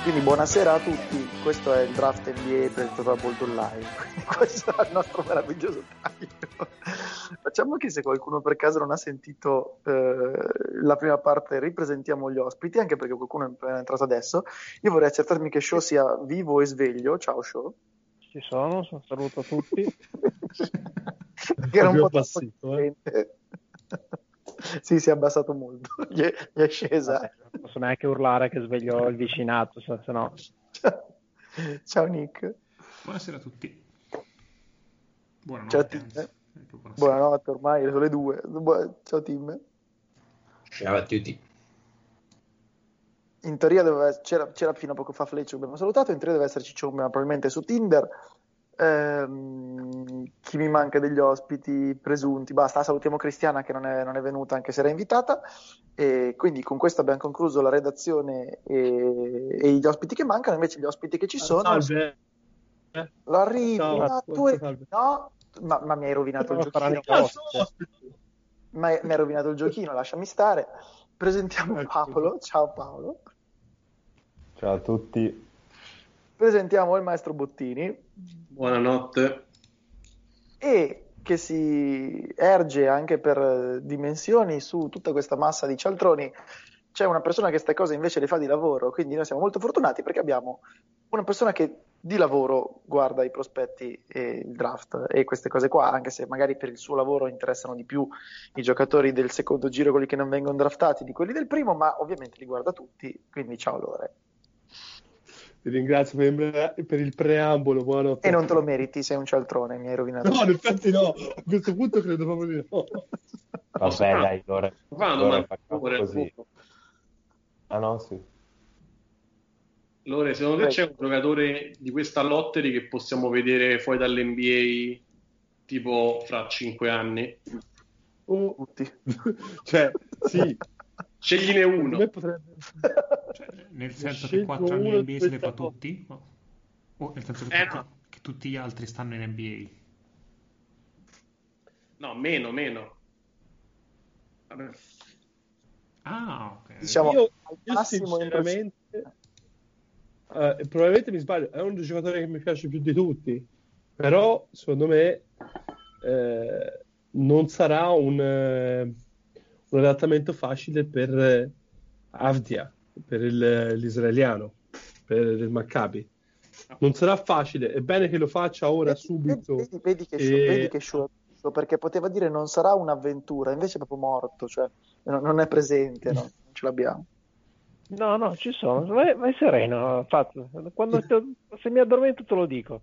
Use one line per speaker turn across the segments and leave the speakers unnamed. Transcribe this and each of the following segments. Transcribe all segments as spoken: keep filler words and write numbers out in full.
Quindi buonasera a tutti, questo è il draft N B A per il Total Ball Online, quindi questo è il nostro meraviglioso taglio. Facciamo che se qualcuno per caso non ha sentito eh, la prima parte ripresentiamo gli ospiti, anche perché qualcuno è entrato adesso. Io vorrei accertarmi che Show sia vivo e sveglio. Ciao Show.
Ci sono, saluto tutti.
Che era un po'
abbassito, eh.
Sì, si è abbassato molto, gli è, gli è scesa.
Vabbè, non posso neanche urlare che sveglio il vicinato, se, se no.
Ciao Nick.
Buonasera a tutti. Buonanotte.
Ciao Tim. Buonanotte, ormai sono le due. Ciao Tim.
Ciao a tutti.
In teoria doveva, c'era, c'era fino a poco fa Fleccio che abbiamo salutato, in teoria deve esserci Ciombe, ma probabilmente su Tinder. Ehm, chi mi manca degli ospiti presunti? Basta, salutiamo Cristiana che non è, non è venuta anche se era invitata, e quindi con questo abbiamo concluso la redazione e, e gli ospiti che mancano. Invece gli ospiti che ci sono,
salve.
L'arrivo,
Ciao,
ah, tu è,
salve.
no, ma, ma mi hai rovinato il
faranno
giochino, ma mi hai rovinato il giochino, lasciami stare. Presentiamo Paolo. Ciao Paolo.
Ciao a tutti.
Presentiamo il maestro Bottini.
Buonanotte.
E che si erge anche per dimensioni su tutta questa massa di cialtroni. C'è una persona che queste cose invece le fa di lavoro, quindi noi siamo molto fortunati perché abbiamo una persona che di lavoro guarda i prospetti e il draft e queste cose qua, anche se magari per il suo lavoro interessano di più i giocatori del secondo giro, quelli che non vengono draftati, di quelli del primo, ma ovviamente li guarda tutti, quindi ciao Lore.
Ti ringrazio per, per il preambolo, buonanotte.
E non te lo meriti, sei un cialtrone, mi hai rovinato.
No, infatti no, a questo punto credo proprio di no.
Vabbè, dai, Lore, Lore fa così. Ah no, sì.
Lore, secondo te c'è un giocatore di questa lottery che possiamo vedere fuori dall'N B A tipo fra cinque anni?
Oh.
Tutti.
Cioè, sì.
Scegliene uno.
Potrebbe...
Cioè, nel senso che quattro anni in N B A se le fa tutti? O oh, nel senso che,
eh,
tutti,
no.
che tutti gli altri stanno in N B
A? No, meno, meno. Vabbè.
Ah, ok.
Diciamo,
Io,
al
io
massimo
sinceramente... Uh, probabilmente mi sbaglio, è un giocatore che mi piace più di tutti, però secondo me eh, non sarà un, eh, un adattamento facile per eh, Avdia, per il, l'israeliano, per il Maccabi. Non sarà facile, è bene che lo faccia ora,
vedi,
subito.
Vedi, vedi che
e...
show, vedi che show, perché poteva dire non sarà un'avventura, invece è proprio morto, cioè non, non è presente, no? Non ce l'abbiamo.
No, no, ci sono. Vai, vai sereno, fatto. Quando te, se mi addormento te lo dico.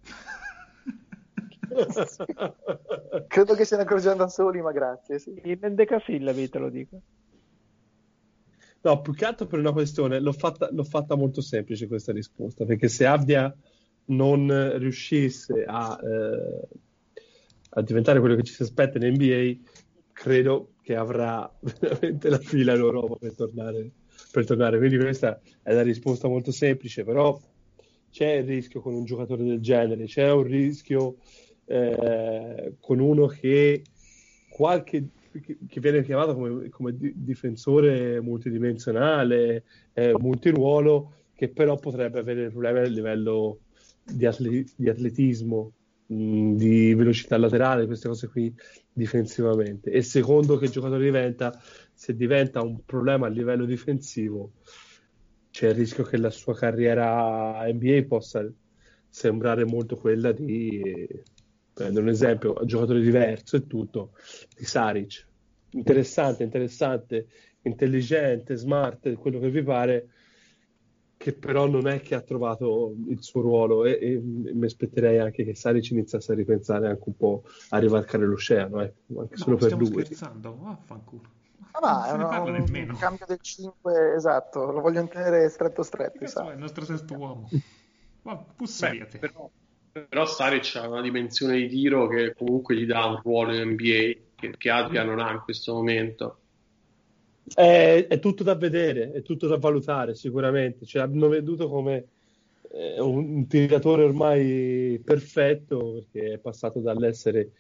Credo che se ne accorgeranno da soli, ma grazie. Sì.
In endecasillabi te lo dico.
No, più che altro per una questione, l'ho fatta, l'ho fatta molto semplice questa risposta, perché se Avdia non riuscisse a, eh, a diventare quello che ci si aspetta in N B A, credo che avrà veramente la fila in Europa per tornare. per tornare, quindi questa è la risposta molto semplice, però c'è il rischio con un giocatore del genere, c'è un rischio eh, con uno che qualche che, che viene chiamato come, come di, difensore multidimensionale, eh, multiruolo, che però potrebbe avere problemi a livello di, atle, di atletismo, mh, di velocità laterale, queste cose qui difensivamente. E secondo che giocatore diventa, se diventa un problema a livello difensivo, c'è il rischio che la sua carriera N B A possa sembrare molto quella di, prendo un esempio, un giocatore diverso e tutto, di Saric. Interessante, interessante, intelligente, smart, quello che vi pare, che però non è che ha trovato il suo ruolo, e, e mi aspetterei anche che Saric iniziasse a ripensare anche un po' a rivalcare l'oceano, eh, anche
no,
solo per
stiamo
lui.
scherzando, vaffanculo.
Ah, ma
non se ne
è
parla
un,
nemmeno.
un cambio del cinque, esatto, lo voglio tenere stretto stretto.
Questo è il nostro sesto uomo. Ma
Beh, però, però Saric ha una dimensione di tiro che comunque gli dà un ruolo in N B A che, che Adria non ha in questo momento.
È, è tutto da vedere, è tutto da valutare sicuramente. Cioè, hanno veduto come eh, un, un tiratore ormai perfetto, perché è passato dall'essere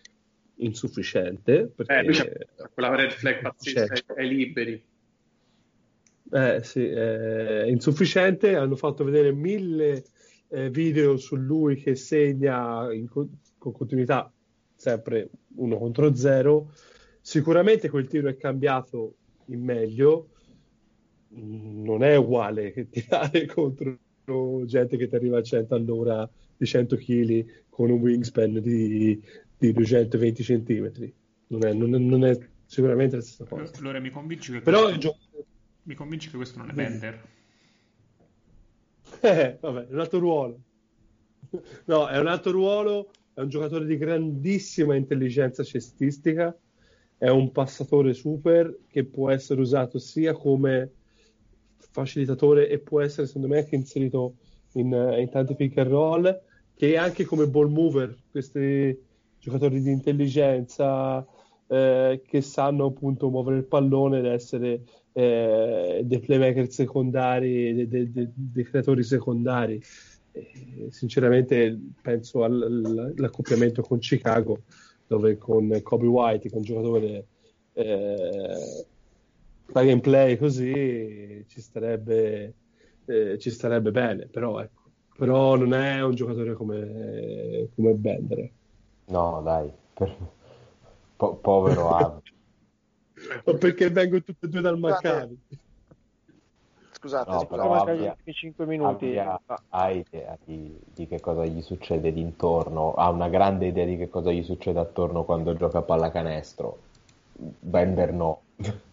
insufficiente. Perché,
eh, lui c'ha quella red flag pazzesca ai liberi.
Eh sì, è insufficiente. Hanno fatto vedere mille eh, video su lui che segna in co- con continuità, sempre uno contro zero. Sicuramente quel tiro è cambiato in meglio. Mm, Non è uguale che tirare contro gente che ti arriva a cento all'ora di cento chili con un wingspan di, di duecentoventi centimetri. Non è, non è- non è sicuramente la stessa cosa.
Allora mi convinci che
Però
questo,
il gioco...
mi convinci che questo non è Bender.
Eh, vabbè, è un altro ruolo. No, è un altro ruolo, è un giocatore di grandissima intelligenza cestistica, è un passatore super che può essere usato sia come facilitatore e può essere, secondo me, anche inserito in, in tanti pick and roll, che anche come ball mover, questi giocatori di intelligenza eh, che sanno appunto muovere il pallone ed essere eh, dei playmaker secondari, dei, dei- dei- dei creatori secondari. E, sinceramente penso al- al- all'accoppiamento con Chicago, dove con Kobe White, che è un giocatore eh, plug and play così, ci starebbe, eh, ci starebbe bene, però, ecco. Però non è un giocatore come, come Bender.
No, dai, per- po- povero Av.
O perché vengono tutti e due dal
Scusate,
Maccabi.
scusate,
No,
Sono
però
scusate.
mancati gli
abbia,
ultimi cinque minuti.
abbia
Ah,
ha idea di, di che cosa gli succede d'intorno, ha una grande idea di che cosa gli succede attorno quando gioca a pallacanestro. Bender no.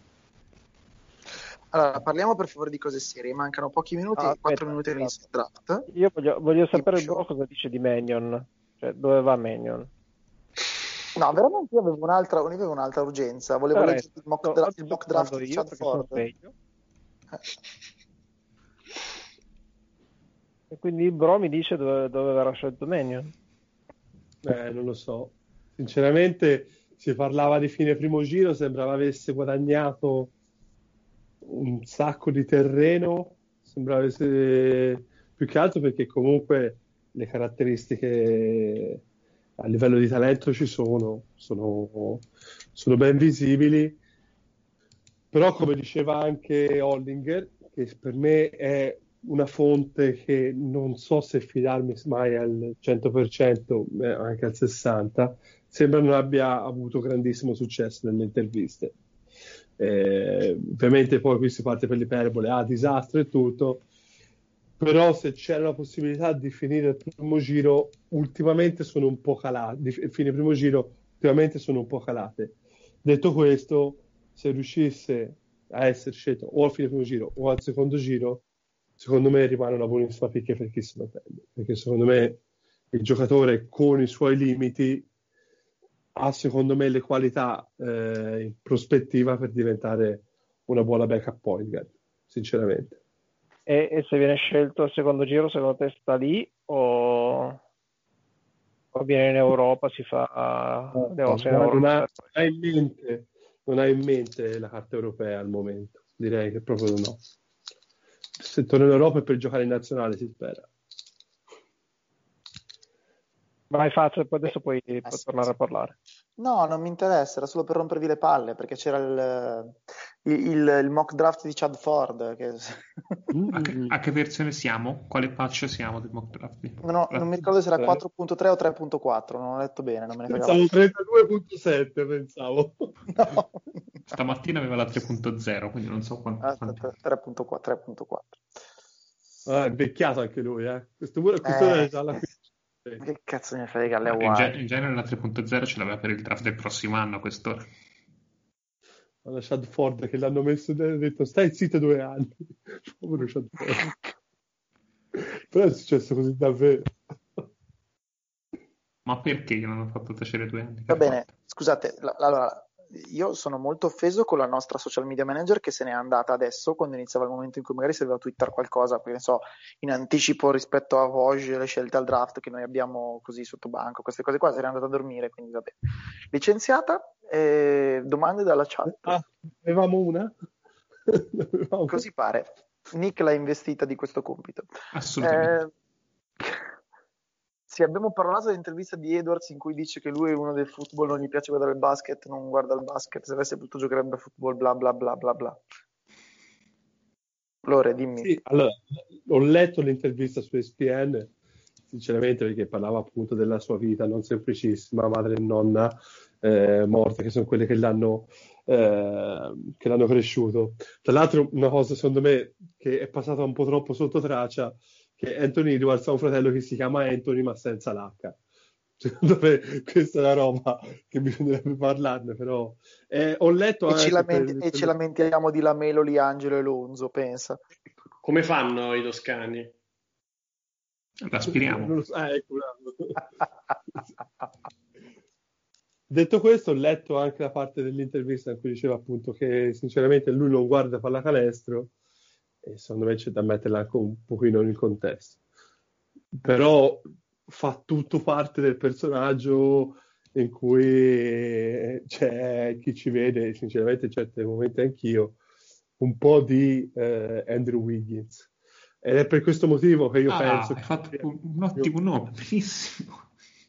Allora, parliamo per favore di cose serie. Mancano pochi minuti,
ah,
quattro
aspetta,
minuti all'inizio
aspetta.
del draft.
Io voglio, voglio sapere il
Show.
bro cosa dice di Mannion. Cioè, dove va Mannion?
No, veramente io avevo un'altra, io avevo un'altra urgenza. Volevo
Allora,
leggere il mock,
sto-
dra-
oggi
il
sto
mock draft
parlando
di
io
Chad
perché sono
Ford.
sveglio.
Eh.
E quindi il bro mi dice dove, dove verrà scelto Mannion.
Eh, non lo so. Sinceramente, si parlava di fine primo giro, sembrava avesse guadagnato un sacco di terreno, sembrava essere più che altro perché comunque le caratteristiche a livello di talento ci sono, sono, sono ben visibili, però come diceva anche Hollinger, che per me è una fonte che non so se fidarmi mai al cento per cento, eh, anche al sessanta per cento, sembra non abbia avuto grandissimo successo nelle interviste. Eh, ovviamente poi qui si parte per l'iperbole, ah, disastro e tutto, però se c'era la possibilità di finire il primo giro, ultimamente sono un po' calate, di fine primo giro, ultimamente sono un po' calate. Detto questo, se riuscisse a essere scelto o al fine primo giro o al secondo giro, secondo me rimane una buonissima picchia per chi se lo prende, perché secondo me il giocatore con i suoi limiti ha secondo me le qualità eh, in prospettiva per diventare una buona backup point guard, sinceramente.
E, e se viene scelto al secondo giro, secondo te sta lì o, o viene in Europa, si fa
No,
devo
non,
in
ha,
Europa,
non ha- non ha in mente, non ha in mente la carta europea al momento, direi che proprio no. Se torna in Europa è per giocare in nazionale, si spera.
Vai faccio, poi adesso puoi,
Eh,
puoi
sì,
tornare
sì.
a parlare.
No, non mi interessa, era solo per rompervi le palle, perché c'era il, il, il- il mock draft di Chad Ford. Che...
A che, a che versione siamo? Quale patch siamo del mock draft?
non, ho- non mi ricordo se era quattro punto tre o tre punto quattro, non ho letto bene, non me ne fregava.
Pensavo trentadue virgola sette, pensavo.
No.
Stamattina aveva la tre punto zero, quindi non so quanti.
Ah,
quanti-
tre punto quattro. tre punto quattro.
Ah, è invecchiato anche lui, eh. Questo pure questo
Eh,
è già la
Che cazzo ne frega, le
Ma in, ge-
uguali.
in genere la tre punto zero ce l'aveva per il draft del prossimo anno a quest'ora.
alla Chad Ford che l'hanno messo e ha detto stai zitto due anni. Povero Chad Ford. Però è successo così davvero.
Ma perché non hanno fatto tacere due anni?
Va
Per
bene,
forza.
scusate, la- allora, io sono molto offeso con la nostra social media manager che se n'è andata adesso, quando iniziava il momento in cui magari serviva twittare qualcosa, perché ne so, in anticipo rispetto a Vogue, le scelte al draft che noi abbiamo così sotto banco, queste cose qua, se n'è andata a dormire, quindi vabbè. Licenziata, eh, domande dalla chat.
Ah, avevamo una? Avevamo-
Così pare. Nick l'ha investita di questo compito.
Assolutamente.
Eh, sì, abbiamo parlato dell'intervista di Edwards in cui dice che lui è uno del football, non gli piace guardare il basket, non guarda il basket, se avesse potuto giocherebbe a football, bla bla bla bla bla. Lore, dimmi.
Sì, allora, ho letto l'intervista su E S P N, sinceramente, perché parlava appunto della sua vita non semplicissima, madre e nonna eh, morte, che sono quelle che l'hanno, eh, che l'hanno cresciuto. Tra l'altro, una cosa secondo me che è passata un po' troppo sotto traccia, che Anthony Edwards ha un fratello che si chiama Anthony ma senza l'H. Secondo me questa è una roba che bisognerebbe parlarne, però eh, ho letto
E,
anche
ci, lamenti-
per-
e
per-
ci lamentiamo di Lamelo, Liangelo e Lonzo, pensa.
Come fanno i toscani?
La aspiriamo.
Non lo so. Ah, ecco, bravo. Detto questo, ho letto anche la parte dell'intervista in cui diceva appunto che sinceramente lui non guarda pallacanestro e secondo me c'è da metterla anche un pochino nel contesto. Però fa tutto parte del personaggio in cui c'è chi ci vede, sinceramente in certi momenti anch'io, un po' di eh, Andrew Wiggins. Ed è per questo motivo che io
Ah,
penso
hai
che...
fatto un, un ottimo nome, benissimo.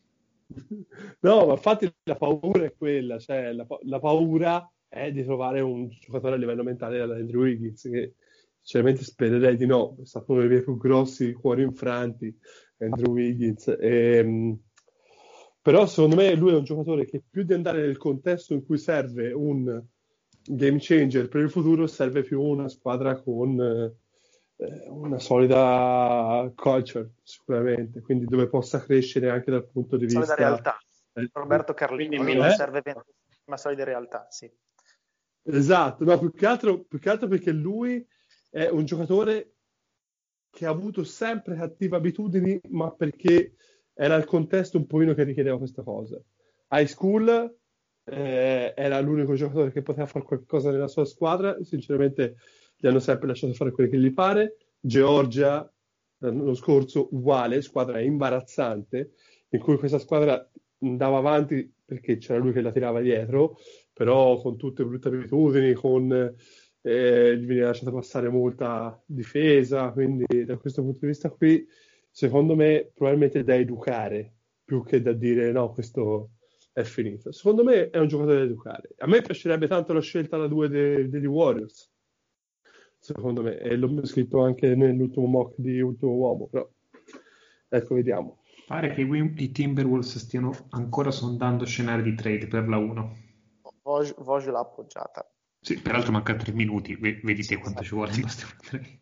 No, ma infatti la paura è quella, cioè la, pa- la paura è di trovare un giocatore a livello mentale alla Andrew Wiggins, che sinceramente spererei di no, è stato uno dei miei più grossi cuori infranti, Andrew Wiggins. E, però secondo me lui è un giocatore che più di andare nel contesto in cui serve un game changer per il futuro, serve più una squadra con eh, una solida culture, sicuramente, quindi dove possa crescere anche dal punto di
Solida
vista...
realtà. Roberto Carlino,
Quindi
lui non
Eh?
serve venti, ma solida realtà, sì.
Esatto, no, più che altro, più che altro perché lui è un giocatore che ha avuto sempre cattive abitudini, ma perché era il contesto un pochino che richiedeva questa cosa. High school eh, era l'unico giocatore che poteva fare qualcosa nella sua squadra, sinceramente gli hanno sempre lasciato fare quello che gli pare. Georgia l'anno scorso uguale, squadra imbarazzante, in cui questa squadra andava avanti perché c'era lui che la tirava dietro, però con tutte brutte abitudini, con eh, gli viene lasciata passare molta difesa, quindi da questo punto di vista qui, secondo me, probabilmente è da educare, più che da dire no, questo è finito. Secondo me è un giocatore da educare. A me piacerebbe tanto la scelta alla due de- degli Warriors, secondo me, e l'ho scritto anche nell'ultimo mock di Ultimo Uomo, però ecco, vediamo.
Pare che i, Wim- i Timberwolves stiano ancora sondando scenari di trade per la uno.
Voj, Voj l'ha appoggiata.
Sì, peraltro manca tre minuti, v- vedi te quanto ci vuole in bastare un trade.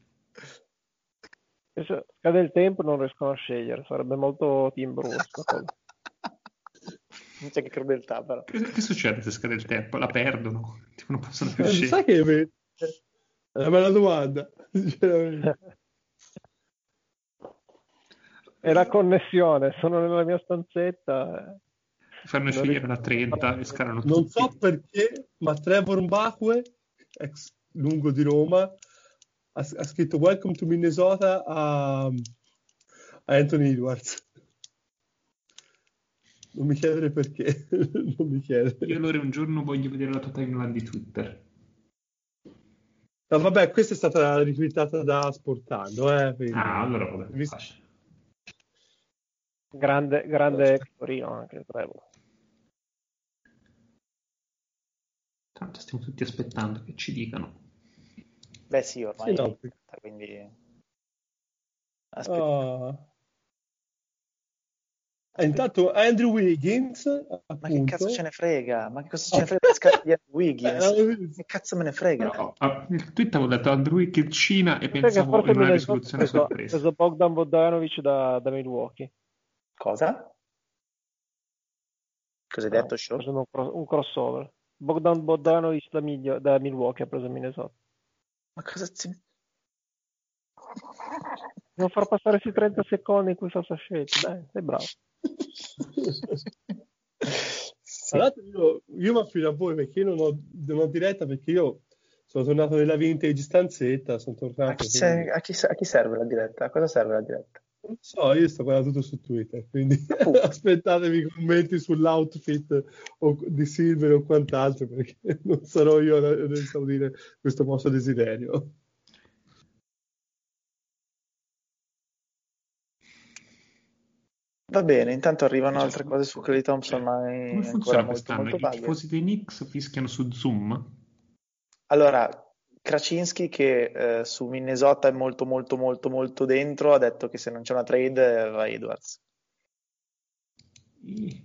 Se scade il tempo non riescono a scegliere, sarebbe molto Timberwolves sta cosa.
Non c'è che crudeltà, però.
Che, che succede se scade il tempo? La perdono? Tipo non possono più
Eh,
scegliere.
sai che è una bella domanda, sinceramente.
È la connessione, sono nella mia stanzetta.
Fanno scegliere una trenta e scalano tutti.
Non so perché, ma Trevor Mbakwe, ex lungo di Roma, ha, ha scritto Welcome to Minnesota a, a Anthony Edwards. Non mi chiedere perché, non mi chiedere.
Io allora un giorno voglio vedere la tua timeline di Twitter.
No, vabbè, questa è stata ritweetata da Sportando, eh, quindi...
Ah, allora vabbè,
Mi-
facile.
Grande, grande ex Torino anche, Trevor.
Tanto stiamo tutti aspettando che ci dicano.
Beh sì, ormai
Sì, no,
quindi... Aspetta.
Ah. E intanto Andrew Wiggins, appunto...
Ma che cazzo ce ne frega? Ma che cosa ce ne frega di scatto di Wiggins?
Eh,
Che cazzo me ne frega?
No, ah, nel tweet avevo letto Andrew Wiggins Cina e
Sai che
pensavo
forse
in una
Minnesota ha
risoluzione
preso, ha
sorpresa.
preso Bogdan Bogdanovic da, da Milwaukee.
Cosa? Cosa hai detto,
Ha
Show?
preso un, cro- un crossover. Bogdan Bogdanovic da, Miglia- da Milwaukee ha preso Minnesota.
Ma cosa ci...
Non far passare questi trenta secondi in cui fa questa scelta. Dai, sei bravo.
Tra l'altro io, io mi affido a voi perché io non ho, non ho diretta, perché io sono tornato nella vintage stanzetta, sono
A
tornato...
chi,
quindi-
se- a chi se- a chi serve la diretta? A cosa serve la diretta?
Non so, io sto guardando tutto su Twitter, quindi
Appunto.
aspettatevi i commenti sull'outfit o di Silver o quant'altro, perché non sarò io a a esaudire questo vostro desiderio.
Va bene, intanto arrivano
Cioè,
altre cose su Klay Thompson, ma è
Come funziona
ancora molto
quest'anno?
molto
I
vago.
tifosi dei Knicks fischiano su Zoom?
Allora, Krasinski che eh, su Minnesota è molto molto molto molto dentro, ha detto che se non c'è una trade eh, va Edwards.
I-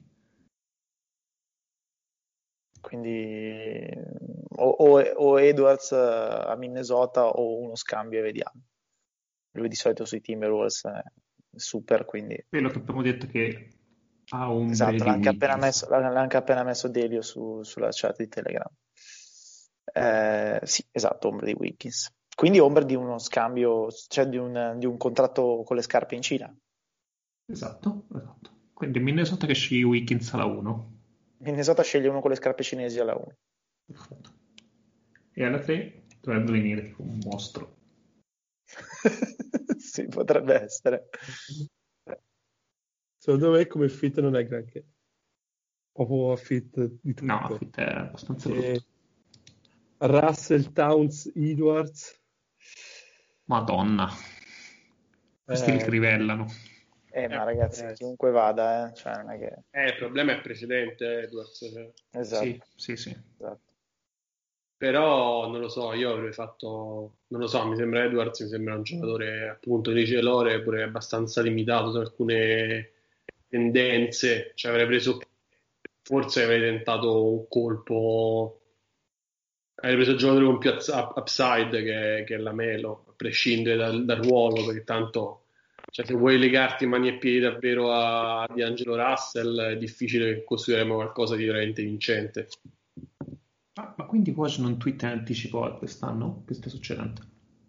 Quindi o, o- o Edwards eh, a Minnesota o uno scambio e vediamo. Lui di solito sui Timberwolves è super, quindi
Quello che abbiamo detto che ha ombre
esatto,
di
l'ha anche appena
Wiggins.
messo, l'ha anche appena messo Delio su- sulla chat di Telegram. Eh, sì, esatto, ombre di Wiggins. Quindi ombre di uno scambio, cioè di un, di un contratto con le scarpe in Cina.
Esatto, esatto. Quindi Minnesota che sceglie Wiggins alla uno.
Minnesota sceglie uno con le scarpe cinesi alla uno.
Perfetto. E alla tre dovrebbe venire tipo un mostro.
Sì, potrebbe essere.
Secondo me come fit non è granché. Proprio a fit di tutto.
No, Fit è abbastanza
E
brutto.
Russell, Towns, Edwards.
Madonna. Questi li
Eh,
crivellano.
Eh, ma
Eh,
ragazzi,
eh.
chiunque vada, eh, cioè non è che...
Eh, il problema è il precedente, Edwards. Cioè.
Esatto,
Sì, sì, sì.
esatto.
Però non lo so, io avrei fatto, non lo so, mi sembra Edwards, mi sembra un giocatore appunto di celore, pure abbastanza limitato su alcune tendenze, cioè avrei preso, forse avrei tentato un colpo, avrei preso il giocatore con più uz- up- upside che, che la Melo, a prescindere dal, dal ruolo, perché tanto, cioè, se vuoi legarti mani e piedi davvero a D'Angelo Russell, è difficile che costruiremo qualcosa di veramente vincente.
Ma, ma quindi Woj non twitta in anticipo a quest'anno? Che sta succedendo?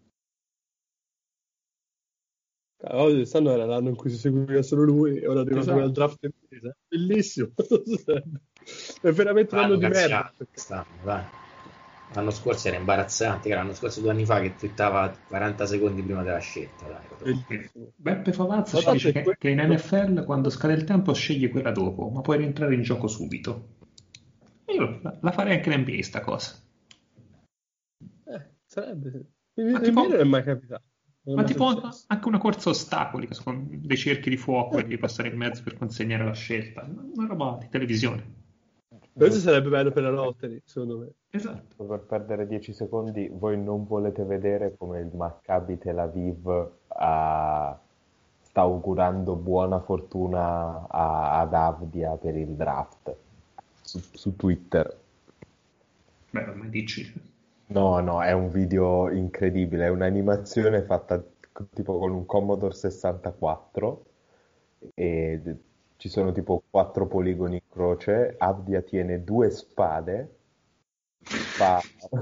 Oggi quest'anno era l'anno in cui si seguiva solo lui e ora è arrivato
Esatto.
al draft in inglese. Bellissimo. È veramente un anno
L'hanno
di merda.
cazziato quest'anno, dai. L'anno scorso era imbarazzante, che l'anno scorso due anni fa che twittava quaranta secondi prima della scelta, dai.
Bellissimo.
Beppe Favazza
Ma
ci
tanto
dice
è
che,
quello-
che in N F L quando scade il tempo scegli quella dopo, ma puoi rientrare in gioco subito. E io la, la farei anche in N B A sta cosa.
Eh, sarebbe.
Ma
In
tipo-
N B A non è mai capitato. Non è
Ma
mai
tipo
successo.
anche una corsa a ostacoli, che sono dei cerchi di fuoco e devi passare in mezzo per consegnare la scelta. Una roba di televisione.
Questo sarebbe bello per la lottery, secondo me.
Esatto.
Per perdere dieci secondi, voi non volete vedere come il Maccabi Tel Aviv ha- sta augurando buona fortuna a- ad Avdia per il draft su, su Twitter.
Beh, ormai dici.
No, no, è un video incredibile, è un'animazione fatta tipo con un Commodore sessantaquattro e d- ci sono tipo quattro poligoni in croce, Avdia tiene due spade, fa,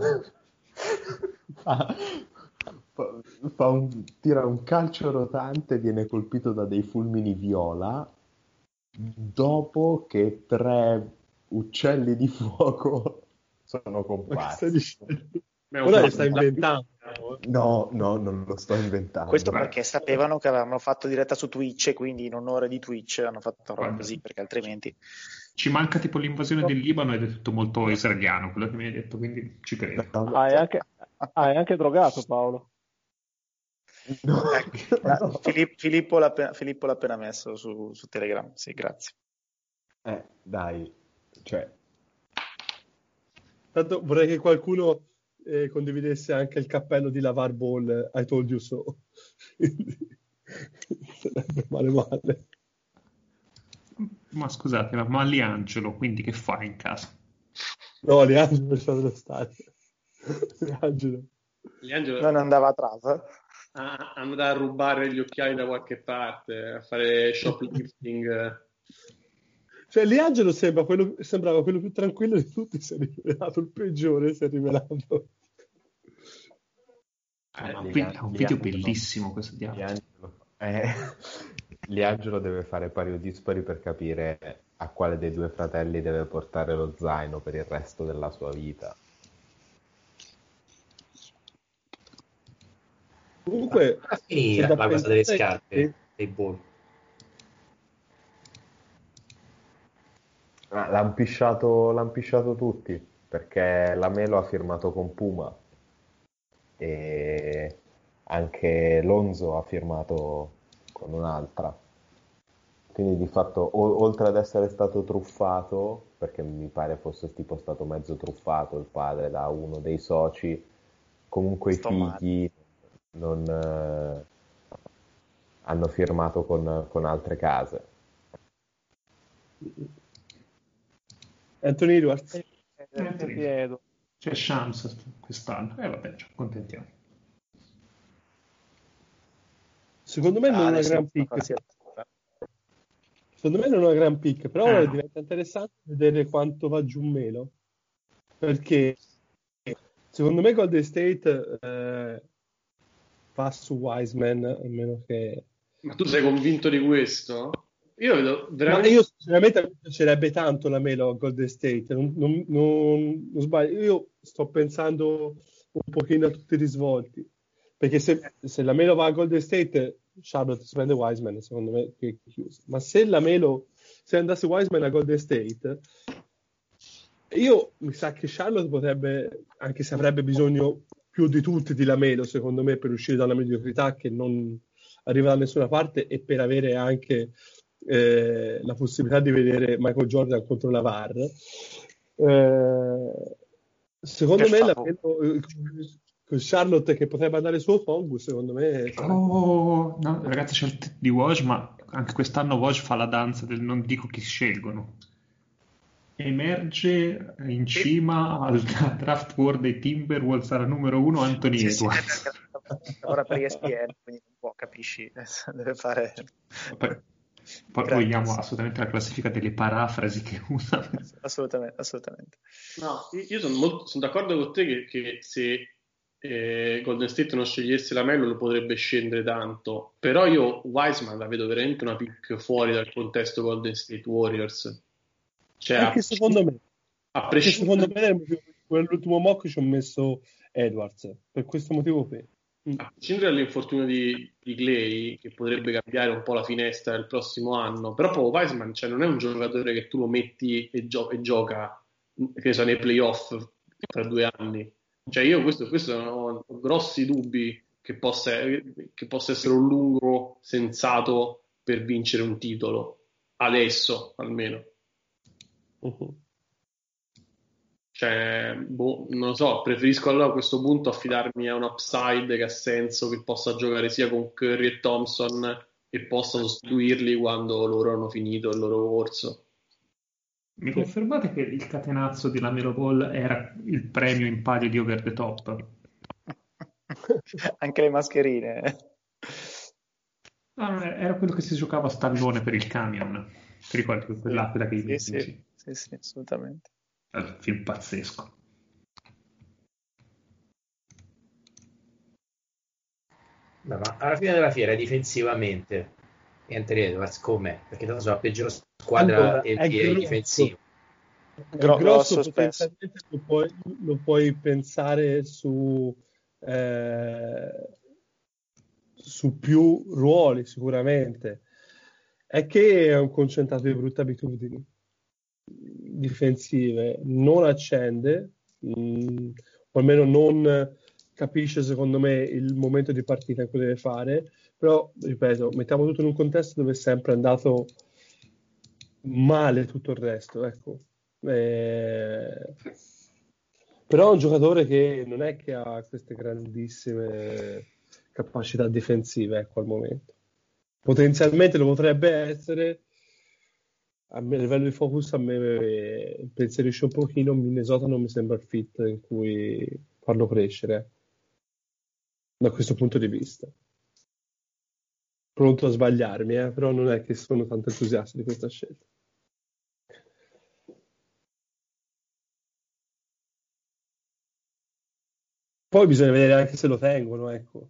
fa- fa- fa un- tira un calcio rotante, viene colpito da dei fulmini viola, dopo che tre uccelli di fuoco sono
Ma che
comparsi.
stai dicendo?
Beh, un
Ora
po'
li sta inventando.
No, no, non lo sto inventando.
Questo
Beh.
perché sapevano che avevano fatto diretta su Twitch e quindi in onore di Twitch hanno fatto una roba
Guarda.
così, perché altrimenti...
Ci manca tipo l'invasione del Libano ed è tutto molto israeliano, quello che mi hai detto, quindi ci credo.
No,
Hai anche, hai anche drogato, Paolo.
no,
Ecco,
no.
no, Filippo, Filippo l'ha appena, Filippo l'ha appena messo su, su Telegram, sì, grazie.
Eh, dai, cioè,
Tanto vorrei che qualcuno eh, condividesse anche il cappello di Lavar Ball, I told you so. Quindi, sarebbe male male.
Ma scusate, ma, ma Liangelo, quindi che fa in casa?
No, Leandro è stato dello stadio. Leandro.
Liangelo
Non andava a trasa.
a- andare a rubare gli occhiali da qualche parte, a fare shoplifting.
Cioè, Liangelo sembra quello, sembrava quello più tranquillo di tutti, si è rivelato il peggiore, si è rivelato.
Eh, è un,
Lian-
vi- è un video
Liangelo-
bellissimo questo diavolo.
Liangelo, eh, Liangelo deve fare pari o dispari per capire a quale dei due fratelli deve portare lo zaino per il resto della sua vita.
Comunque,
Ma finì
c'è
la
da
cosa delle
pensare
scarpe
che-
dei ball.
Ah, l'hanno pisciato, l'han pisciato tutti, perché la Melo ha firmato con Puma e anche Lonzo ha firmato con un'altra. Quindi di fatto, o- oltre ad essere stato truffato, perché mi pare fosse tipo stato mezzo truffato il padre da uno dei soci, comunque
Sto
i figli non eh, hanno firmato con, con altre case.
Anthony Edwards.
Eh,
Eh,
senti,
sì.
Edo.
C'è Shams quest'anno. E eh, vabbè, ci accontentiamo.
Secondo me non è
Ah,
una
adesso
gran
devono
pick.
farsi-
Secondo me non è una gran pick, però
Eh,
ora
no.
diventa interessante vedere quanto va giù meno. Perché secondo me Golden State eh, va su Wiseman, a meno che...
Ma tu sei convinto di questo? Io vedo
Ma
veramente...
io sinceramente mi piacerebbe tanto la Melo a Golden State, non, non- non- non sbaglio. Io sto pensando un pochino a tutti i risvolti, perché se, se la Melo va a Golden State, Charlotte si prende Wiseman, secondo me è chiuso. Ma se la Melo, se andasse Wiseman a Golden State, io mi sa che Charlotte potrebbe, anche se avrebbe bisogno più di tutti di Lamelo, secondo me, per uscire dalla mediocrità che non arriva da nessuna parte e per avere anche eh, la possibilità di vedere Michael Jordan contro la V A R. Eh, secondo
Per
me
favore.
Lamelo, con Charlotte che potrebbe andare su Okongu, secondo me sarà-
Oh, no, ragazzi, c'è il t- di Woj, ma anche quest'anno Woj fa la danza del non dico chi scelgono. Emerge in cima al draft board dei Timberwolves alla numero uno Anthony
Sì, sì,
Edwards.
perché lavora per E S P N, quindi non può, capisci? Deve fare...
Poi, poi
Grazie.
vogliamo assolutamente la classifica delle parafrasi che usa.
Assolutamente, assolutamente.
No, io sono, molto, sono d'accordo con te che, che se eh, Golden State non scegliesse la Melo lo potrebbe scendere tanto, però io Wiseman la vedo veramente una pick fuori dal contesto Golden State Warriors. Cioè,
anche
a,
secondo me,
a
anche
prescindere...
secondo me nel motivo- quell'ultimo mock ci ho messo Edwards, per questo motivo qui. Mm.
A prescindere dall'infortunio di, di Clay, che potrebbe cambiare un po' la finestra del prossimo anno, però Paul Wiseman, cioè, non è un giocatore che tu lo metti e, gio- e gioca, che ne so, nei playoff tra due anni. Cioè, io questo, questo ho grossi dubbi che possa, che possa essere un lungo sensato per vincere un titolo, adesso almeno.
Mhm.
Cioè, boh, non lo so, preferisco allora a questo punto affidarmi a un upside che ha senso, che possa giocare sia con Curry e Thompson e possa sostituirli quando loro hanno finito il loro corso.
Mi confermate che il catenazzo di Lamelo Ball era il premio in palio di Over the Top?
Anche le mascherine.
No, no, era quello che si giocava a stallone per il camion. Ti ricordi quella, quella che
Sì, sì,
sì.
sì, sì, assolutamente.
È un film pazzesco.
Beh, ma alla fine della fiera difensivamente Anthony Edwards com'è? Perché tanto sono la peggior squadra
Allora,
N
è
B A
grosso.
difensiva.
È
Gro-
grosso,
grosso spesso.
potenzialmente lo puoi, lo puoi pensare su, eh, su più ruoli sicuramente. È che è un concentrato di brutte abitudini difensive, non accende, mh, o almeno non capisce secondo me il momento di partita in cui deve fare, però ripeto, mettiamo tutto in un contesto dove è sempre andato male tutto il resto, ecco. Eh, però è un giocatore che non è che ha queste grandissime capacità difensive, ecco, al momento. Potenzialmente lo potrebbe essere. A me, a livello di focus a me eh, pensierisce un pochino. Minnesota non mi sembra il fit in cui farlo crescere da questo punto di vista. Pronto a sbagliarmi, eh, però non è che sono tanto entusiasta di questa scelta. Poi bisogna vedere anche se lo tengono, ecco.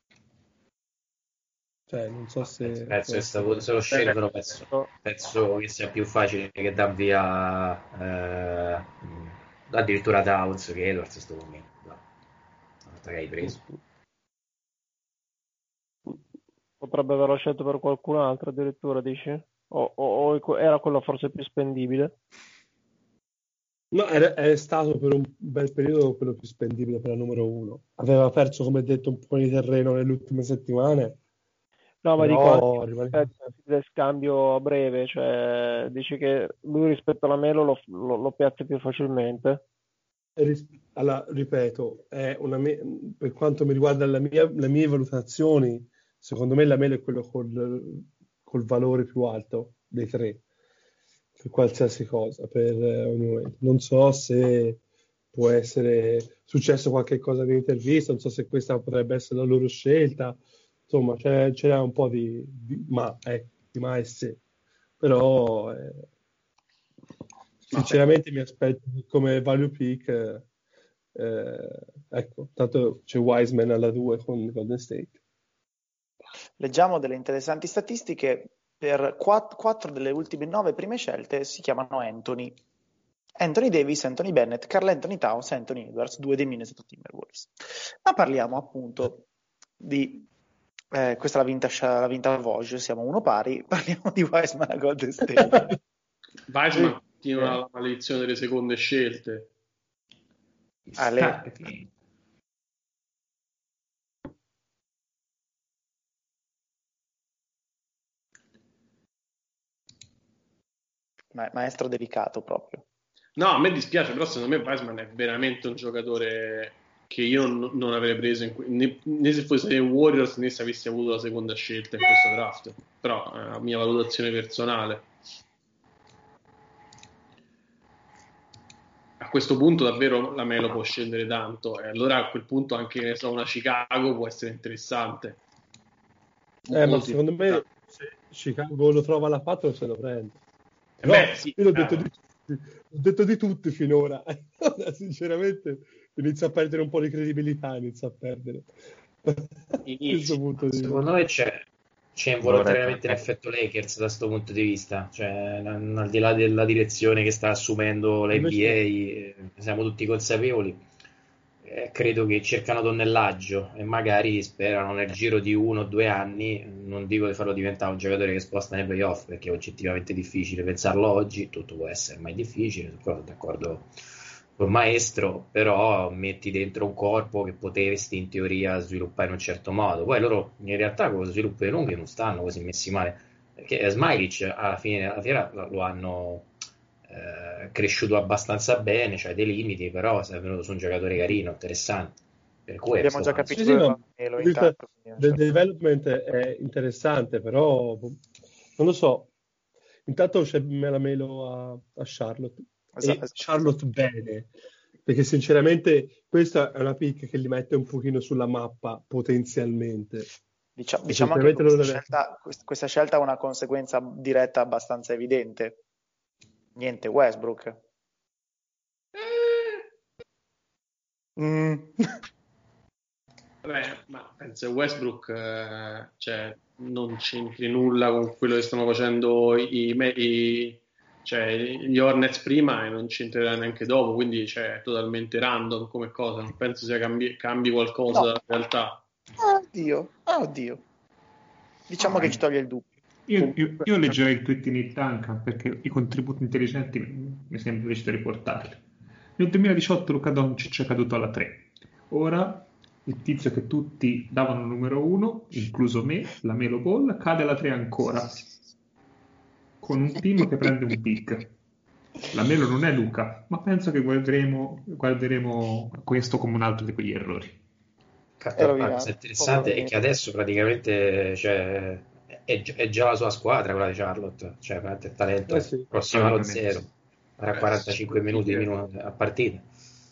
Cioè, non so se...
Penso che sta- se lo scelgono penso, penso che sia più facile che dan via eh, addirittura Downs che Edwards in questo momento. No. Una volta che hai preso.
Potrebbe averlo scelto per qualcun altro addirittura, dici? O, o- o era quello forse più spendibile?
No, è, è stato per un bel periodo quello più spendibile per la numero uno. Aveva perso, come detto, un po' di terreno nelle ultime settimane.
No, ma dico
Però
anche
rimane-
del scambio a breve, cioè dici che lui rispetto alla Melo lo, lo, lo piazza più facilmente?
ris- allora, ripeto, è una me- per quanto mi riguarda la mia- le mie valutazioni, secondo me la Melo è quello col, col valore più alto dei tre, per qualsiasi cosa, per eh, ogni momento. Non so se può essere successo qualche cosa in intervista, non so se questa potrebbe essere la loro scelta, insomma c'è, c'era un po' di, di ma, eh, di ma e se, però eh, sinceramente mi aspetto che come value pick, eh, eh, ecco, tanto c'è Wiseman alla due con Golden State.
Leggiamo delle interessanti statistiche. Per quattro delle ultime nove prime scelte si chiamano Anthony. Anthony Davis, Anthony Bennett, Karl Anthony Towns, Anthony Edwards, due dei Minnesota Timberwolves. Ma parliamo appunto di eh, questa l'ha vinta, l'ha vinta Vosge, siamo uno pari, parliamo di Wiseman a Golden State.
Wiseman continua la maledizione delle seconde scelte.
Ale. Ma- maestro delicato proprio.
No, a me dispiace, però secondo me Wiseman è veramente un giocatore che io non, non avrei preso in que- né, né se fosse in Warriors né se avessi avuto la seconda scelta in questo draft, però è la mia valutazione personale. A questo punto davvero la Melo può scendere tanto e allora a quel punto anche ne so, una Chicago può essere interessante.
Eh, ma secondo me se Chicago lo trova alla quattro se lo prende.
Eh
No,
beh, sì,
io l'ho detto,
eh.
di, l'ho detto di tutti finora. Sinceramente inizio a perdere un po' di credibilità, inizio a perdere. A questo punto di
Secondo me c'è, c'è involontariamente l'effetto Lakers da questo punto di vista, cioè n- al di là della direzione che sta assumendo la N B A, eh, siamo tutti consapevoli. Eh, credo che cercano tonnellaggio e magari sperano nel giro di uno o due anni, non dico di farlo diventare un giocatore che sposta nei playoff perché è oggettivamente difficile pensarlo oggi, tutto può essere mai difficile, sono d'accordo col maestro, però metti dentro un corpo che potresti in teoria sviluppare in un certo modo, poi loro in realtà con lo sviluppo dei lunghi non stanno così messi male, perché Smailic alla fine alla fiera lo hanno eh, cresciuto abbastanza bene, c'ha cioè dei limiti, però è venuto su un giocatore carino, interessante. Per cui
Abbiamo già capito
sì, sì, no,
Melo
il
intanto.
del development è interessante, però non lo so. Intanto c'è me la melo a, a Charlotte
Esatto,
e
esatto.
Charlotte bene, perché sinceramente questa è una pick che li mette un pochino sulla mappa potenzialmente.
Diciamo, diciamo anche che
Sinceramente
questa
loro
scelta, quest- questa scelta ha una conseguenza diretta abbastanza evidente. Niente Westbrook. Mm.
Vabbè, ma penso che Westbrook eh, cioè, non c'entri nulla con quello che stanno facendo i, i- cioè, gli Hornets prima e non c'entrerà neanche dopo, quindi cioè, è totalmente random come cosa, non penso sia cambi, cambi qualcosa
No.
in realtà.
Oddio, oddio. Diciamo
Ah,
che ci toglie il dubbio.
Io, io- io leggerei il tweet di Duncan perché i contributi intelligenti mi, mi sembra lecito riportarli. Nel duemiladiciotto Luka Doncic è caduto alla tre. Ora il tizio che tutti davano numero uno, incluso me, la Melo Ball, cade alla tre ancora. Con un team che prende un pick. La Melo non è Luka, ma penso che guarderemo, guarderemo questo come un altro di quegli errori.
Cazzo, la
rovinato,
cosa interessante è che adesso praticamente cioè, è, gi- è già la sua squadra quella di Charlotte, cioè veramente il talento
Eh
è
sì.
prossimo allo
Praticamente
zero,
sì.
farà
Eh,
quarantacinque
sì,
minuti
sì.
minu- a partita.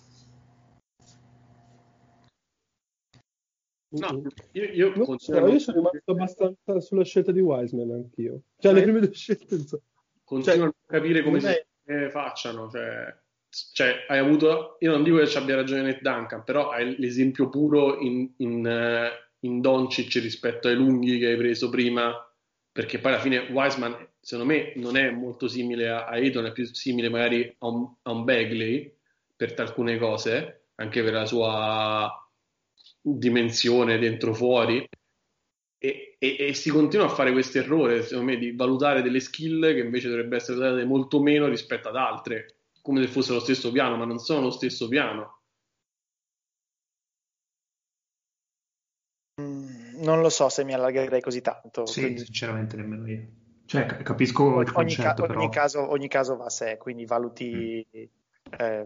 No, io, io
Non
continuo
so,
a non-
io sono rimasto abbastanza sulla scelta di Wiseman anch'io. Cioè,
No,
le
io-
prime due scelte, insomma.
continuo
Cioè,
a non capire come
non
si
è-
eh, facciano, cioè, cioè, hai avuto, io non dico che ci abbia ragione Nate Duncan, però hai l'esempio puro in, in, eh, in Doncic rispetto ai lunghi che hai preso prima, perché poi alla fine Wiseman secondo me non è molto simile a, a Ayton, è più simile magari a un, a un Bagley per alcune cose, anche per la sua dimensione dentro fuori. E, e- e si continua a fare questo errore, secondo me, di valutare delle skill che invece dovrebbero essere valutate molto meno rispetto ad altre, come se fosse lo stesso piano, ma non sono lo stesso piano.
Mm, non lo so se mi allargherei così tanto.
Sì,
quindi
sinceramente nemmeno io. Cioè, ca- capisco
ogni,
il
ogni ca-
concetto,
ogni
però
caso, ogni caso va a sé, quindi
Mm.
valuti eh,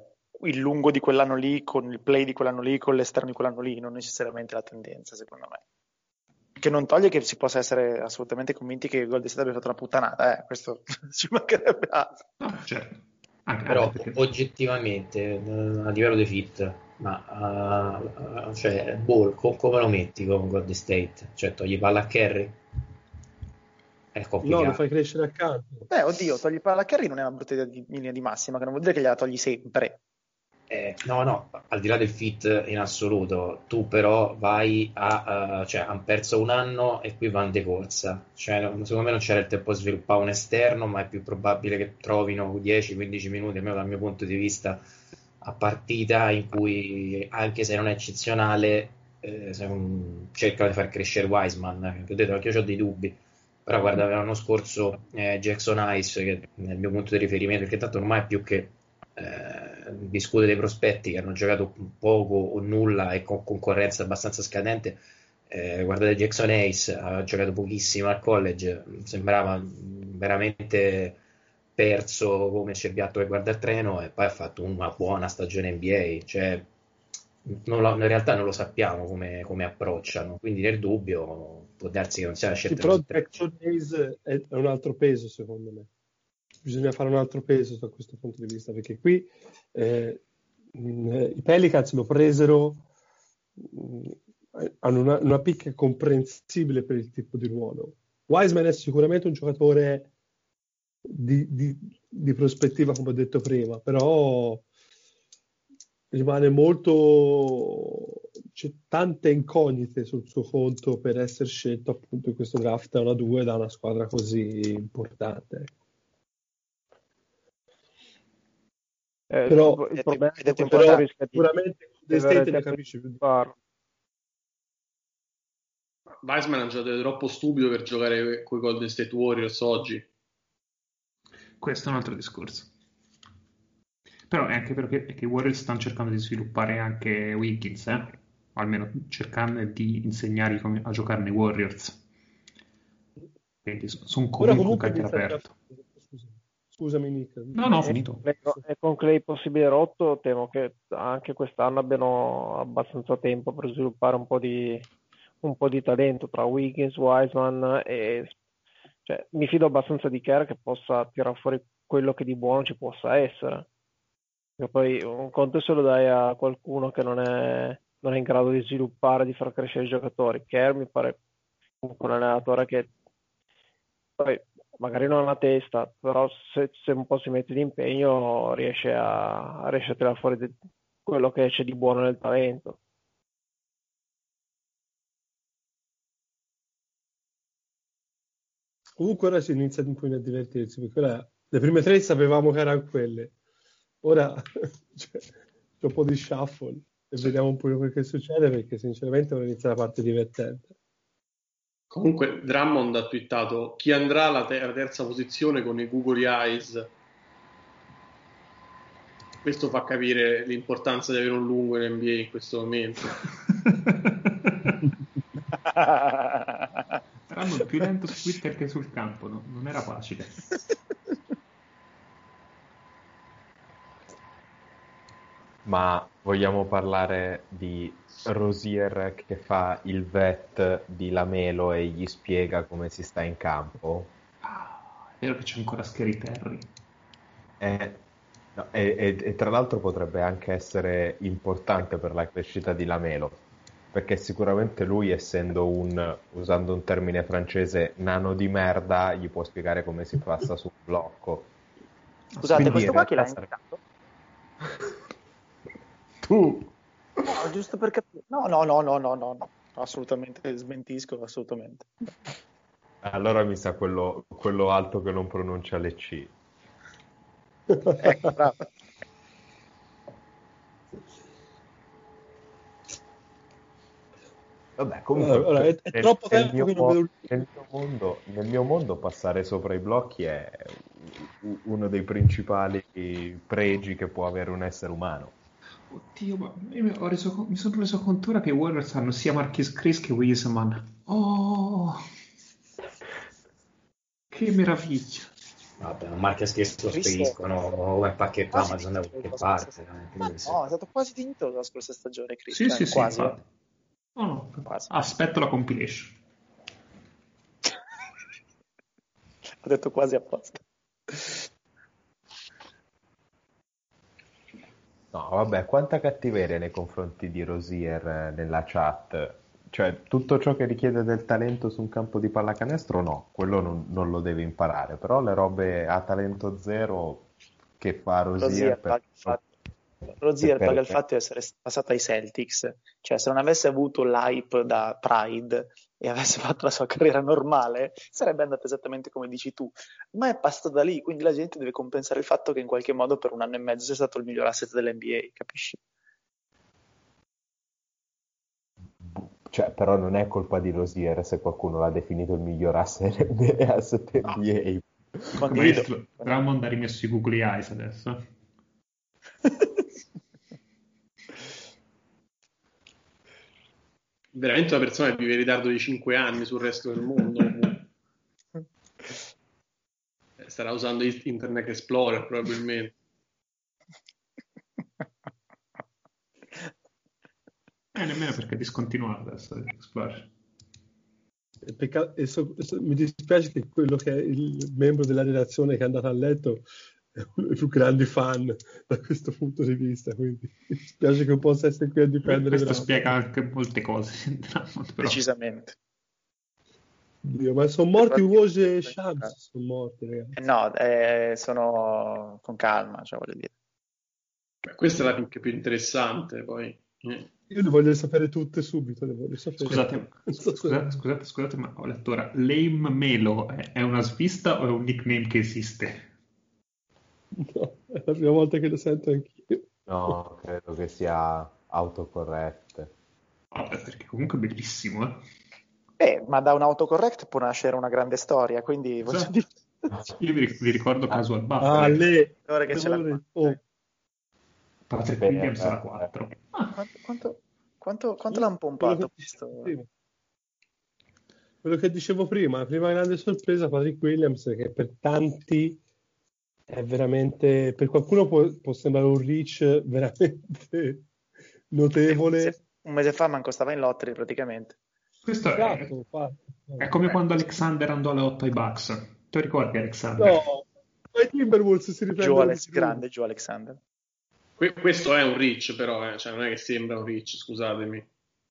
il lungo di quell'anno lì, con il play di quell'anno lì, con l'esterno di quell'anno lì, non necessariamente la tendenza, secondo me. Che non toglie che si possa essere assolutamente convinti che Golden State abbia fatto una puttanata, eh, questo ci mancherebbe altro.
No, certo. Anche,
Però
anche perché...
oggettivamente a livello di fit, ma uh, cioè Ball co- come lo metti con Golden State? Cioè togli palla a Curry? È complicato.
No, lo fai crescere accanto.
Beh, oddio, togli palla a Curry non è una brutta idea di linea di massima, che non vuol dire che gliela togli sempre.
Eh, no, no, al di là del fit in assoluto, tu però vai a, uh, cioè, hanno perso un anno e qui vanno di corsa, cioè, secondo me non c'era il tempo di sviluppare un esterno, ma è più probabile che trovino dieci quindici minuti, almeno dal mio punto di vista, a partita in cui, anche se non è eccezionale, eh, se un, cercano di far crescere Wiseman, eh, ho detto che io ho dei dubbi, però guarda, l'anno scorso eh, Jackson Ice, che nel mio punto di riferimento, perché tanto ormai è più che Eh, discute dei prospetti che hanno giocato poco o nulla e con concorrenza abbastanza scadente. Eh, guardate Jackson Hayes, ha giocato pochissimo al college, sembrava veramente perso come cerbiatto che guarda il treno, e poi ha fatto una buona stagione N B A, cioè non lo, in realtà non lo sappiamo come, come approcciano, quindi nel dubbio può darsi che non sia una
Sì,
scelta
però
così
Jackson Hayes è, è un altro peso, secondo me. Bisogna fare un altro peso da questo punto di vista, perché qui eh, mh, i Pelicans lo presero, mh, hanno una, una picca comprensibile per il tipo di ruolo. Wiseman è sicuramente un giocatore di, di, di prospettiva, come ho detto prima, però rimane molto, c'è tante incognite sul suo conto per essere scelto appunto in questo draft a una due da una squadra così importante.
Eh,
Però,
il problema è che
detto
quest'anno
però
rischia di
sicuramente
di
The
avere
State ne
tempo
capisce
di
più di
farlo.
Wiseman ha giocato troppo stupido per giocare con i Golden State Warriors oggi.
Questo è un altro discorso. Però è anche perché che i Warriors stanno cercando di sviluppare anche Wiggins, eh? O almeno cercando di insegnargli come a giocare nei Warriors. Quindi sono
Ora
comunque un
comunque
cantiere
inizia
aperto.
Scusami, scusami Nick.
No, no, ho
E,
finito.
e con Clay possibile rotto, temo che anche quest'anno abbiano abbastanza tempo per sviluppare un po' di, un po' di talento tra Wiggins, Wiseman e cioè, mi fido abbastanza di Kerr che possa tirare fuori quello che di buono ci possa essere. E poi un conto se lo dai a qualcuno che non è, non è in grado di sviluppare, di far crescere i giocatori. Kerr mi pare comunque un allenatore che poi magari non ha la testa, però se, se un po' si mette d'impegno riesce a, riesce a tirare fuori de- quello che c'è di buono nel talento.
Comunque ora si inizia un po' a divertirsi, perché ora le prime tre sapevamo che erano quelle. Ora cioè, c'è un po' di shuffle e vediamo un po' quel che succede, perché sinceramente ora inizia la parte divertente.
Comunque Drummond ha twittato: chi andrà alla, te- alla terza posizione con i Googly Eyes? Questo fa capire l'importanza di avere un lungo in N B A in questo momento.
Saranno più lento su Twitter che sul campo, no? Non era facile.
Ma vogliamo parlare di Rosier che fa il vet di Lamelo e gli spiega come si sta in campo?
Ah, è vero che c'è ancora Scary Terry.
E, no, e, e- e tra l'altro potrebbe anche essere importante per la crescita di Lamelo, perché sicuramente lui, essendo un, usando un termine francese, nano di merda, gli può spiegare come si passa sul blocco.
Scusate,
Quindi
questo
in
qua chi l'ha
realtà
invitato?
tu
No, giusto per capire. No, no, no, no, no, no, no. Assolutamente, smentisco, assolutamente.
allora mi sa quello, quello alto che non pronuncia le C.
Ecco, bravo.
Vabbè, comunque
Allora, è, è
nel,
troppo
nel
tempo
mio
che non
mo-
vedo
nel mio mondo, nel mio mondo passare sopra i blocchi è u- uno dei principali pregi che può avere un essere umano.
Oddio, ma io mi, ho reso co- mi sono reso conto ora che i Warriors hanno sia Marquis Chris che Wiseman. Oh, che meraviglia.
Vabbè, non marca scherzo, lo
Cristo-
spediscono come pacchetto
Quasi
Amazon da
finito
qualche
la scorsa
parte.
stagione.
eh,
Ma
quindi sì.
no, è stato quasi finito la scorsa stagione, Chris.
Sì,
Cioè,
sì, sì,
quasi. eh.
infatti. Oh, no.
Quasi.
Aspetto la compilation.
Ho detto quasi apposta.
No, vabbè, quanta cattiveria nei confronti di Rosier eh, nella chat. Cioè, tutto ciò che richiede del talento su un campo di pallacanestro, no, quello non, non lo deve imparare. Però le robe a talento zero che fa Rosier
Rozier
per...
paga il fatto, Rozier
per-
paga il fatto di essere passato ai Celtics. Cioè, se non avesse avuto l'hype da Pride e avesse fatto la sua carriera normale, sarebbe andato esattamente come dici tu. Ma è passato da lì, quindi la gente deve compensare il fatto che in qualche modo per un anno e mezzo sia stato il miglior asset dell'N B A, capisci?
Cioè, però non è colpa di Rosier se qualcuno l'ha definito il miglior asset, asset N B A.
Comunque, maestro, Drummond ha rimesso i googly eyes adesso.
Veramente una persona che vive in ritardo di cinque anni sul resto del mondo. Eh, Starà usando Internet Explorer probabilmente.
Eh, nemmeno perché è discontinuato adesso Explorer.
E pecca- e so- so- mi dispiace che quello che è il membro della redazione che è andato a letto è uno dei più grandi fan da questo punto di vista, quindi mi dispiace che non possa essere qui a difendere
Questo
Drummond.
spiega anche molte cose di Drummond, però.
Decisamente.
Dio, ma sono morti Woj e Shams, sono morti, ragazzi.
Eh no, eh, sono con calma, cioè voglio dire.
Beh, questa è la più, più interessante, poi. Eh.
Io le voglio sapere tutte subito, le voglio sapere.
Scusate,
Non so se-
scusate, scusate, scusate, ma ho letto ora. Lame Melo è è una svista o è un nickname che esiste?
No, è la prima volta che lo sento anch'io.
No, credo che sia autocorrette.
Vabbè, perché comunque è bellissimo, eh.
Eh, ma da un autocorrect può nascere una grande storia, quindi voglio
Esatto.
dire...
Io vi, vi ricordo Casual Buffer.
Ah, le...
Ora che ce l'ha
le-
qua.
oh,
Patrick
Per-
Williams alla quattro. Ah,
Quanto, quanto, quanto, quanto
Io-
l'hanno pompato
quello che
questo?
dicevo prima. Quello che dicevo prima, la prima grande sorpresa Patrick Williams, che per tanti è veramente, per qualcuno può, può sembrare un reach veramente notevole.
Un mese fa manco stava in lottery praticamente.
questo è,
Esatto, infatti.
è come
Beh,
quando
sì.
Alexander andò alle otto ai Bucks. Ti ricordi Alexander?
No, ma i Timberwolves si
Joe
riprendono
Alex,
di più.
grande Joe Alexander.
Que- questo è un reach, però, eh, cioè, non è che sembra un reach, scusatemi.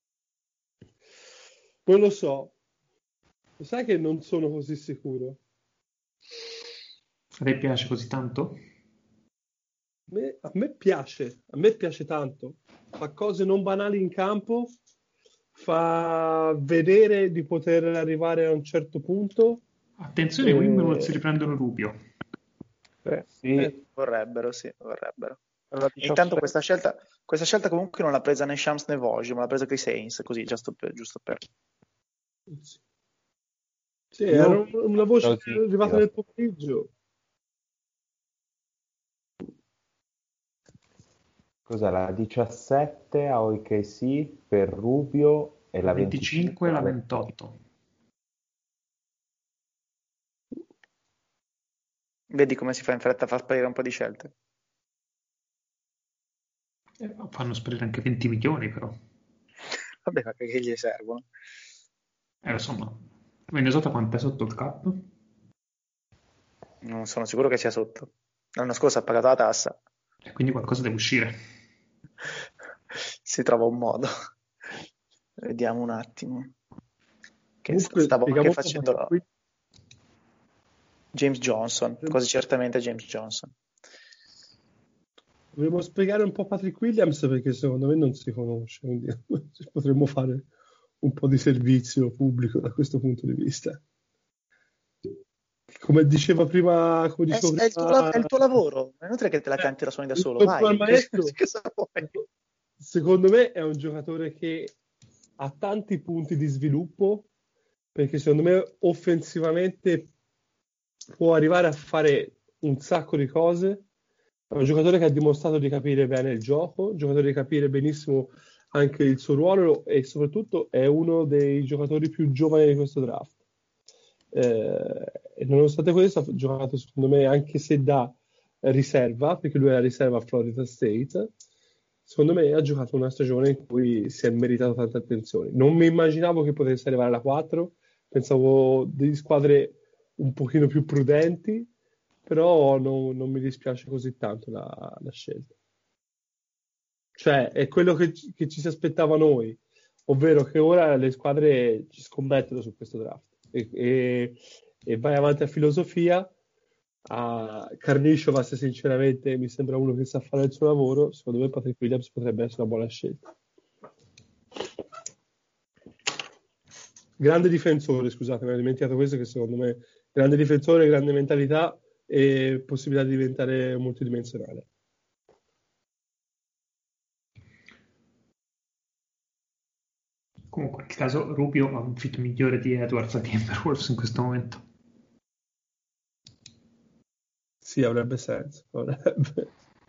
Non lo so. Lo sai che non sono così sicuro?
A te piace così tanto?
A me, a me piace, a me piace tanto. Fa cose non banali in campo, fa vedere di poter arrivare a un certo punto.
Attenzione, i
Eh,
Wimbledon si riprendono Rubio.
Eh,
Sì,
Eh,
Vorrebbero, sì, vorrebbero.
alla
E intanto
diciassette
questa scelta, questa scelta comunque non l'ha presa né Shams né Woj, ma l'ha presa Chris Haynes, così, giusto per... Giusto per...
sì, Sì,
Io-
era un- una voce
no,
che
sì,
è arrivata
io-
nel pomeriggio.
Cos'è la diciassette a O K C per Rubio e la
La venticinque e la
ventotto?
ventotto.
Vedi come si fa in fretta a far sparire un po' di scelte?
Eh, fanno sparire anche venti milioni, però.
Vabbè, ma che gli servono?
Eh, insomma, Minnesota quanto è sotto il cap?
Non sono sicuro che sia sotto. L'anno scorso ha pagato la tassa.
E quindi qualcosa deve uscire.
Si trova un modo. Vediamo un attimo. Che
Comunque,
stavo
spieghiamo
anche
un po'
facendo
Patrick
James Johnson, quasi certamente James Johnson.
Dovremmo spiegare un po' Patrick Williams perché secondo me non si conosce, quindi potremmo fare un po' di servizio pubblico da questo punto di vista. Come diceva prima, come
È,
dicevo
è il tuo,
prima,
la- è il tuo lavoro, è inutile che te la canti da suoni da
il
solo,
tuo
vai.
maestro,
Cosa vuoi?
secondo me è un giocatore che ha tanti punti di sviluppo perché secondo me offensivamente può arrivare a fare un sacco di cose. È un giocatore che ha dimostrato di capire bene il gioco, un giocatore di capire benissimo anche il suo ruolo e soprattutto è uno dei giocatori più giovani di questo draft. Eh, e nonostante questo ha giocato secondo me, anche se da riserva, perché lui era riserva a Florida State, secondo me ha giocato una stagione in cui si è meritato tante attenzioni. Non mi immaginavo che potesse arrivare alla quattro, pensavo di squadre un pochino più prudenti, però non, non mi dispiace così tanto la, la scelta. Cioè, è quello che, che ci si aspettava noi, ovvero che ora le squadre ci scommettono su questo draft e, e, e vai avanti a filosofia. A Karnišovas sinceramente mi sembra uno che sa fare il suo lavoro. Secondo me Patrick Williams potrebbe essere una buona scelta. Grande difensore, scusate, mi ho dimenticato questo, che secondo me grande difensore, grande mentalità e possibilità di diventare multidimensionale.
Comunque, nel caso Rubio ha un fit migliore di Edwards a Timberwolves in questo momento.
Sì, avrebbe senso. Avrebbe.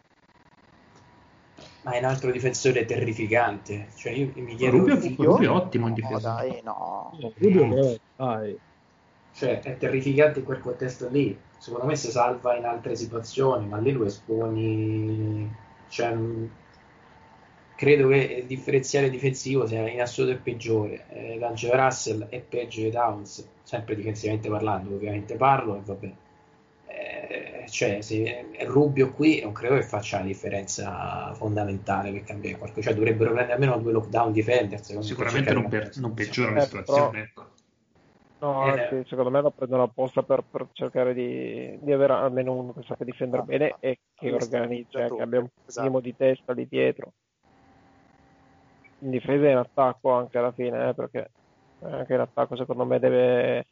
Ma è un altro difensore terrificante. Cioè io mi chiedo...
Rubio,
Rubio,
Rubio è ottimo in difesa.
No, dai, no.
No, Rubio no, dai.
Cioè, è terrificante in quel contesto lì. Secondo me si salva in altre situazioni, ma lì lo esponi... Cioè, credo che il differenziale difensivo sia in assoluto il peggiore. Eh, D'Angelo Russell è peggio di Towns, sempre difensivamente parlando, ovviamente parlo, e vabbè. Eh, cioè, se è Rubio qui, non credo che faccia una differenza fondamentale per cambiare qualcosa. Cioè, dovrebbero prendere almeno due lockdown defenders.
Sicuramente non, per, non peggiora la
Eh,
situazione,
però-
ecco.
No,
Eh,
anzi, secondo me lo prendono apposta per, per cercare di, di avere almeno uno che sappia difendere
Ah,
bene e che
ah,
organizza,
tu,
che abbia un
esatto.
minimo di testa lì dietro. In difesa e in attacco anche alla fine, eh, perché anche in attacco secondo me deve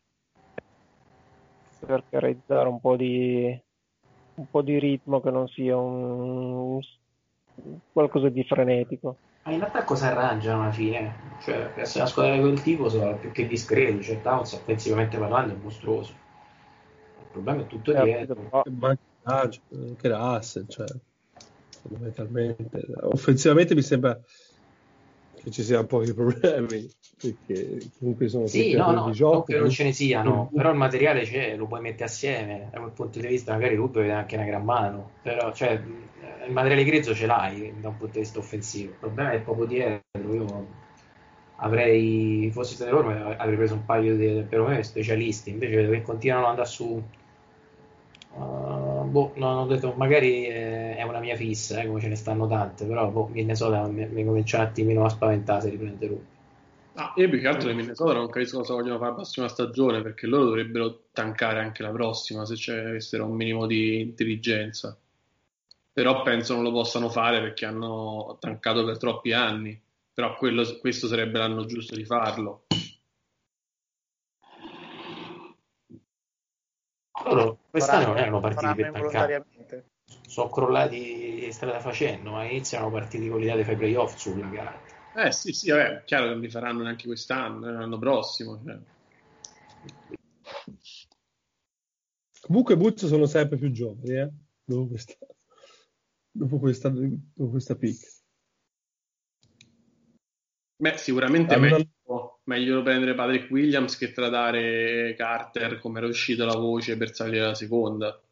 cercare di dare un po' di un po' di ritmo, che non sia un qualcosa di frenetico.
Ma in attacco si arrangiano alla fine, cioè per essere una squadra di quel tipo sono più che discreti, cioè Towns offensivamente parlando è mostruoso, il problema è tutto
Certo,
dietro.
però,
Ma anche anche Russell, cioè, fondamentalmente. Offensivamente mi sembra che ci siano pochi problemi, perché comunque sono
Sì,
tutti
no,
datori
no, non
diciotto.
che non ce ne siano,
più-
però il materiale c'è, lo puoi mettere assieme, da quel punto di vista magari Rubio è anche una gran mano, però cioè, il materiale grezzo ce l'hai da un punto di vista offensivo, il problema è proprio dietro, io avrei, fossi stato loro avrei preso un paio di perlomeno specialisti, invece che continuano ad andare su, uh, boh, no, ho detto magari è, è una mia fissa, eh, come ce ne stanno tante, però boh, Minnesota mi, mi comincia un attimino a spaventare se riprende Rubio.
Ah, io più che altro di Minnesota non capisco cosa vogliono fare la prossima stagione, perché loro dovrebbero tankare anche la prossima se ci avessero un minimo di intelligenza. Però penso non lo possano fare perché hanno tankato per troppi anni. Però quello, questo sarebbe l'anno giusto di farlo.
Loro quest'anno non erano
Faranno,
partiti
faranno
per tankare,
involontariamente.
sono crollati strada facendo, ma iniziano partiti con l'idea di fare i playoff sulla gara.
Eh sì, sì, vabbè, chiaro che non li faranno neanche quest'anno, eh, l'anno prossimo. Cioè.
Comunque Buzzo sono sempre più giovani, eh? Dopo questa, dopo questa, dopo questa pick.
Beh, sicuramente è
Hanno una-
meglio, meglio prendere Patrick Williams che tradare Carter, come era uscita la voce, per salire alla seconda.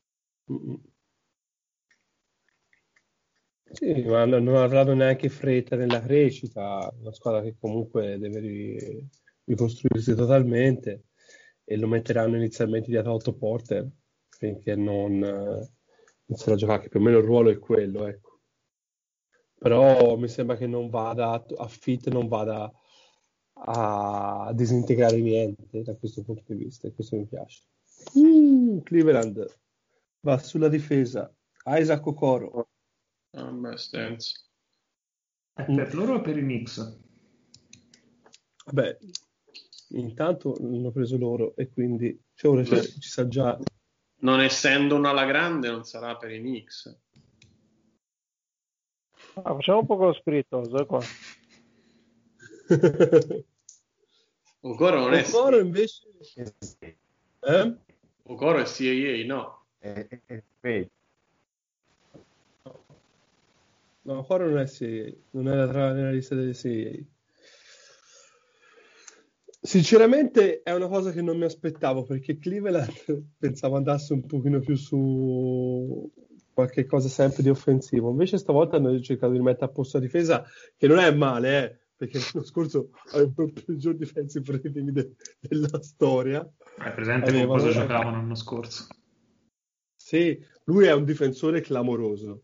Sì, ma non non ha dato neanche fretta nella crescita, una squadra che comunque deve ri- ricostruirsi totalmente e lo metteranno inizialmente dietro a Otto Porter finché non eh, inizierà a giocare, che più o meno il ruolo è quello, ecco. Però mi sembra che non vada a a fit, non vada a disintegrare niente da questo punto di vista, e questo mi piace. Uh, Cleveland va sulla difesa, Isaac Okoro.
Ah, beh, Stens.
È per loro o per i Knicks?
Vabbè, intanto l'hanno preso loro e quindi cioè, ora
Beh.
ci sa già.
Non essendo una alla grande, non sarà per i Knicks.
ah, facciamo un po' lo spiritoso, eh, qua.
Okoro non è
Okoro
C-
invece eh?
Okoro è C A A, no.
È, è, è fake.
No, Okoro non è C A A, non era tra nella lista delle C A A. Sinceramente è una cosa che non mi aspettavo, perché Cleveland pensavo andasse un pochino più su qualche cosa sempre di offensivo. Invece stavolta hanno cercato di mettere a posto la difesa, che non è male, eh, perché l'anno scorso avevano il peggior defensive rating de- della storia.
È presente con
Avevano-
cosa giocavano l'anno scorso.
Sì, lui è un difensore clamoroso,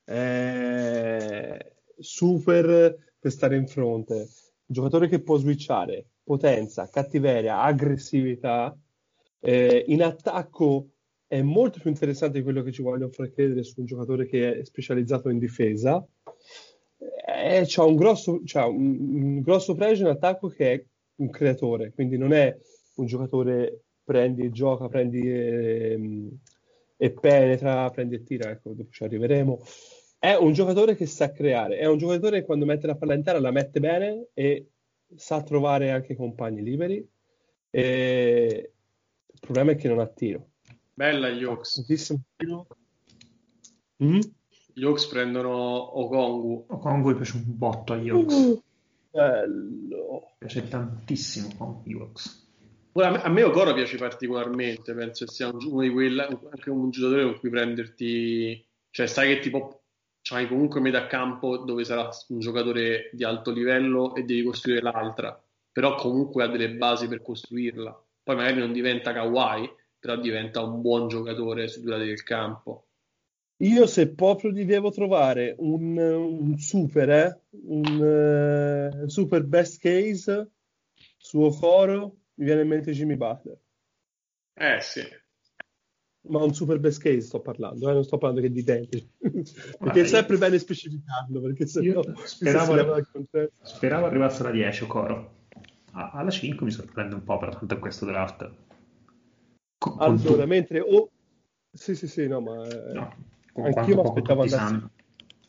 è super per stare in fronte, un giocatore che può switchare, potenza, cattiveria, aggressività. Eh, in attacco è molto più interessante di quello che ci vogliono far credere su un giocatore che è specializzato in difesa. Eh, c'ha un grosso, c'ha un, un grosso pregio in attacco, che è un creatore, quindi non è un giocatore prendi e gioca, prendi e, e penetra, prendi e tira, ecco, dopo ci arriveremo. È un giocatore che sa creare, è un giocatore che quando mette la palla in terra la mette bene e sa trovare anche compagni liberi. E il problema è che non ha tiro.
Bella gli Hawks.
Tantissimo tiro. Mm?
Gli Hawks prendono Okongu.
Okongu mi piace un botto agli Hawks.
Uh, bello.
Mi piace tantissimo con gli Hawks.
Ora, a me- a me Okoro piace particolarmente, penso che sia un- uno di quelli, anche un giocatore con cui prenderti, cioè sai che tipo c'hai comunque metà campo dove sarà un giocatore di alto livello e devi costruire l'altra, però comunque ha delle basi per costruirla. Poi magari non diventa Kawhi, però diventa un buon giocatore sui due lati del campo.
Io se proprio gli devo trovare un, un super, eh, un eh, super best case su Okoro, mi viene in mente Jimmy Butler.
Eh sì.
Ma un super best case sto parlando, eh, non sto parlando che di denti. Perché
Guarda,
è sempre bene specificarlo, perché se
io
no
speravo,
si leva dal contesto.
speravo arrivasse alla dieci Okoro. A- alla cinque mi sorprende un po', per tanto è questo draft. Con, con
Allora,
tu-
mentre... Oh, sì, sì, sì, no, ma... eh,
no, con
anch'io
quanto
mi
poco
aspettavo
tutti
andassi.
sanno.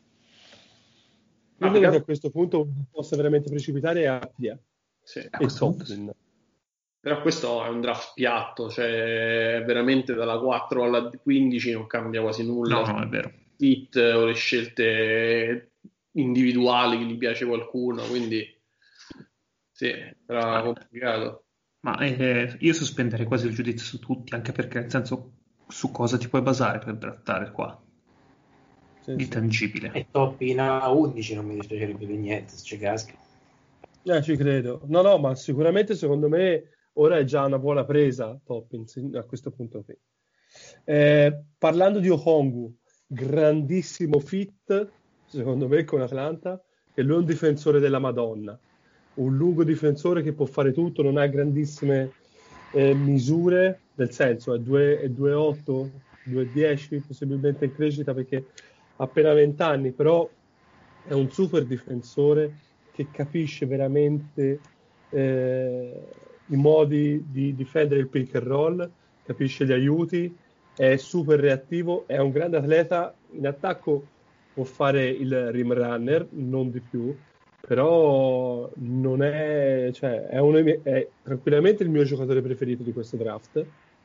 Ah,
Credo che
più
a questo punto possa veramente precipitare a Apia
sì.
A
e
questo punto sì.
Toppin.
Però questo è un draft piatto, cioè veramente dalla quattro alla quindici non cambia quasi nulla.
No, no, è vero.
Fit o le scelte individuali che gli piace qualcuno, quindi sì, sarà
Ah,
complicato.
Ma eh, io sospenderei quasi il giudizio su tutti, anche perché nel senso su cosa ti puoi basare per draftare qua
Sì,
di
sì.
tangibile.
E Toppin a undici non mi dispiacerebbe per niente, se ci casca.
Eh, ci credo. No, no, ma sicuramente secondo me ora è già una buona presa Toppins a questo punto qui. Eh, parlando di Okongu, grandissimo fit, secondo me, con Atlanta, e lui è un difensore della Madonna. Un lungo difensore che può fare tutto, non ha grandissime eh, misure, nel senso è due virgola otto, due virgola dieci, possibilmente in crescita perché ha appena venti anni, però è un super difensore che capisce veramente eh, i modi di difendere il pick and roll, capisce gli aiuti, è super reattivo, è un grande atleta, in attacco può fare il rim runner, non di più, però non è, cioè, è, uno dei miei- è tranquillamente il mio giocatore preferito di questo draft.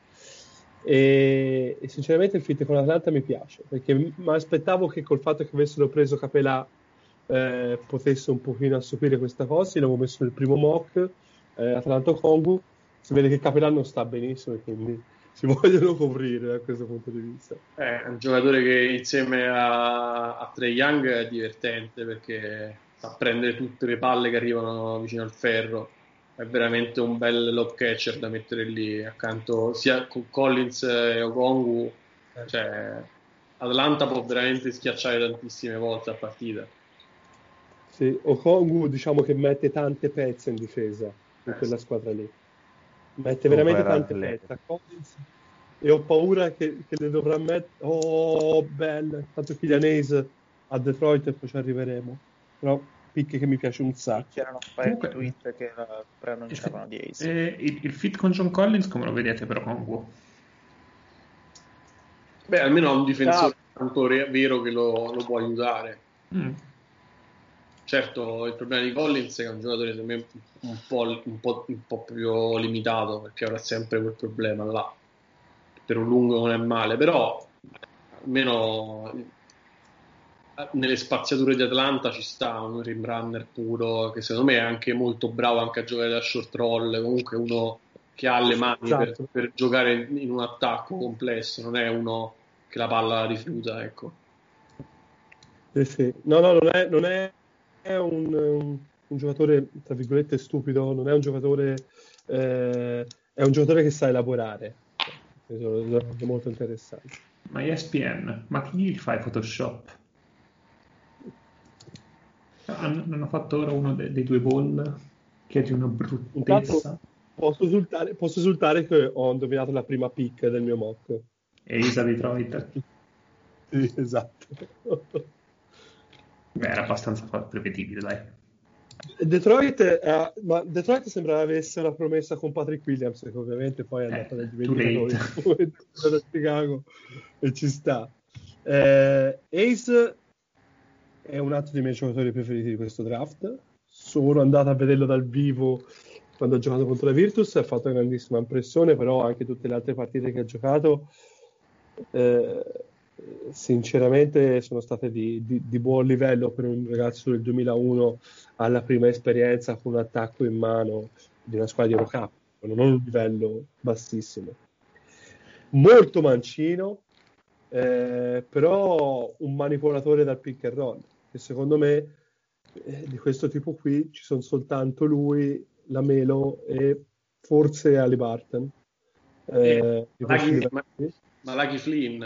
E, e sinceramente il fit con Atlanta mi piace, perché mi aspettavo che col fatto che avessero preso Capelà eh, potesse un pochino assopire questa cosa. L'avevo messo nel primo mock, eh, Atlanta Kongu, si vede che Capelà non sta benissimo e quindi si vogliono coprire da questo punto di vista.
È un giocatore che insieme a, a Trae Young è divertente perché sa prendere tutte le palle che arrivano vicino al ferro. È veramente un bel lob catcher da mettere lì accanto sia con Collins e Okongu. Cioè, Atlanta può veramente schiacciare tantissime volte a partita.
Sì, Okongu diciamo che mette tante pezze in difesa in
Eh,
quella
sì.
squadra lì, mette
Super
veramente tante
atleta.
pezze a Collins, e ho paura che, che le dovrà mettere. Oh, bello, tanto Kylian Hayes a Detroit e poi ci arriveremo, però picche che mi piace un
Sì,
sacco.
c'erano un paio
Comunque,
di tweet che la preannunciavano di Ace.
eh, il, il fit con John Collins come lo vedete però con Gu?
Beh, almeno ha un difensore tanto re- vero che lo, lo può aiutare.
Mm.
Certo, il problema di Collins è che è un giocatore secondo me un po', un po', un po' più limitato perché avrà sempre quel problema là. Per un lungo non è male, però almeno nelle spaziature di Atlanta ci sta un rim runner puro che secondo me è anche molto bravo anche a giocare da short roll, comunque uno che ha le mani
Esatto.
per, per giocare in, in un attacco complesso, non è uno che la palla rifiuta, ecco.
Sì, sì. No, no, non è, non è, è un, un- un giocatore, tra virgolette, stupido, non è un giocatore, eh, è un giocatore che sa elaborare. Questo è veramente molto interessante.
Ma E S P N, ma chi gli fa Photoshop? Hanno, hanno fatto ora uno de- dei due ball che è di una
Intanto
bruttezza.
posso esultare, posso esultare che ho indovinato la prima pick del mio mock.
E Isa Detroit.
Sì, esatto.
Beh, era abbastanza fa- prevedibile, dai.
Detroit, eh, ma Detroit sembrava avesse una promessa con Patrick Williams, che ovviamente poi è
Eh,
andata nel
too
dimenticatoio
late.
da Chicago e ci sta. Eh, Ace è un altro dei miei giocatori preferiti di questo draft. Sono andato a vederlo dal vivo quando ha giocato contro la Virtus, ha fatto una grandissima impressione, però anche tutte le altre partite che ha giocato eh, sinceramente sono state di, di- di buon livello per un ragazzo del duemilauno alla prima esperienza con un attacco in mano di una squadra di Eurocup, non un livello bassissimo. Molto mancino, eh, però un manipolatore dal pick and roll, che secondo me eh, di questo tipo qui ci sono soltanto lui, la Melo e forse Ali Barton.
E
Eh, di questi
Malaki,
livelli.
Ma- Malaki Flynn.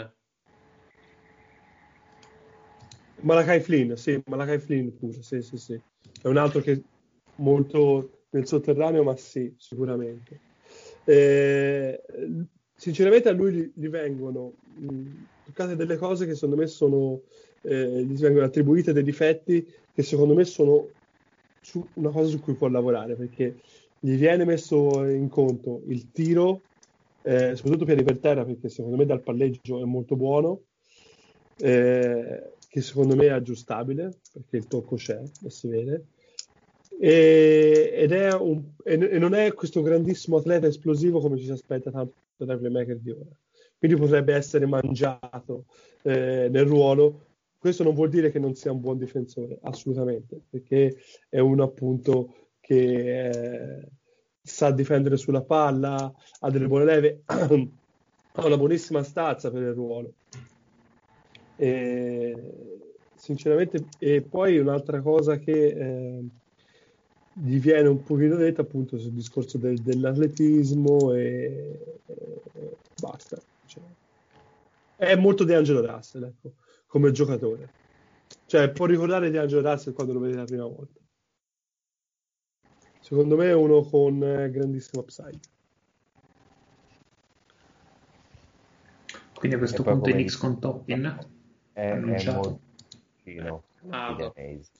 Malachi Flynn, sì, Malachi Flynn pure, sì, sì, sì. È un altro che molto nel sotterraneo, ma sì, sicuramente. Eh, sinceramente a lui gli, gli vengono mh, toccate delle cose che secondo me sono, eh, gli vengono attribuite dei difetti che secondo me sono su- una cosa su cui può lavorare, perché gli viene messo in conto il tiro, eh, soprattutto piedi per terra, perché secondo me dal palleggio è molto buono, eh, che secondo me è aggiustabile, perché il tocco c'è, e si vede. E, ed è un, e, e non è questo grandissimo atleta esplosivo come ci si aspetta tanto dai playmaker di ora. Quindi potrebbe essere mangiato eh, nel ruolo. Questo non vuol dire che non sia un buon difensore, assolutamente, perché è uno appunto che eh, sa difendere sulla palla, ha delle buone leve, ha una buonissima stazza per il ruolo. E, sinceramente, e poi un'altra cosa che eh, gli viene un pochino detta appunto sul discorso del- dell'atletismo e, e basta. Cioè, è molto di Angelo Russell, ecco, come giocatore. Cioè, può ricordare di Angelo Russell quando lo vede la prima volta. Secondo me è uno con eh, grandissimo upside.
Quindi a
E
questo
poi
punto i
come
Knicks con Toppin
è, è
annunciato.
molto vicino
Amato.
Killian Hayes.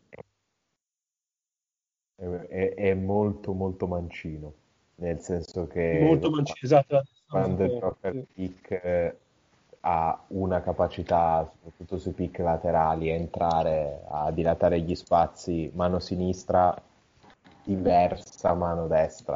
È, è- è molto molto mancino, nel senso
Molto
che
mancino, esatto.
quando gioca il
Sì.
pick eh, ha una capacità, soprattutto sui pick laterali, a entrare, a dilatare gli spazi, mano sinistra diversa mano destra.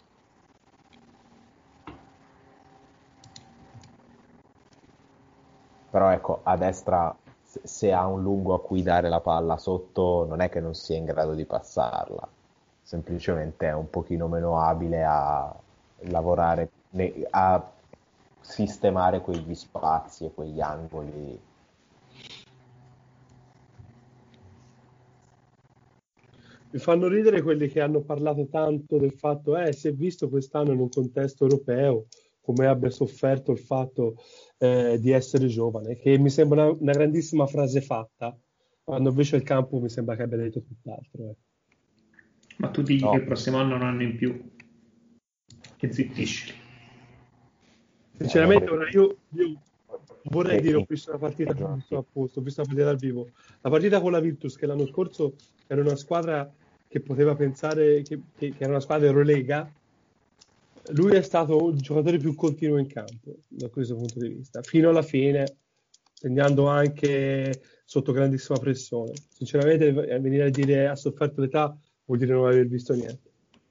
Però ecco, a destra se, se ha un lungo a cui dare la palla sotto, non è che non sia in grado di passarla, semplicemente è un pochino meno abile a lavorare, ne- a sistemare quegli spazi e quegli angoli.
Mi fanno ridere quelli che hanno parlato tanto del fatto, eh, si è visto quest'anno in un contesto europeo come abbia sofferto il fatto eh, di essere giovane, che mi sembra una, una grandissima frase fatta, quando invece il campo mi sembra che abbia detto tutt'altro. eh.
Ma tu digli che
No,
il prossimo anno non hanno in più. Che zittisci.
hanno
Sinceramente, ora
detto
io, io vorrei
che
dire, ho
in
visto la partita, ho
stagione
visto, apposto, ho visto la partita dal vivo, la partita con la Virtus, che l'anno scorso era una squadra che poteva pensare che, che- che era una squadra Eurolega. Lui è stato il giocatore più continuo in campo da questo punto di vista, fino alla fine, segnando anche sotto grandissima pressione. Sinceramente, venire a dire ha sofferto l'età vuol dire non aver visto niente.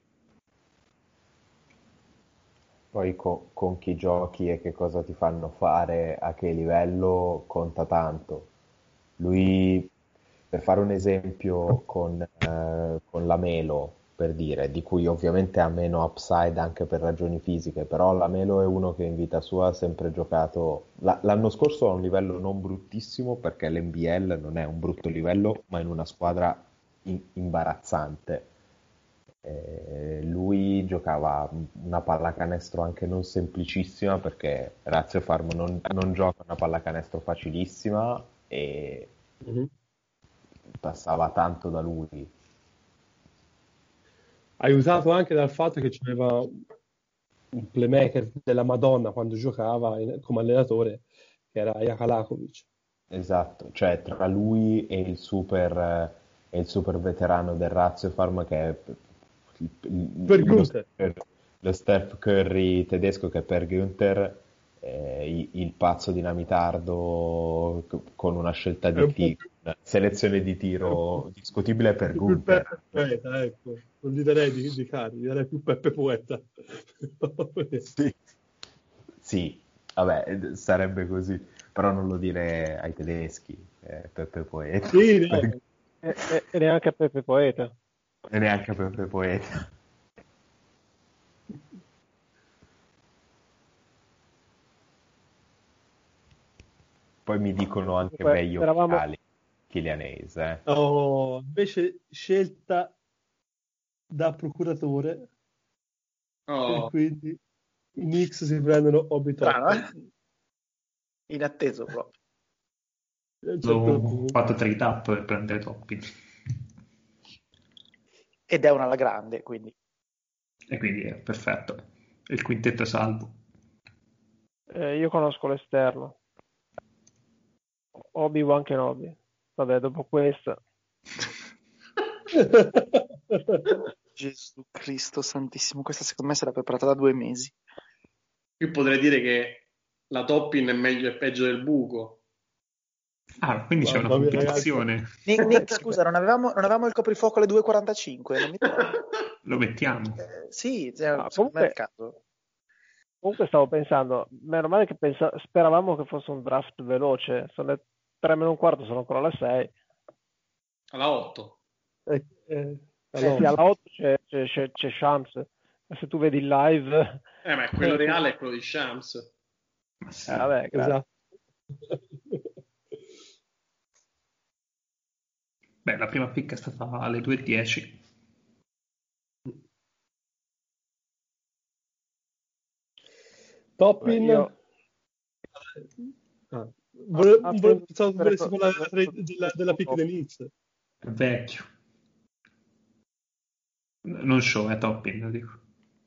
poi co- con chi giochi e che cosa ti fanno fare, a che livello conta tanto. Lui, per fare un esempio con, eh, con la Melo, per dire, di cui ovviamente ha meno upside anche per ragioni fisiche, però la Melo è uno che in vita sua ha sempre giocato, la- l'anno scorso a un livello non bruttissimo, perché l'N B L non è un brutto livello, ma in una squadra in- imbarazzante. Eh, lui giocava una pallacanestro anche non semplicissima, perché Razio Farm non, non gioca una pallacanestro facilissima e
Mhm.
passava tanto da lui.
Aiutato anche dal fatto che c'aveva un playmaker della Madonna quando giocava in- come allenatore, che era Jakalakovic.
Esatto, cioè tra lui e il super, eh, e il super veterano del Razio Farm, che è il-
Per
il- lo,
Gunther.
Steph- lo Steph Curry tedesco, che è Per Günther, eh, il, il pazzo dinamitardo co- con una scelta
È
di
un po'
tiro,
più,
una selezione di
è un po',
tiro discutibile
un
per
po' più il
Günther.
Peppe Poeta, ecco. Non gli darei di, di cari, gli darei più Peppe Poeta.
Sì. Sì, vabbè, sarebbe così, però non lo dire ai tedeschi, eh, Peppe Poeta,
Sì, no.
E, e- e neanche a Peppe Poeta.
e neanche Peppe Poeta. Poi mi dicono anche
Comunque,
meglio
eravamo,
Viali, Kylian Hayes, eh.
Oh, invece scelta da procuratore e
Oh,
quindi i Knicks si prendono Obi
Strano,
Toppin.
eh? Inatteso proprio.
A un certo
Ho
punto.
fatto trade up per prendere Toppin.
Ed è una alla grande, quindi.
E quindi è perfetto. Il quintetto è salvo.
eh, io conosco l'esterno, Obi-Wan Kenobi. Vabbè, dopo questa.
Gesù Cristo Santissimo, questa secondo me sarà preparata da due mesi.
io potrei dire che la Toppin è meglio e peggio del buco.
Ah, quindi c'è una
Mamma mia, ragazzi.
puntuazione.
Nick, Nick, scusa, non avevamo, non avevamo il coprifuoco alle due e quarantacinque, non mi ricordo.
Lo mettiamo.
Eh, sì, cioè,
Ah,
secondo me è
comunque,
il caso.
comunque stavo pensando, meno male che pensa- speravamo che fosse un draft veloce. Sono le tre meno un quarto, sono ancora le sei.
Alla otto.
Eh, eh,
Eh
allora,
sì, alla otto c'è, c'è, c'è, c'è Shams. E se tu vedi il live...
Eh, ma quello reale è quello di Shams.
Ma sì.
Eh, vabbè, grazie.
esatto.
Beh, la prima pick è stata alle due e dieci.
Toppin.
Io-
Ah, vole-
Ah,
vole-
ah,
pensavo che
per-
volessi parlare della, trade- della, della pick dei Knicks.
È vecchio. Non show, è Toppin, lo dico.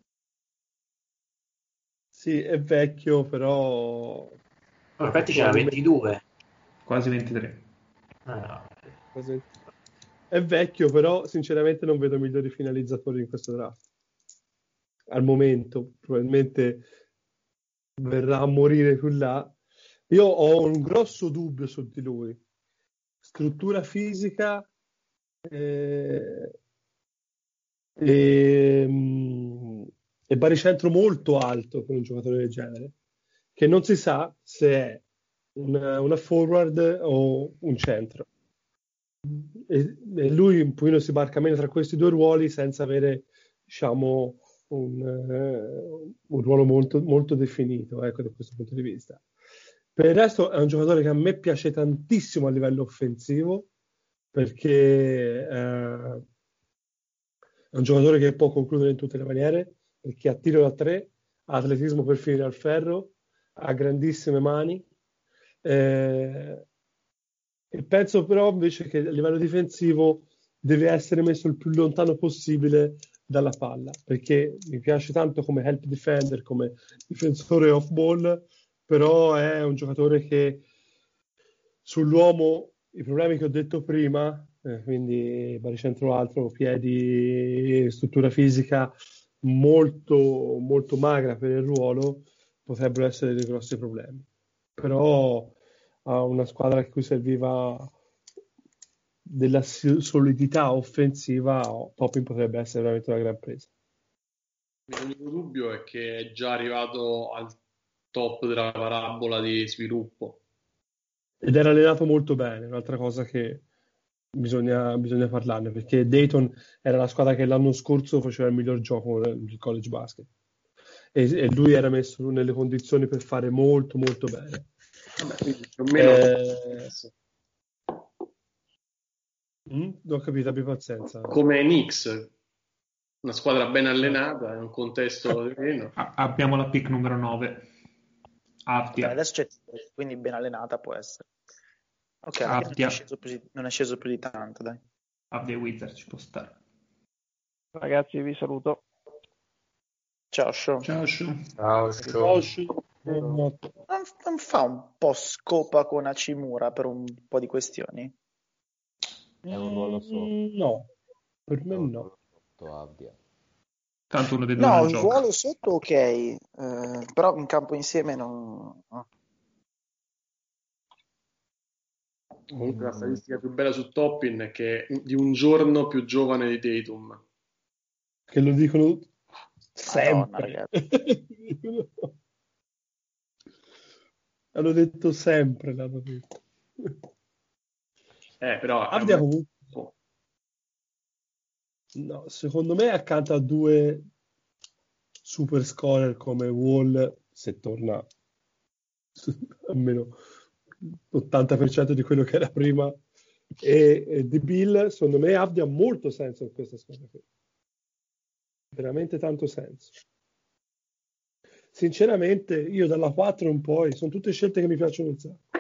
Sì, è vecchio, però
No, infatti c'era ventidue.
Quasi ventitré.
Ah,
è vecchio, però sinceramente non vedo migliori finalizzatori in questo draft. Al momento, probabilmente verrà a morire più là. Io ho un grosso dubbio su di lui. Struttura fisica eh, e, mm, e baricentro molto alto per un giocatore del genere, che non si sa se è una, una forward o un centro. E, e lui un pochino si barca meno tra questi due ruoli senza avere, diciamo, un, eh, un ruolo molto, molto definito, ecco, da questo punto di vista. Per il resto è un giocatore che a me piace tantissimo a livello offensivo, perché eh, è un giocatore che può concludere in tutte le maniere, perché ha tiro da tre, ha atletismo per finire al ferro, ha grandissime mani. Eh, e penso però invece che a livello difensivo deve essere messo il più lontano possibile dalla palla, perché mi piace tanto come help defender, come difensore off ball, però è un giocatore che sull'uomo i problemi che ho detto prima, eh, quindi baricentro alto, piedi, struttura fisica molto, molto magra per il ruolo, potrebbero essere dei grossi problemi. Però a una squadra a cui serviva della solidità offensiva, Toppin potrebbe essere veramente una gran presa.
L'unico dubbio è che è già arrivato al top della parabola di sviluppo.
ed era allenato molto bene, un'altra cosa che bisogna, bisogna parlarne, perché Dayton era la squadra che l'anno scorso faceva il miglior gioco nel college basket e, e lui era messo nelle condizioni per fare molto molto bene.
Vabbè, quindi più o meno
Eh, mm, non ho capito, abbi pazienza.
come Knicks, una squadra ben allenata in un contesto sereno.
A- abbiamo la pick numero nove.
Vabbè,
Avdia.
adesso c'è, quindi ben allenata può essere. Ok, alla fine non
Avdia.
è sceso più di, non è sceso più di tanto, dai.
Avdia Wizard ci può stare.
Ragazzi, vi saluto.
Ciao, Show.
Ciao, Shu.
Ciao,
Ciao,
ciao.
Shi. Buonanotte.
Non, non fa un po' scopa con Hachimura per un po' di questioni?
È un ruolo sotto.
Mm, no, per
È
me
un
no.
ruolo sotto Avdia.
Tanto uno dei due
No,
non
il
gioca.
ruolo sotto ok, eh, però in campo insieme non... no.
Comunque la statistica più bella su Toppin è che è di un giorno più giovane di Tatum.
Che lo dicono
Madonna,
sempre.
ragazzi.
Hanno detto sempre, l'hanno detto.
Eh, però è
Avdia
un-
comunque, no, secondo me accanto a due super scorer come Wall, se torna almeno l'ottanta per cento di quello che era prima, e, e di Bill, secondo me Avdia ha molto senso in questa squadra qui. Veramente tanto senso. Sinceramente, io dalla quattro in poi sono tutte scelte che mi piacciono un sacco.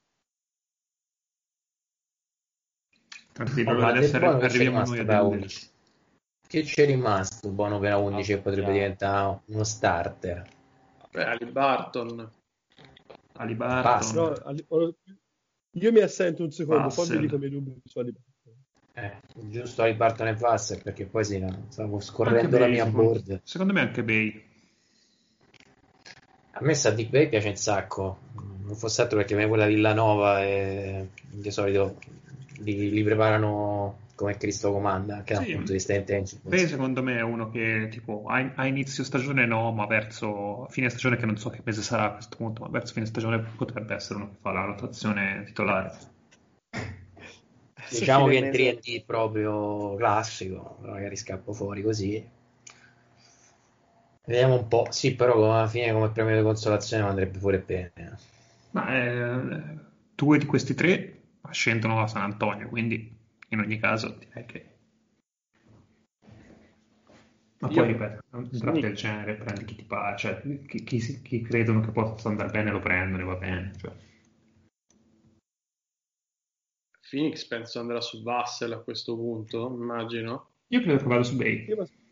Tanto di
Oh,
loro
ma
deve
del
essere,
buono che c'è
arriviamo
rimasto
noi a
da
deludere.
undici? Che c'è rimasto buono per a undici che potrebbe diventare uno starter?
Beh, Ali Barton.
Ali
Basta.
Però,
Barton,
Ali- ora- io mi assento un secondo, poi vi
Vassell.
dico i miei dubbi su Ali Barton.
Eh, giusto Ali Barton e Vassell, perché poi sì, no, stavo
Anche
scorrendo la
Bay,
mia
secondo,
board.
secondo me anche Bay.
A me Saddiq Bey piace un sacco, non fosse altro perché a me quella Villanova e di solito li, li preparano come Cristo comanda, anche dal
Sì,
punto di vista
Bay
intelligence.
secondo me è uno che tipo a, a inizio stagione no, ma verso fine stagione, che non so che mese sarà a questo punto, ma verso fine stagione potrebbe essere uno che fa la rotazione titolare.
Diciamo
Fine
che in
mese.
tre and D proprio classico, magari scappo fuori così. Vediamo un po', sì, però alla fine come premio di consolazione mi andrebbe pure bene.
Ma eh, due di questi tre scendono da San Antonio, quindi in ogni caso direi che... Ma
Io
poi ripeto, un draft del genere prendi chi ti pare, cioè chi, chi, si- chi credono che possa andare bene lo prendono e va bene. Cioè.
Phoenix penso andrà su Vassell a questo punto, immagino.
Io credo che vado su Bay.
Io mi-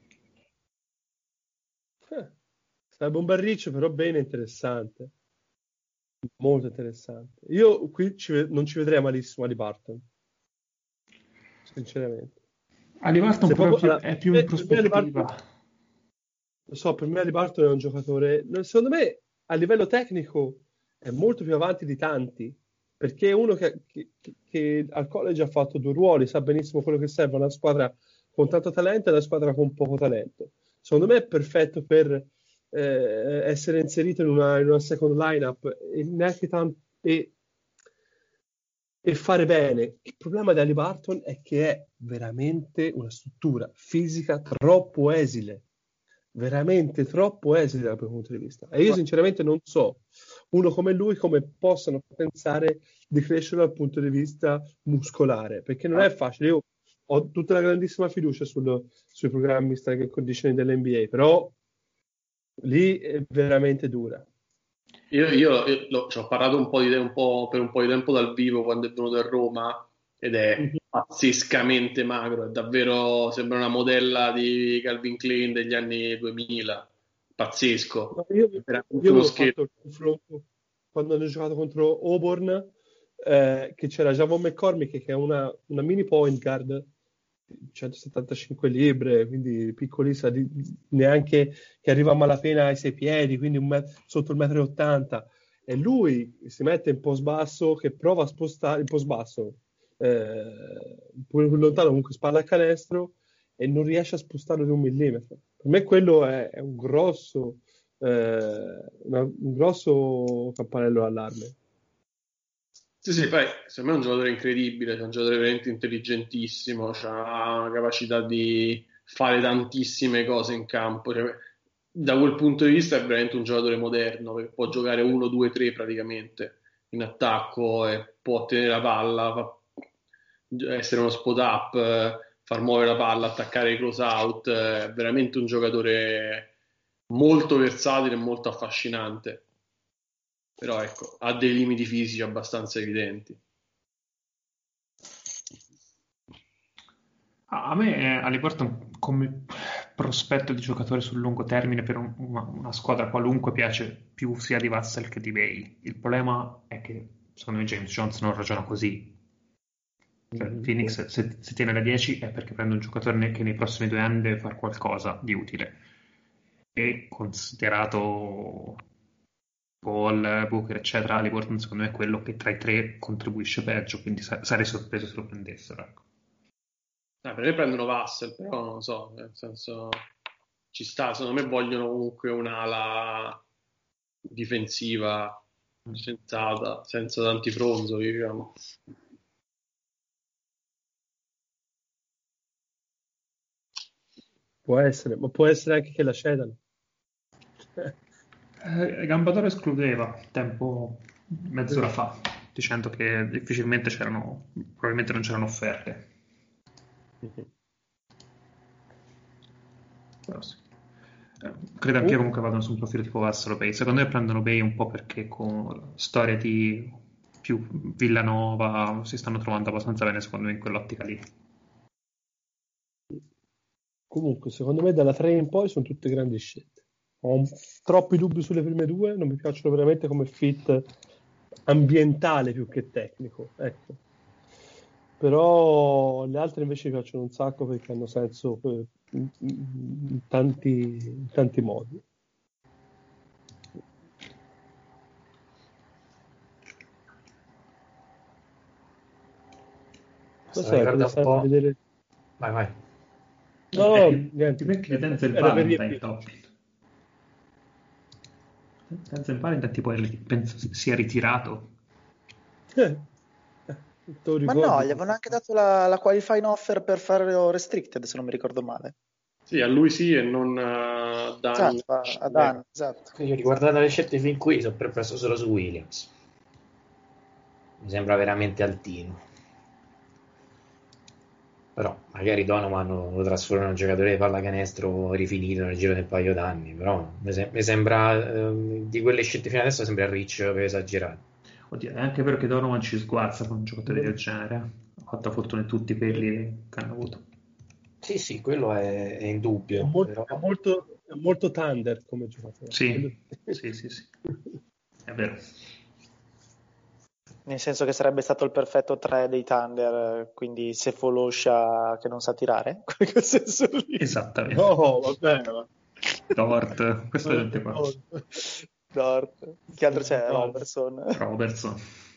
Eh, sarebbe un bel riccio, però bene interessante. Molto interessante. Io qui ci ve- non ci vedrei malissimo Ali Barton, sinceramente.
Ali Barton
Se proprio,
proprio
allora,
è più
per
in
me, per me Ali
prospettiva.
Barton, lo so, per me Ali Barton è un giocatore, no, secondo me a livello tecnico è molto più avanti di tanti, perché è uno che, che- che al college ha fatto due ruoli, sa benissimo quello che serve a una squadra con tanto talento e una squadra con poco talento. Secondo me è perfetto per eh, essere inserito in una, in una second lineup e neanche tanto e, e fare bene. Il problema di Ali Barton è che è veramente una struttura fisica troppo esile, veramente troppo esile dal mio punto di vista. E io sinceramente non so uno come lui come possano pensare di crescere dal punto di vista muscolare, perché non è facile. Io ho tutta la grandissima fiducia sul- sui programmi strike and conditioning dell'N B A, però lì è veramente dura.
Io, io, io lo- ci ho parlato un po' di, un po', per un po' di tempo dal vivo quando è venuto a Roma ed è
Mhm.
pazzescamente magro, è davvero, sembra una modella di Calvin Klein degli anni duemila, pazzesco,
No, io,
è veramente
io
uno
avevo
scherzo.
fatto il confronto quando hanno giocato contro Auburn, eh, che c'era Javon McCormick, che è una, una mini point guard, centosettantacinque libbre, quindi piccolissima, di- neanche che arriva a malapena ai sei piedi, quindi un met- sotto il metro e ottanta. E lui si mette in post basso, che prova a spostare il post basso, eh, pure più lontano, comunque spalla al canestro, e non riesce a spostarlo di un millimetro. Per me quello è, è un grosso, eh, una- un grosso campanello d'allarme.
Sì, sì, poi secondo me è un giocatore incredibile, è un giocatore veramente intelligentissimo, ha una capacità di fare tantissime cose in campo, cioè, da quel punto di vista è veramente un giocatore moderno, perché può giocare uno, due, tre praticamente in attacco e può tenere la palla, fa- essere uno spot up, eh, far muovere la palla, attaccare i close out, è veramente un giocatore molto versatile e molto affascinante. Però ecco, ha dei limiti fisici abbastanza evidenti.
A me eh, all'Everton come prospetto di giocatore sul lungo termine per un- una, una squadra qualunque piace più sia di Vassell che di Bale. Il problema è che secondo me James Jones non ragiona così. Cioè,
Mm,
Phoenix se, se tiene la dieci è perché prende un giocatore ne- che nei prossimi due anni deve fare qualcosa di utile. E considerato Paul, Booker, eccetera, Haliburton secondo me è quello che tra i tre contribuisce peggio, quindi sa- sarei sorpreso se lo prendessero. Ecco.
Eh, per me prendono Vassell, però non lo so, nel senso ci sta, secondo me vogliono comunque un'ala difensiva sensata, senza tanti fronzoli, diciamo.
Può essere, ma può essere anche che la cedano.
Eh, Gambadoro escludeva tempo mezz'ora fa, dicendo che difficilmente c'erano, probabilmente non c'erano offerte. Però sì. Eh, credo anche io comunque vadano su un profilo tipo Vassalo Bay. Secondo me prendono Bay un po' perché con la storia di più Villanova si stanno trovando abbastanza bene, secondo me, in quell'ottica lì.
Comunque, secondo me dalla tre in poi sono tutte grandi scelte. Ho un- troppi dubbi sulle prime due, non mi piacciono veramente come fit ambientale più che tecnico, ecco. Però le altre invece mi piacciono un sacco perché hanno senso eh, in, in tanti, in tanti modi.
Sto
Cos'è?
ricordando un
Interessante
po'.
vedere.
Vai, vai.
No,
Eh,
no,
ti,
niente.
ti metti le Denzel
Era per
Valentine
riempire.
top. Denzel Valentine tipo è- penso sia ritirato.
Eh, eh, te lo
Ma no,
ricordi?
gli avevano anche dato la, la qualifying offer per fare restricted, se non mi ricordo male.
Sì, a lui sì e non a Dan.
Esatto, a- a Dan, esatto.
Io riguardando le scelte fin qui sono perplesso solo su Williams. Mi sembra veramente altino. Però magari Donovan lo, lo trasforma in un giocatore di pallacanestro rifinito nel giro del paio d'anni. Però mi, se- mi sembra ehm, di quelle scelte fino adesso sembra Rich per esagerare.
Oddio, è anche vero che Donovan ci sguazza con giocatori del genere. Ha fatto fortuna in tutti quelli che hanno avuto.
Sì, sì, quello è, è
È
indubbio.
molto,
Però...
è molto, è molto Thunder come giocatore.
Sì, sì, sì, sì. È vero.
Nel senso che sarebbe stato il perfetto tre dei Thunder, quindi Sefolosha che non sa tirare, quel senso lì.
Esattamente.
No, vabbè. ma-
Dort, questa gente qua.
Dort. Che altro c'è?
No.
Robertson.
Robertson.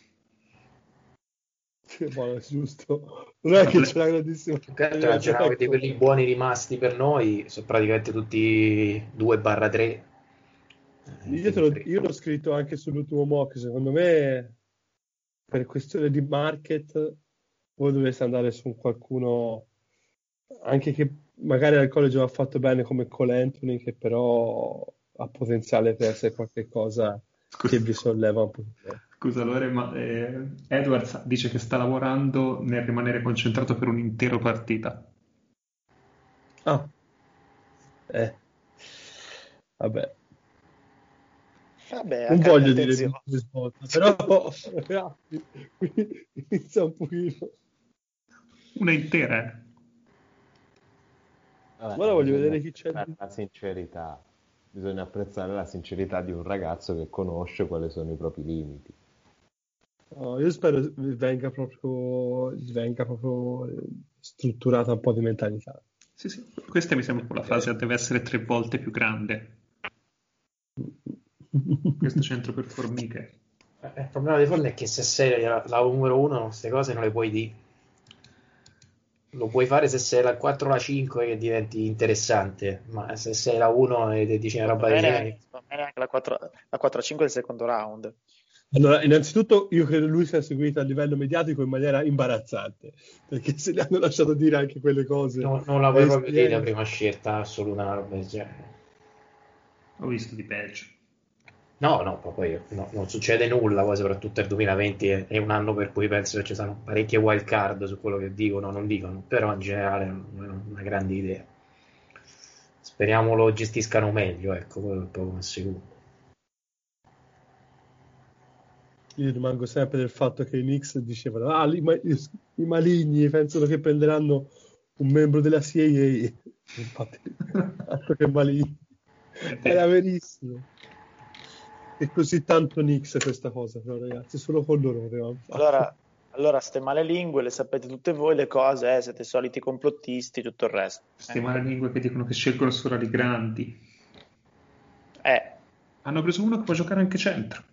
Che buono, è giusto. Non è che c'è una grandissima.
Certo, c'erano di quelli buoni rimasti per noi, sono praticamente tutti due barra tre.
Io, te lo- io l'ho scritto anche sull'ultimo mock. Secondo me, per questione di market, voi dovreste andare su qualcuno anche che magari al college ha fatto bene come Cole Anthony, che però ha potenziale per essere qualche cosa
Scusa.
che vi solleva un po'.
Scusa Lore, ma eh, Edwards dice che sta lavorando nel rimanere concentrato per un'intera partita.
Ah, eh, vabbè.
Vabbè,
Non
anche
voglio dire
attenzione.
di svolta, però ragazzi, inizia un pochino.
Una intera, eh.
Vabbè,
Ora voglio
bisogna
vedere chi c'è.
apprezzare la sincerità. Bisogna apprezzare la sincerità di un ragazzo che conosce quali sono i propri limiti.
No, io spero venga proprio, venga proprio strutturata un po' di mentalità.
Sì, sì. Questa mi sembra la fase deve essere tre volte più grande. Questo centro per formiche.
Il problema di fondo è che se sei la, la numero uno, queste cose non le puoi dire. Lo puoi fare se sei la quattro o la cinque che diventi interessante, ma se sei la uno e ti dici una roba di genere.
Secondo me neanche la quattro a cinque del secondo round.
Allora, innanzitutto io credo lui sia seguito a livello mediatico in maniera imbarazzante, perché se ne hanno lasciato dire anche quelle cose.
No, non la puoi proprio dire la prima scelta assoluta, una roba del genere.
Ho visto di peggio.
No, no, ma poi no, non succede nulla, poi soprattutto nel duemilaventi è, è un anno per cui penso che ci saranno parecchie wild card su quello che dicono o non dicono, però in generale non è una grande idea. Speriamo lo gestiscano meglio, ecco, quello è poco ma sicuro.
Io rimango sempre del fatto che i Knicks dicevano ah, i, ma- i maligni pensano che prenderanno un membro della C I A. Infatti, altro che maligni. Era verissimo. È così tanto Knicks questa cosa, però, ragazzi, solo con loro potevamo fare.
Allora, allora ste male lingue, le sapete tutte voi le cose, eh, siete soliti complottisti, tutto il resto.
Queste eh. male lingue che dicono che scelgono solo i grandi.
Eh.
Hanno preso uno che può giocare anche centro.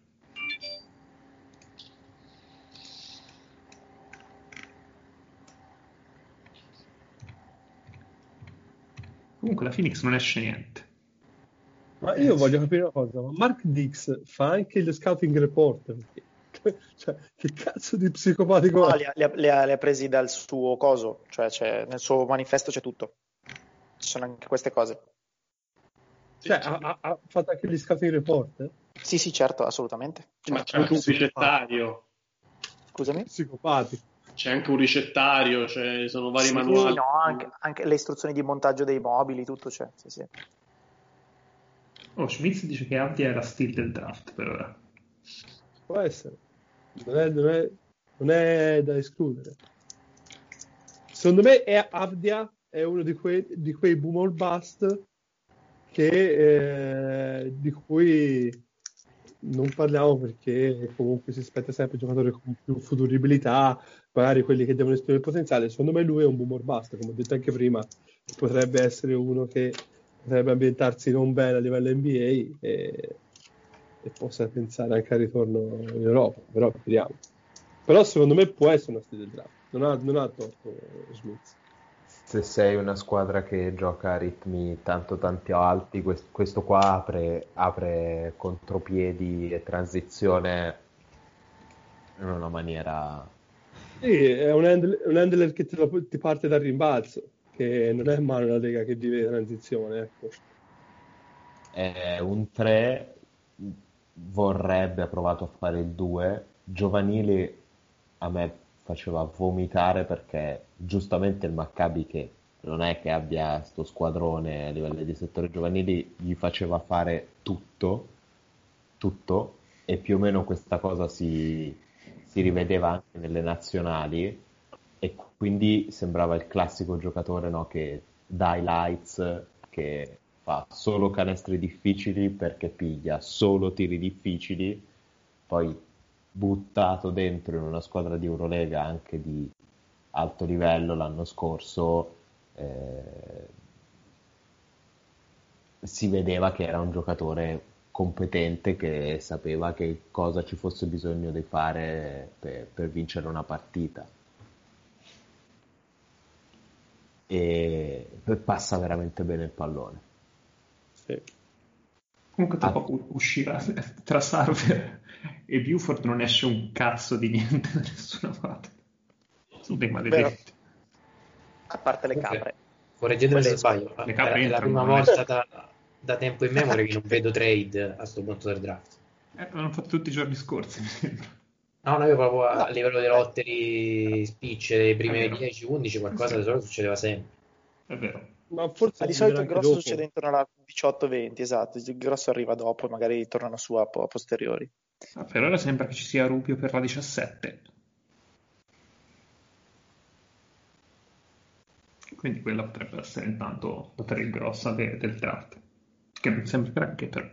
Comunque la Phoenix non esce niente.
Ma io voglio capire una cosa, ma Mark Dix fa anche il scouting report? Cioè, che cazzo di psicopatico
no,
è?
li ha, li, ha, li, ha, li ha presi dal suo coso, cioè c'è, nel suo manifesto c'è tutto. Ci sono anche queste cose.
Cioè, ha, ha fatto anche gli scouting report? Eh?
Sì, sì, certo, assolutamente.
Ma
Certo.
c'è anche un ricettario.
Scusami?
Psicopatico.
C'è anche un ricettario, cioè sono vari
sì,
manuali.
No, anche, anche le istruzioni di montaggio dei mobili, tutto c'è. Sì, sì.
Oh, Schmitz dice che Avdia è la steal del draft per ora.
Può essere. Non è, non è, non è da escludere. Secondo me è Avdia è uno di quei, di quei boom or bust che, eh, di cui non parliamo perché comunque si aspetta sempre giocatori con più futuribilità, magari quelli che devono esprimere il potenziale. Secondo me lui è un boom or bust, come ho detto anche prima, potrebbe essere uno che potrebbe ambientarsi non bene a livello N B A e, e possa pensare anche al ritorno in Europa, però vediamo. Però secondo me può essere una stile del draft, non ha, non ha torto Smith.
Se sei una squadra che gioca a ritmi tanto tanto alti, questo, questo qua apre, apre contropiedi e transizione in una maniera...
Sì, è un handler, un handler che ti, ti parte dal rimbalzo, che non è male una lega che vive transizione, ecco.
È un tre, vorrebbe, ha provato a fare il due, giovanili a me faceva vomitare perché giustamente il Maccabi, che non è che abbia sto squadrone a livello di settore giovanili, gli faceva fare tutto, tutto, e più o meno questa cosa si, si rivedeva anche nelle nazionali, e quindi sembrava il classico giocatore, no, che dà highlights, che fa solo canestri difficili perché piglia solo tiri difficili, poi buttato dentro in una squadra di Eurolega anche di alto livello l'anno scorso, eh, si vedeva che era un giocatore competente, che sapeva che cosa ci fosse bisogno di fare per, per vincere una partita, e passa veramente bene il pallone.
Sì.
Comunque tra ah. poco uscirà tra Sarver e Buford, non esce un cazzo di niente da nessuna parte. Sono dei maledetti.
A parte le capre.
Correggetemi se sbaglio,
le capre
è
entrano,
la prima volta da, da tempo in memoria che non vedo trade a questo punto del draft.
Eh, l'hanno fatto tutti i giorni scorsi, mi sembra.
No, no, io proprio a no. livello dei lottery speech delle prime dieci undici qualcosa di solito succedeva sempre.
È vero.
Ma forse
ah, di solito il grosso
dopo.
succede intorno alla diciotto venti, esatto, il grosso arriva dopo e magari tornano su a, a posteriori.
Ah, per ora sembra che ci sia Rubio per la diciassette. Quindi quella potrebbe essere intanto la trade grossa de- del draft, che non sembra granché però.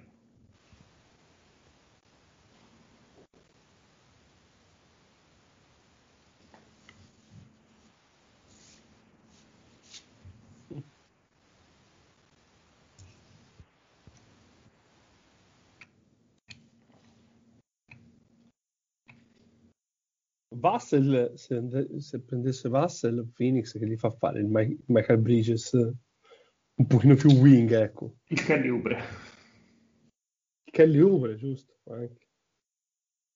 Vassell, se, se prendesse Vassell, Phoenix che gli fa fare il My, Michael Bridges un pochino più wing, ecco.
Il Kelly Oubre.
Il Kelly Oubre, giusto, anche.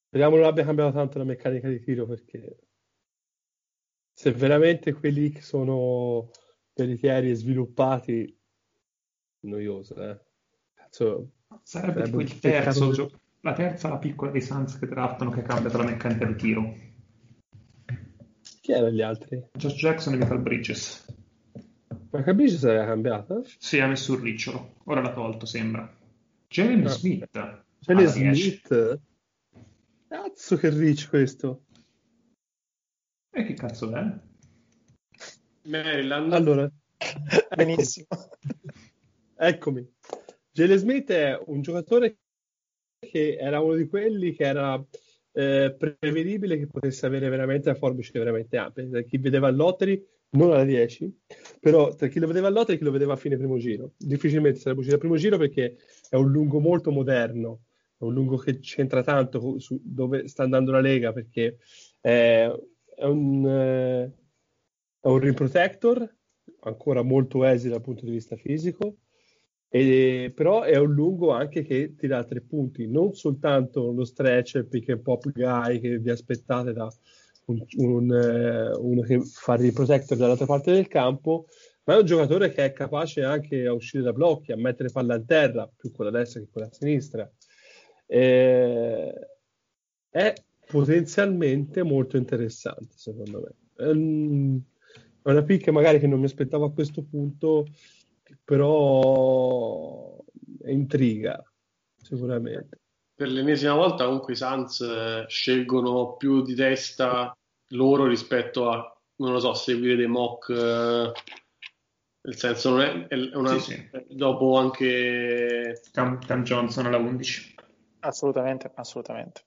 Speriamo non abbia cambiato tanto la meccanica di tiro, perché se veramente quelli che sono veritieri e sviluppati, noioso, eh. Cazzo,
Sarebbe
sarebbe
tipo
un
il
peccato.
terzo, gio- la terza, la piccola dei Suns che draftano che ha cambiato la meccanica di tiro.
Chi erano gli altri?
Josh Jackson e Michael Bridges.
Ma capisci se era cambiata?
Si ha messo il ricciolo, ora l'ha tolto, sembra. Jalen
Ah,
Smith
Jalen
alla dieci.
Smith? Cazzo che rich questo.
E che cazzo è?
Maryland.
Allora,
Benissimo.
eccomi. Jalen Smith è un giocatore che era uno di quelli che era eh, prevedibile che potesse avere veramente la forbice veramente ampia. Da chi vedeva il lottery, non alla dieci, però tra chi lo vedeva al lottery e chi lo vedeva a fine primo giro. Difficilmente sarebbe uscito al primo giro, perché è un lungo molto moderno, è un lungo che c'entra tanto su dove sta andando la Lega, perché è, è un, eh, è un rim protector, ancora molto esile dal punto di vista fisico, e, però è un lungo anche che ti dà tre punti, non soltanto lo stretch, il pick and pop guy che vi aspettate da un, un, eh, uno che fa il protector dall'altra parte del campo, ma è un giocatore che è capace anche a uscire da blocchi, a mettere palla a terra, più con la destra che con la sinistra. Eh, è potenzialmente molto interessante, secondo me. È, un, è una pick magari che non mi aspettavo a questo punto, però intriga sicuramente.
Per l'ennesima volta comunque i Suns eh, scelgono più di testa loro rispetto a, non lo so, seguire dei mock, eh, nel senso non è, è una,
Sì, sì.
dopo anche
Cam, Cam Johnson alla undici.
Assolutamente, assolutamente.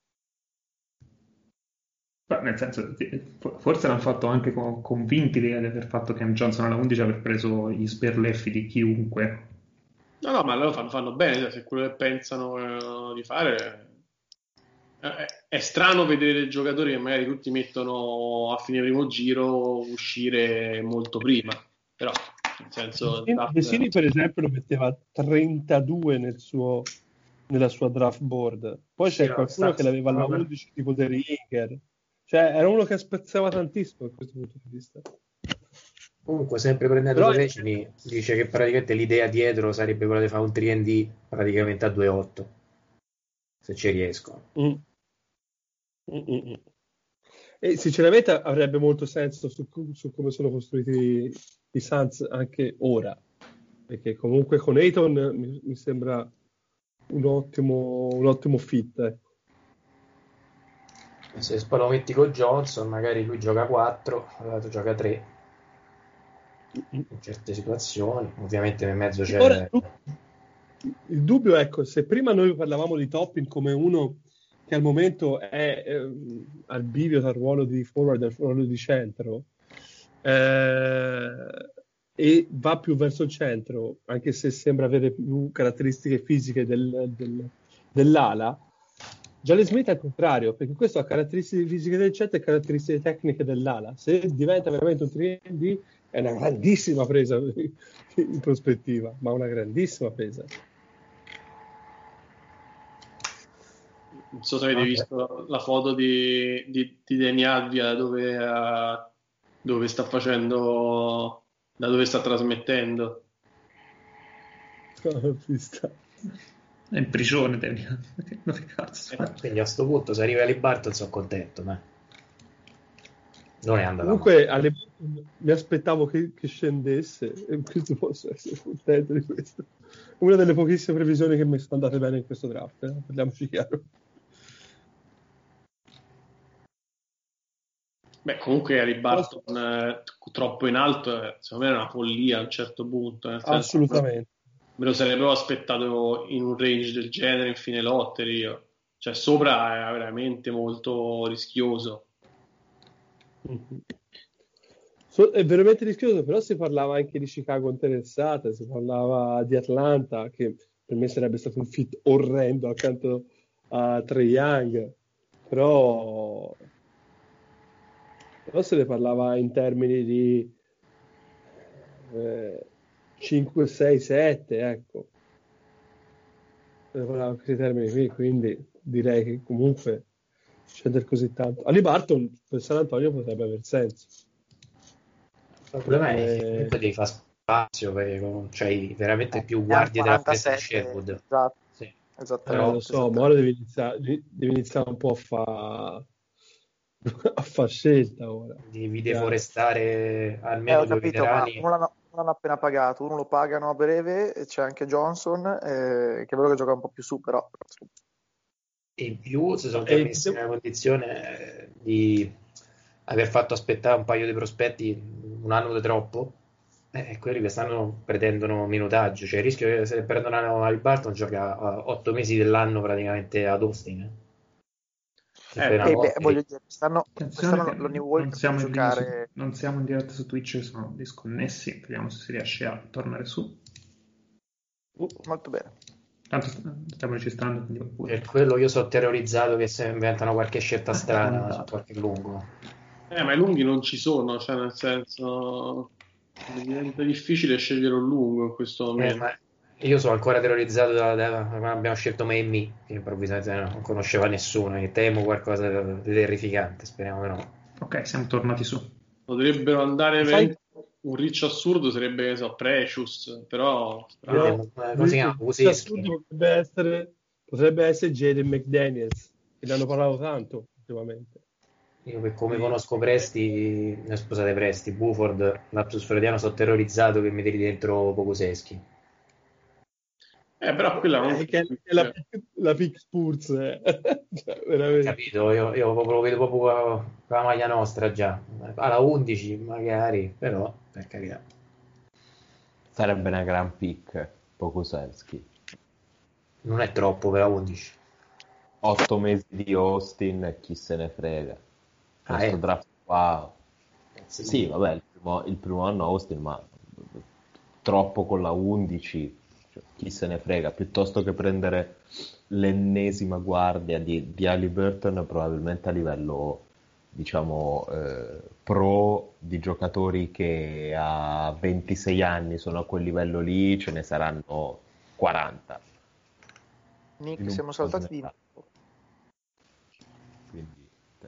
Beh, nel senso, forse l'hanno fatto anche con, convinti di aver fatto Cam Johnson alla undici, aver preso gli sberleffi di chiunque.
no no, ma loro fanno, fanno bene, cioè, se quello che pensano eh, di fare eh, è, è strano vedere dei giocatori che magari tutti mettono a fine primo giro uscire molto prima, però nel senso draft-
Vesini per esempio lo metteva trentadue nel suo, nella sua draft board, poi
Sì,
c'è
no,
qualcuno
sta-
che l'aveva alla
stanno per-
undici tipo De Ringer, cioè era uno che spezzava tantissimo da questo punto di vista.
Comunque, sempre prendendo
Però
da Vecini, dice che praticamente l'idea dietro sarebbe quella di fare un tre and D praticamente a due otto, se ci riescono.
Mm. Mm, mm, mm. E sinceramente avrebbe molto senso su, su come sono costruiti i Suns anche ora, perché comunque con Ayton mi, mi sembra un ottimo, un ottimo fit, ecco.
Se poi lo metti con Johnson, magari lui gioca quattro, l'altro gioca tre in certe situazioni. Ovviamente nel mezzo c'è...
Ora, il dubbio, ecco, se prima noi parlavamo di Toppin come uno che al momento è eh, al bivio tra il ruolo di forward e il ruolo di centro, eh, e va più verso il centro, anche se sembra avere più caratteristiche fisiche del, del, dell'ala, Jalen Smith è al contrario, perché questo ha caratteristiche fisiche del centro e caratteristiche tecniche dell'ala. Se diventa veramente un tre and D è una grandissima presa in prospettiva, ma una grandissima presa.
non so se avete
Vabbè.
visto la foto di, di, di Deni Avdia dove, uh, dove sta facendo, da dove sta trasmettendo.
L'ho vista.
È in prigione, Damian. Dove cazzo?
Eh, quindi a sto punto, se arriva Eli Barton, sono contento. Ma non è andata
Comunque alle... mi aspettavo che, che scendesse, e questo posso essere contento di questo. Una delle pochissime previsioni che mi sono andate bene in questo draft, eh? Parliamoci chiaro.
Beh, comunque Harry Barton eh, troppo in alto, eh, secondo me è una follia a un certo punto. Nel senso,
Assolutamente.
me lo sarebbero aspettato in un range del genere in fine lottery. Io. Cioè, sopra è veramente molto rischioso.
Mm-hmm. So, è veramente rischioso, però si parlava anche di Chicago interessata, si parlava di Atlanta, che per me sarebbe stato un fit orrendo accanto a Trae Young, però... però se ne parlava in termini di eh, cinque, sei, sette, ecco. Se ne parlava in questi termini qui, quindi direi che comunque scendere così tanto. Haliburton per San Antonio potrebbe aver senso.
Il problema è che
Eh,
comunque devi fare spazio perché c'hai veramente
Eh,
più
ne hanno
guardie della fenêtre di
quarantasette,
Sherwood.
esatto,
Sì.
eh,
esattamente,
lo so, ma
esattamente.
ora devi iniziare, devi iniziare un po' a fare a fa scelta ora.
Devi
Chiaro.
deforestare
Eh,
almeno
ho
due
capito, ma
veterani.
uno l'hanno, uno l'hanno appena pagato, uno lo pagano a breve, e c'è anche Johnson, eh, che è quello che gioca un po' più su, però
E in più si sono già
E
messi nella condizione eh, di aver fatto aspettare un paio di prospetti un anno di troppo, e eh, quelli quest'anno pretendono minutaggio, cioè il rischio che se prendono Haliburton gioca a otto mesi dell'anno praticamente ad Austin. Eh. Se
Eh,
fai una
e beh,
notte,
voglio dire, quest'anno,
attenzione
quest'anno
che
lo New
non
Walker
siamo,
può
in linea su-
giocare.
non siamo in diretta su Twitch, sono disconnessi, vediamo se si riesce a tornare su.
Molto bene.
Tanto st- stiamo registrando, quindi va pure.
per quello io sono terrorizzato che se inventano qualche scelta strana, qualche lungo.
Eh, ma i lunghi non ci sono, cioè nel senso mi diventa difficile scegliere un lungo in questo
Eh,
momento.
ma io sono ancora terrorizzato da, da- quando abbiamo scelto Mamie, che improvvisamente non conosceva nessuno, e temo qualcosa di di terrificante, speriamo che no.
Ok, siamo tornati su.
Potrebbero andare
Sai-
veramente- un riccio assurdo sarebbe, che ne so, Precious, però strano.
Vediamo,
No,
eh, come si chiama?
il
Wusicki.
assurdo potrebbe essere, potrebbe essere Jaden McDaniels, che ne hanno parlato tanto ultimamente.
Io per come
Sì.
conosco Presti, eh, scusate Presti, Buford, lapsus freudiano, sono terrorizzato che mi tiri dentro Pokusevski.
Eh, però quella non
Eh, che è, è la, pick- la pick Spurs, eh. Cioè, veramente.
Capito? Io, io proprio lo vedo proprio con la maglia nostra già, alla undici magari, però per carità.
Sarebbe una gran pick, Pokusevski.
Non è troppo per la undici.
Otto mesi di Austin, chi se ne frega.
Ah,
Questo
eh.
draft qua...
Sì,
Sì, vabbè, il primo, il primo anno Austin, ma troppo con la undici, cioè, chi se ne frega. Piuttosto che prendere l'ennesima guardia di, di Haliburton, probabilmente a livello, diciamo, eh, pro di giocatori che a ventisei anni sono a quel livello lì, ce ne saranno quaranta. In
Nick,
un
siamo
po'
saltati di
metà. Quindi,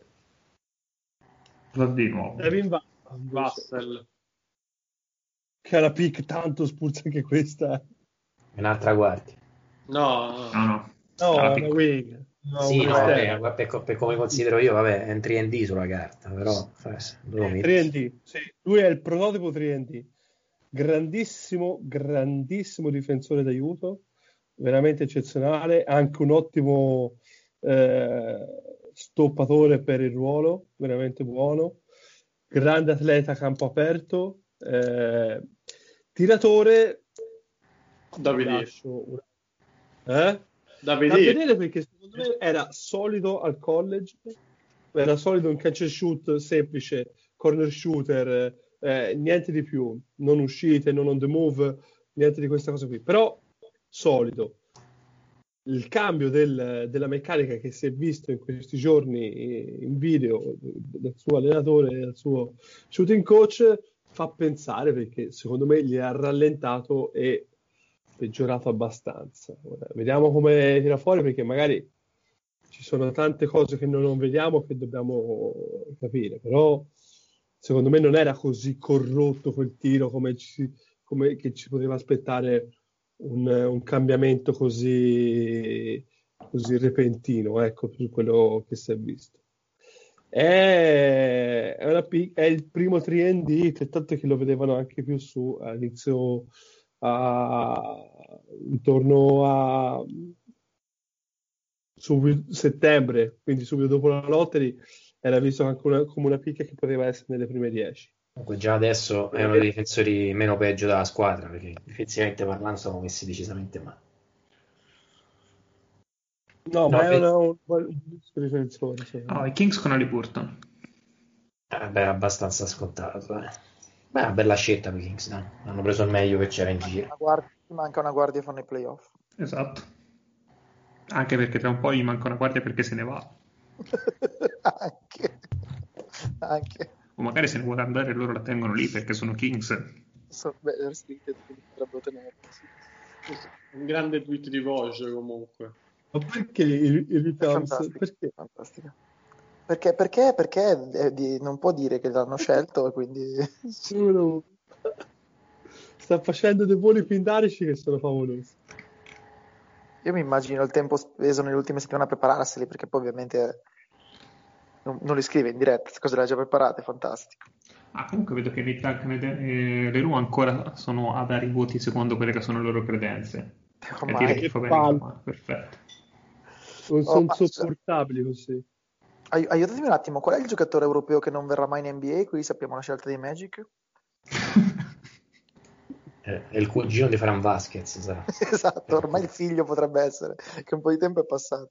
Cosa di nuovo?
Devin Va-
Vassell.
che è la pick tanto Spurs anche questa.
un'altra guardia.
No, no.
No, no.
No,
Alla
è una
piccola.
wing. No,
Sì,
un
no,
esterno.
vabbè, per, per come considero io, vabbè, è un tre and D sulla carta, però eh, dove lo metti?
tre and D, sì. Lui è il prototipo tre and D. Grandissimo, grandissimo difensore d'aiuto, veramente eccezionale, anche un ottimo eh, stoppatore per il ruolo, veramente buono, grande atleta a campo aperto, eh, tiratore,
Da
vi
vedere.
lascio una- eh?
Da
Da
vedere.
vedere perché secondo me era solido al college, era solido in catch and shoot semplice, corner shooter, eh, niente di più, non uscite, non on the move, niente di questa cosa qui, però solido. Il cambio del- della meccanica che si è visto in questi giorni in video dal suo allenatore e dal suo shooting coach fa pensare, perché secondo me gli ha rallentato e peggiorato abbastanza. Ora, vediamo come tira fuori, perché magari ci sono tante cose che noi non vediamo che dobbiamo capire, però secondo me non era così corrotto quel tiro come ci, come che ci poteva aspettare un, un cambiamento così, così repentino, ecco, su quello che si è visto. È, è, una, pi- è il primo tre and D, che tanto che lo vedevano anche più su all'inizio, a, intorno a subito, settembre, quindi subito dopo la lottery, era visto anche una, come una picca che poteva essere nelle prime dieci.
Comunque già adesso è uno dei difensori meno peggio della squadra, perché difensivamente parlando sono messi decisamente male.
No,
No,
ma è
ve-
una, un buon difensore.
Oh, i Kings con Haliburton.
eh, beh, è abbastanza scontato. Eh. Beh, è una bella scelta per i Kings, dai. Hanno preso il meglio che c'era in giro.
Una guardia, manca una guardia fanno i playoff.
Esatto. Anche perché tra un po' gli manca una guardia perché se ne va.
anche, anche.
O magari se ne vuole andare e loro la tengono lì perché sono Kings.
So, beh, restricted, quindi potrebbero tenerlo. Sì.
Un grande tweet di voce comunque.
Ma perché il, il
È
Towns?
fantastico,
Perché?
fantastico. Perché, perché, perché eh, di- non può dire che l'hanno scelto, e quindi
Giuro. Sta facendo dei voli pindarici che sono favolosi.
io mi immagino il tempo speso nelle ultime settimane a prepararseli, perché poi ovviamente non, non li scrive in diretta, queste cose le ha già preparate, fantastico.
Ah, comunque vedo che Nick Tank e Leroux ancora sono a dare i voti secondo quelle che sono le loro credenze. E dire chi
Ormai.
fa bene e chi fa male. Perfetto.
Non
Oh,
sono
ma,
sopportabili così.
ai- aiutatemi un attimo, qual è il giocatore europeo che non verrà mai in N B A? Qui sappiamo la scelta di Magic.
Eh, È il cugino di Fran Vasquez, sarà.
Esatto, ormai il figlio potrebbe essere, che un po' di tempo è passato.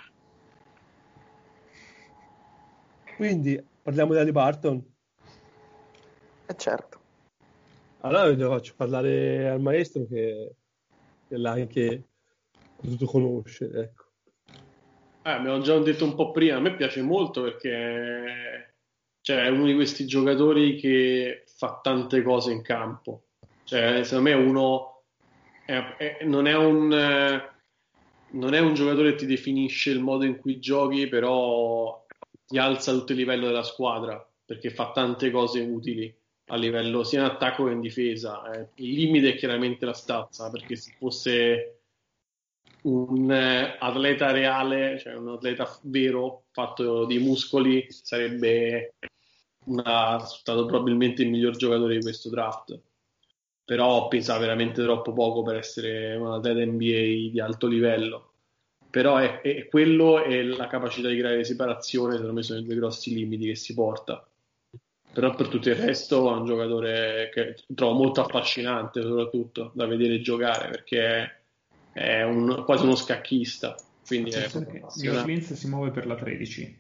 Quindi parliamo di Ali Barton.
E certo.
Allora lo faccio parlare al maestro che, che l'ha anche potuto conoscere. Ecco.
Eh, abbiamo già detto un po' prima, a me piace molto perché cioè, è uno di questi giocatori che fa tante cose in campo. Cioè, secondo me uno è- è- non è un, eh, non è un giocatore che ti definisce il modo in cui giochi, però ti alza tutto il livello della squadra perché fa tante cose utili a livello sia in attacco che in difesa. Eh, il limite è chiaramente la stazza, perché se fosse un eh, atleta reale, cioè un atleta f- vero, fatto di muscoli, sarebbe una- stato probabilmente il miglior giocatore di questo draft. Però pesa veramente troppo poco per essere un atleta N B A di alto livello. Però è, è quello e la capacità di creare separazione, secondo me, sono i due grossi limiti che si porta. Però per tutto il resto è un giocatore che trovo molto affascinante, soprattutto da vedere giocare, perché è un- quasi uno scacchista. Quindi è
Attenzione che New
appassionante.
Orleans si muove per la tredici.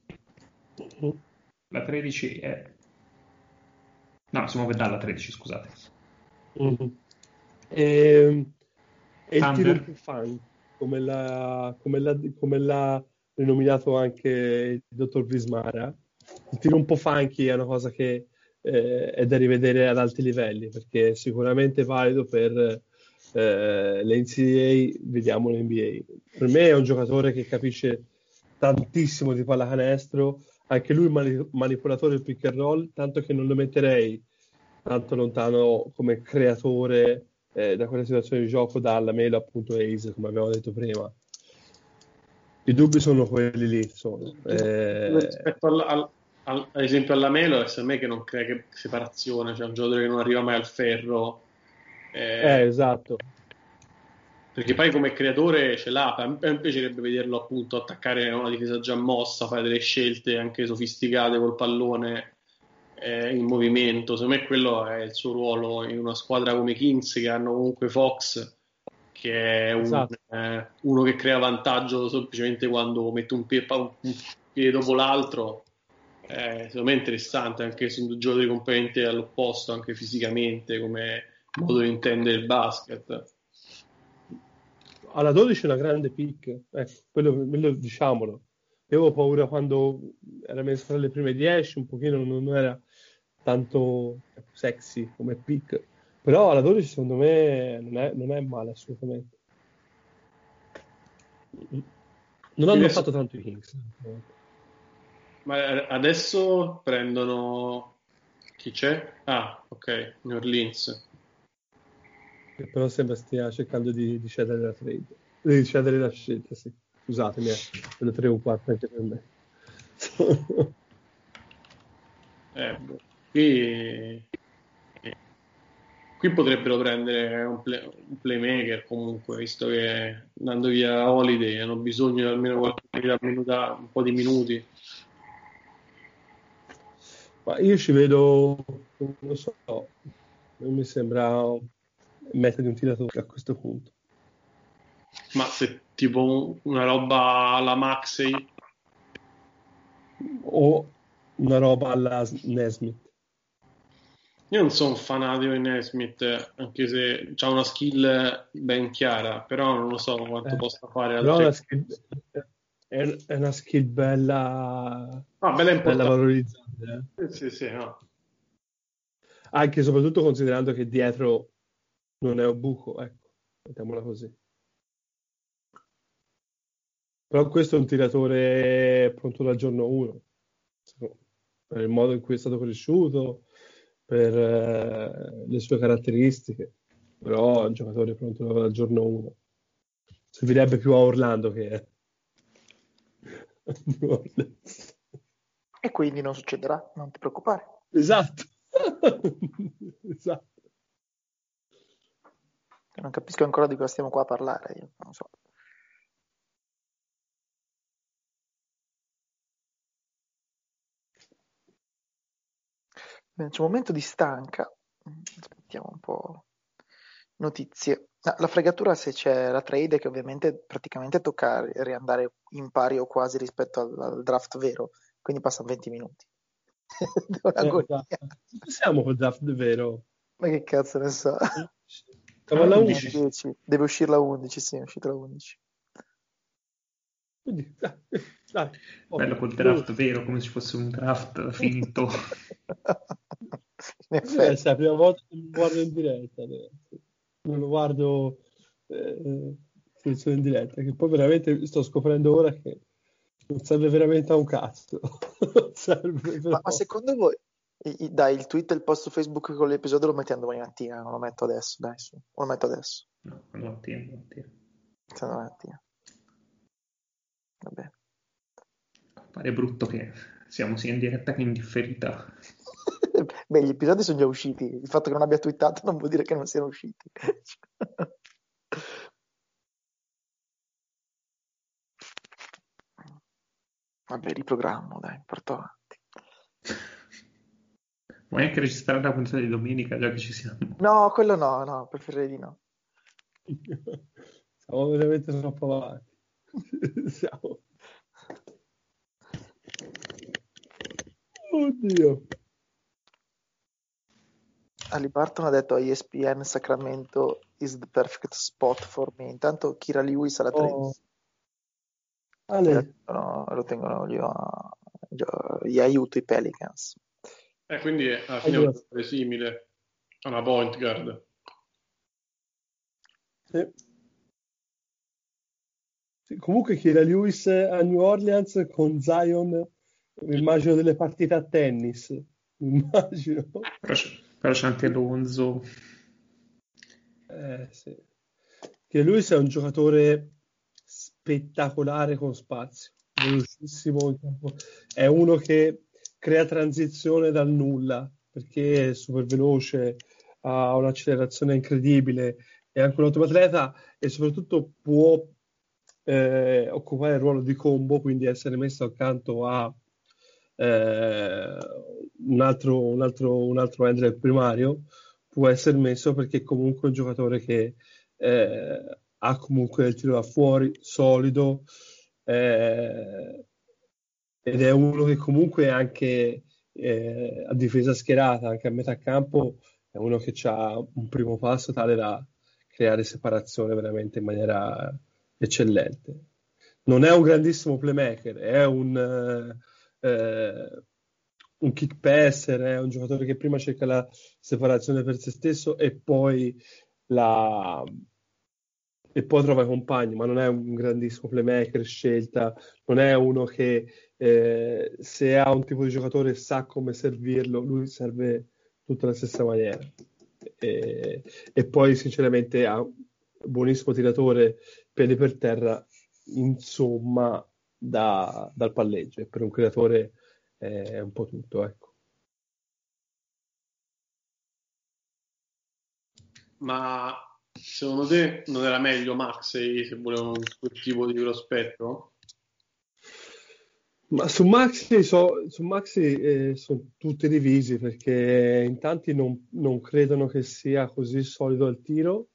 La tredici è... No, si muove dalla tredici, scusate.
Mm-hmm. E, e il tiro un
Thunder?
po' fan, come l'ha, come l'ha, come l'ha denominato anche il dottor Vismara. Il tiro un po' funky è una cosa che eh, è da rivedere ad alti livelli, perché è sicuramente valido per eh, le N C A A, vediamo l'N B A. Per me è un giocatore che capisce tantissimo di pallacanestro, anche lui mani- manipolatore del pick and roll, tanto che non lo metterei tanto lontano come creatore eh, da quella situazione di gioco dalla Melo appunto Ace, come abbiamo detto prima. I dubbi sono quelli lì, sono. Eh,
Rispetto al, al- al- ad esempio alla Melo, è me che non crea che separazione, cioè un giocatore che non arriva mai al ferro.
eh,
eh,
esatto.
Perché poi come creatore ce l'ha, a me a me piacerebbe vederlo appunto attaccare una difesa già mossa, fare delle scelte anche sofisticate col pallone eh, in movimento. Secondo me quello è il suo ruolo in una squadra come Kings, che hanno comunque Fox, che è un,
Esatto.
eh, uno che crea vantaggio semplicemente quando mette un piede, un piede dopo l'altro. Eh, secondo me è interessante, anche se sono due giocatori completamente all'opposto, anche fisicamente, come modo di intendere il basket.
Alla dodici è una grande pick, ecco, quello, quello diciamolo. Io avevo paura quando era messo tra le prime dieci, un pochino non era tanto sexy come pick, però alla dodici secondo me non è, non è male assolutamente. Non hanno
Adesso-
fatto tanto i Kings.
Ma adesso prendono chi c'è? Ah, ok, New Orleans.
Che però sembra stia cercando di, di cedere la trade, di cedere la scelta, sì. Scusatemi, eh, quello tre o quattro anche per me.
Eh, boh. Qui, qui potrebbero prendere un, play- un playmaker comunque, visto che andando via Holiday hanno bisogno di almeno qualcuno che dà minuta- un po' di minuti.
Ma io ci vedo, non lo so, non mi sembra meta di un tiratore a questo punto.
Ma se tipo una roba alla Maxey,
O una roba alla Nesmith.
io non sono un fanatico di Nesmith, anche se ha una skill ben chiara, però non lo so quanto
Eh,
possa fare
però è
altre
una skill, è, è una skill bella,
Ah, bella
bella
importante.
valorizzante. eh.
Sì, sì, sì, no.
Anche e soprattutto considerando che dietro non è un buco, ecco, mettiamola così. Però questo è un tiratore pronto dal giorno uno, per il modo in cui è stato cresciuto, per eh, le sue caratteristiche. Però è un giocatore pronto dal giorno uno. Servirebbe più a Orlando che a New Orleans.
E quindi non succederà, non ti preoccupare.
Esatto. Esatto.
Non capisco ancora di cosa stiamo qua a parlare, io non so. Bene, c'è un momento di stanca. Aspettiamo un po'. Notizie. Ah, la fregatura se c'è la trade che ovviamente praticamente tocca riandare in pari o quasi rispetto al, al draft vero, quindi passano venti minuti.
Eh, esatto. Siamo col draft vero.
Ma che cazzo ne so.
Siamo alla
undici. undici. Deve uscire la undici, sì, è uscita la undici.
Quindi, dai, dai. Oh,
bello col draft vero, come se fosse un draft finto.
In
effetti. È la prima volta che lo guardo in diretta, ragazzi. Non lo guardo eh, in diretta, che poi veramente sto scoprendo ora che non serve veramente a un cazzo. serve
ma, ma secondo voi, dai, il tweet e il post su Facebook con l'episodio lo mettiamo domani mattina, non lo metto adesso, dai, su. O lo metto adesso?
No, domani mattina, domani mattina.
Domani mattina. Vabbè.
Pare brutto che siamo sia in diretta che in differita.
Beh, gli episodi sono già usciti. Il fatto che non abbia twittato non vuol dire che non siano usciti. Vabbè, riprogrammo, dai, porto avanti.
Vuoi anche registrare la puntata di domenica, già che ci siamo?
No, quello no, no, preferirei di no.
Siamo veramente troppo avanti. Siamo... Oddio.
Ali Barton ha detto a E S P N Sacramento is the perfect spot for me. Intanto Kira Lewis alla trade.
Oh. Ale.
No, lo tengono io, gli aiuto i Pelicans.
Eh, quindi alla fine è un simile a una point guard.
Sì. Sì, comunque Kira Lewis a New Orleans con Zion, mi immagino delle partite a tennis. Mi immagino.
Però c'è, però c'è anche Lonzo.
Eh, sì. Kira Lewis è un giocatore spettacolare con spazio, velocissimo in campo. È uno che crea transizione dal nulla perché è super veloce, ha un'accelerazione incredibile, è anche un ottimo atleta e soprattutto può eh, occupare il ruolo di combo, quindi essere messo accanto a eh, un altro un altro un altro handler primario, può essere messo perché è comunque un giocatore che eh, ha comunque il tiro da fuori solido eh, ed è uno che comunque anche eh, a difesa schierata, anche a metà campo, è uno che ha un primo passo tale da creare separazione veramente in maniera eccellente. Non è un grandissimo playmaker, è un eh, un kick passer, è un giocatore che prima cerca la separazione per se stesso e poi la e poi trova i compagni, ma non è un grandissimo playmaker scelta, non è uno che eh, se ha un tipo di giocatore sa come servirlo, lui serve tutta la stessa maniera. E, e poi sinceramente ha un buonissimo tiratore, piedi per terra, insomma, da, dal palleggio, e per un creatore è un po' tutto, ecco.
Ma secondo te non era meglio Maxey se volevano quel tipo di prospetto?
Ma su Maxi, so, su Maxi eh, sono tutti divisi perché in tanti non, non credono che sia così solido al tiro,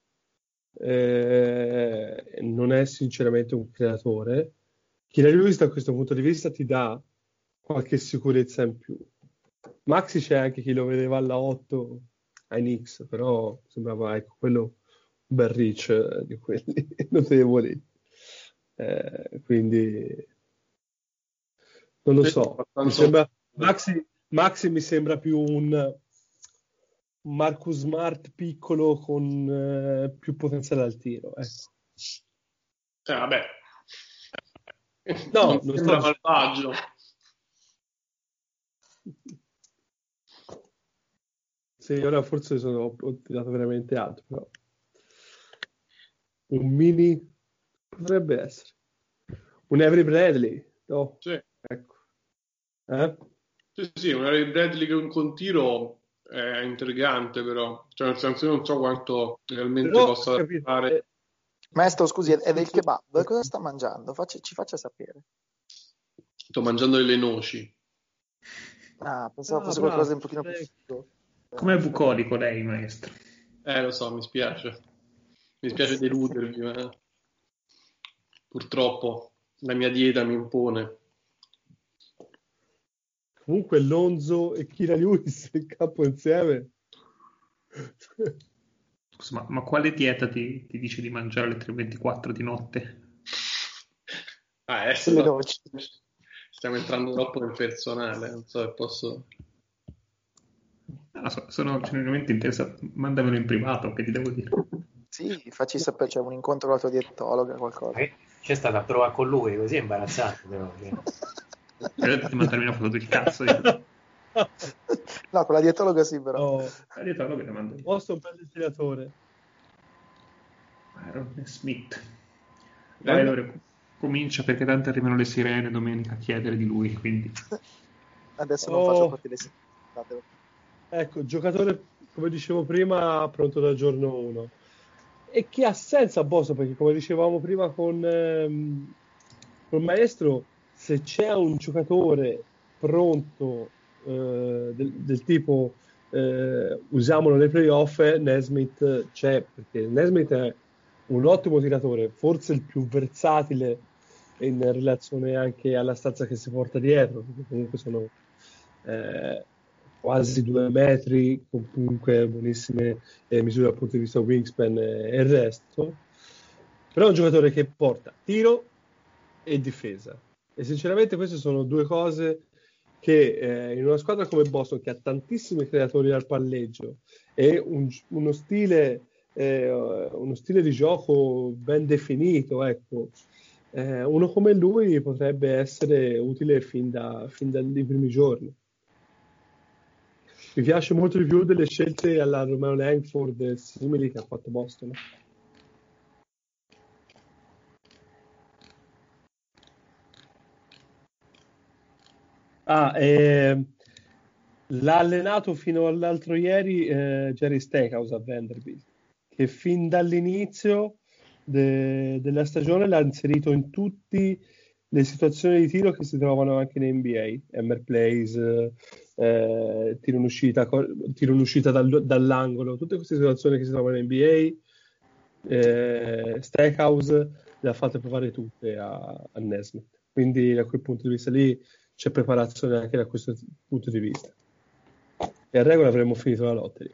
eh, non è sinceramente un creatore. Kira Lewis da questo punto di vista ti dà qualche sicurezza in più. Maxi c'è anche chi lo vedeva alla otto ai Knicks, però sembrava ecco quello un bel reach eh, di quelli notevoli, eh, quindi non lo so, mi sembra, Maxi, Maxi mi sembra più un Marcus Smart piccolo con eh, più potenziale al tiro, ecco.
Eh, vabbè,
No,
non
non
sembra
sto...
malvagio.
Sì, ora forse sono, ho tirato veramente alto, però un mini potrebbe essere. Un Avery Bradley, no,
Sì,
ecco. Eh?
sì, sì, un Avery Bradley con, con tiro è intrigante, però. Cioè, nel senso, io non so quanto realmente
Però,
possa
capito,
fare.
eh,
Maestro, scusi, è, è del kebab? Cosa sta mangiando? Faccia- ci faccia sapere.
Sto mangiando delle noci.
Ah, pensavo
ah,
fosse
bravo,
qualcosa di un pochino più
ecco.
figo.
Com'è bucolico lei, maestro?
Eh, lo so, mi spiace. Mi spiace deludervi, ma purtroppo la mia dieta mi impone.
Comunque Lonzo e Kira Lewis in campo insieme.
Scusa, ma, ma quale dieta ti, ti dice di mangiare alle tre e ventiquattro di notte?
Ah, adesso
Sulle
no.
noci.
Stiamo entrando troppo nel personale, non so se posso...
Ah, so- sono genuinamente interessato. Mandamelo in privato, che ti devo dire.
Sì, facci sapere, c'è un incontro con la tua dietologa, qualcosa.
Eh, C'è stata a provare con lui, così è imbarazzante però. Cioè.
Credo di mandarmi una foto del cazzo. Io.
No, con la dietologa sì, però.
No,
La dietologa la mando io.
posto un bel tiratore.
Aaron Smith.
Va
Dai,
bene.
allora, comincia perché tanto arrivano le sirene domenica a chiedere di lui, quindi...
Adesso non
Oh.
faccio partire le state.
Ecco, giocatore, come dicevo prima, pronto dal giorno uno. E che ha senso a Bosa, perché come dicevamo prima con, ehm, col maestro, se c'è un giocatore pronto eh, del, del tipo eh, usiamolo nei playoff, Nesmith c'è, perché Nesmith è un ottimo tiratore, forse il più versatile in relazione anche alla stazza che si porta dietro, perché comunque sono eh, quasi due metri, con comunque buonissime eh, misure dal punto di vista wingspan e, e il resto. Però è un giocatore che porta tiro e difesa. E sinceramente queste sono due cose che eh, in una squadra come Boston, che ha tantissimi creatori al palleggio e un, uno stile eh, uno stile di gioco ben definito, ecco, eh, uno come lui potrebbe essere utile fin, da, fin dai primi giorni. Mi piace molto di più delle scelte alla Romeo Langford simili che ha fatto Boston. Ah, eh, l'ha allenato fino all'altro ieri eh, Jerry Stackhouse a Vanderbilt, che fin dall'inizio de- della stagione l'ha inserito in tutte le situazioni di tiro che si trovano anche in N B A, hammer plays, eh, tiro in uscita, co- tiro in uscita dal- dall'angolo, tutte queste situazioni che si trovano in N B A, eh, Stackhouse le ha fatte provare tutte a, a Nesmith. Quindi da quel punto di vista lì c'è preparazione anche da questo punto di vista. E a regola avremmo finito la lotteria.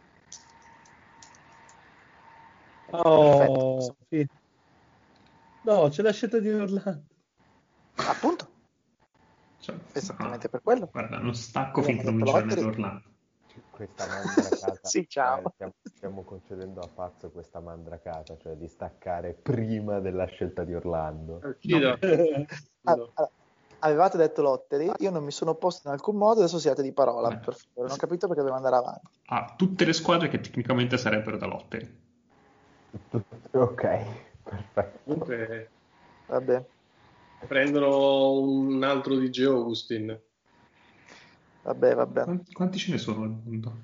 Oh, sì. No, c'è la scelta di Orlando.
Appunto,
Cioè,
esattamente
no,
per quello.
guarda, non stacco
Abbiamo
finché non
detto
vince
lottery.
l'Orlando.
Questa mandracata,
Sì, ciao.
cioè, stiamo, stiamo concedendo a Fazio questa mandracata, cioè di staccare prima della scelta di Orlando.
Uscita.
Ah, ah, avevate detto lottery, io non mi sono opposto in alcun modo, adesso siate di parola,
Beh,
per favore. Non ho
sì.
capito perché devo andare avanti.
Ha tutte le squadre che tecnicamente sarebbero da lottery.
Ok, perfetto.
Comunque
Vabbè,
prendono un altro D J Augustin.
vabbè, vabbè.
Quanti, quanti ce ne sono al mondo?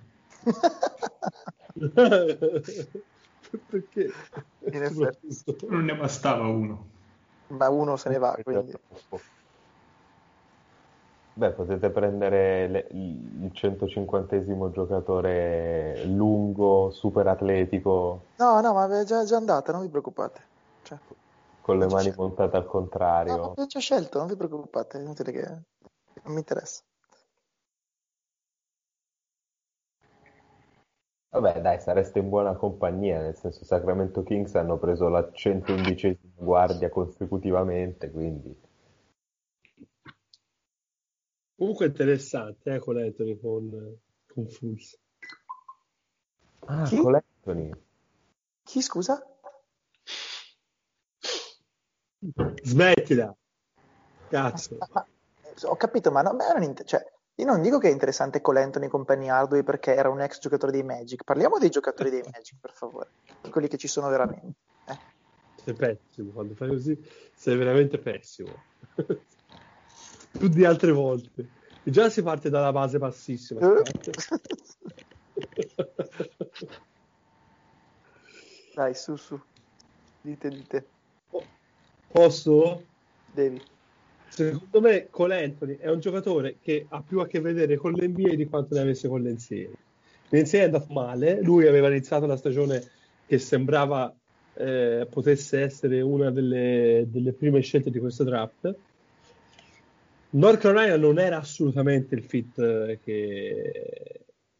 Perché?
In effetti.
Non ne bastava uno.
Ma uno se ne va, quindi.
Beh, potete prendere le- il centocinquantesimo giocatore lungo, super atletico,
No, no, ma è già, già andata, non vi preoccupate. Cioè,
con le
non c'è
mani
scelta.
montate al
No,
contrario.
abbiamo già scelto, non vi preoccupate, è inutile che... Non mi interessa.
Vabbè, dai, sareste in buona compagnia, nel senso Sacramento Kings hanno preso la centoundicesima guardia consecutivamente, quindi...
Comunque interessante, eh, con Anthony, con, con Fulz.
Ah,
Chi?
con Anthony.
Chi, scusa?
Smettila! Cazzo.
Ma, ma, ho capito, ma non, ma non inter- cioè, io non dico che è interessante Cole Anthony con Penny Hardaway perché era un ex giocatore dei Magic. Parliamo dei giocatori dei Magic, per favore, di quelli che ci sono veramente. Eh.
Sei pessimo, quando fai così sei veramente pessimo. Più di altre volte. E già si parte dalla base bassissima.
Dai, su, su. Dite, dite.
Posso?
Devi.
Secondo me Cole Anthony è un giocatore che ha più a che vedere con l'N B A di quanto ne avesse con l'N C A A. L'N C A A è andato male, lui aveva iniziato la stagione che sembrava eh, potesse essere una delle, delle prime scelte di questo draft. North Carolina non era assolutamente il fit eh, che,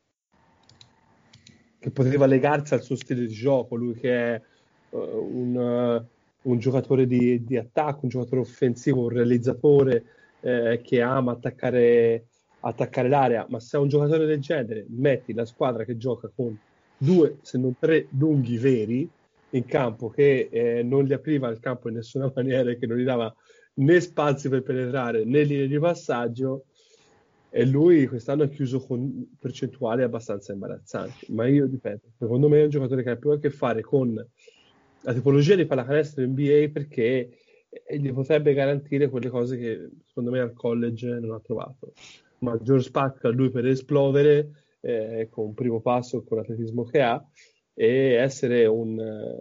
che poteva legarsi al suo stile di gioco, lui che è uh, un... Uh, un giocatore di, di attacco, un giocatore offensivo, un realizzatore eh, che ama attaccare, attaccare l'area, ma se è un giocatore del genere metti la squadra che gioca con due, se non tre lunghi veri in campo che eh, non gli apriva il campo in nessuna maniera e che non gli dava né spazi per penetrare né linee di passaggio, e lui quest'anno ha chiuso con percentuali abbastanza imbarazzanti. Ma io ripeto, secondo me è un giocatore che ha più a che fare con la tipologia di pallacanestro N B A perché gli potrebbe garantire quelle cose che secondo me al college non ha trovato. Maggior spazio a lui per esplodere eh, con un primo passo, con l'atletismo che ha, e essere un,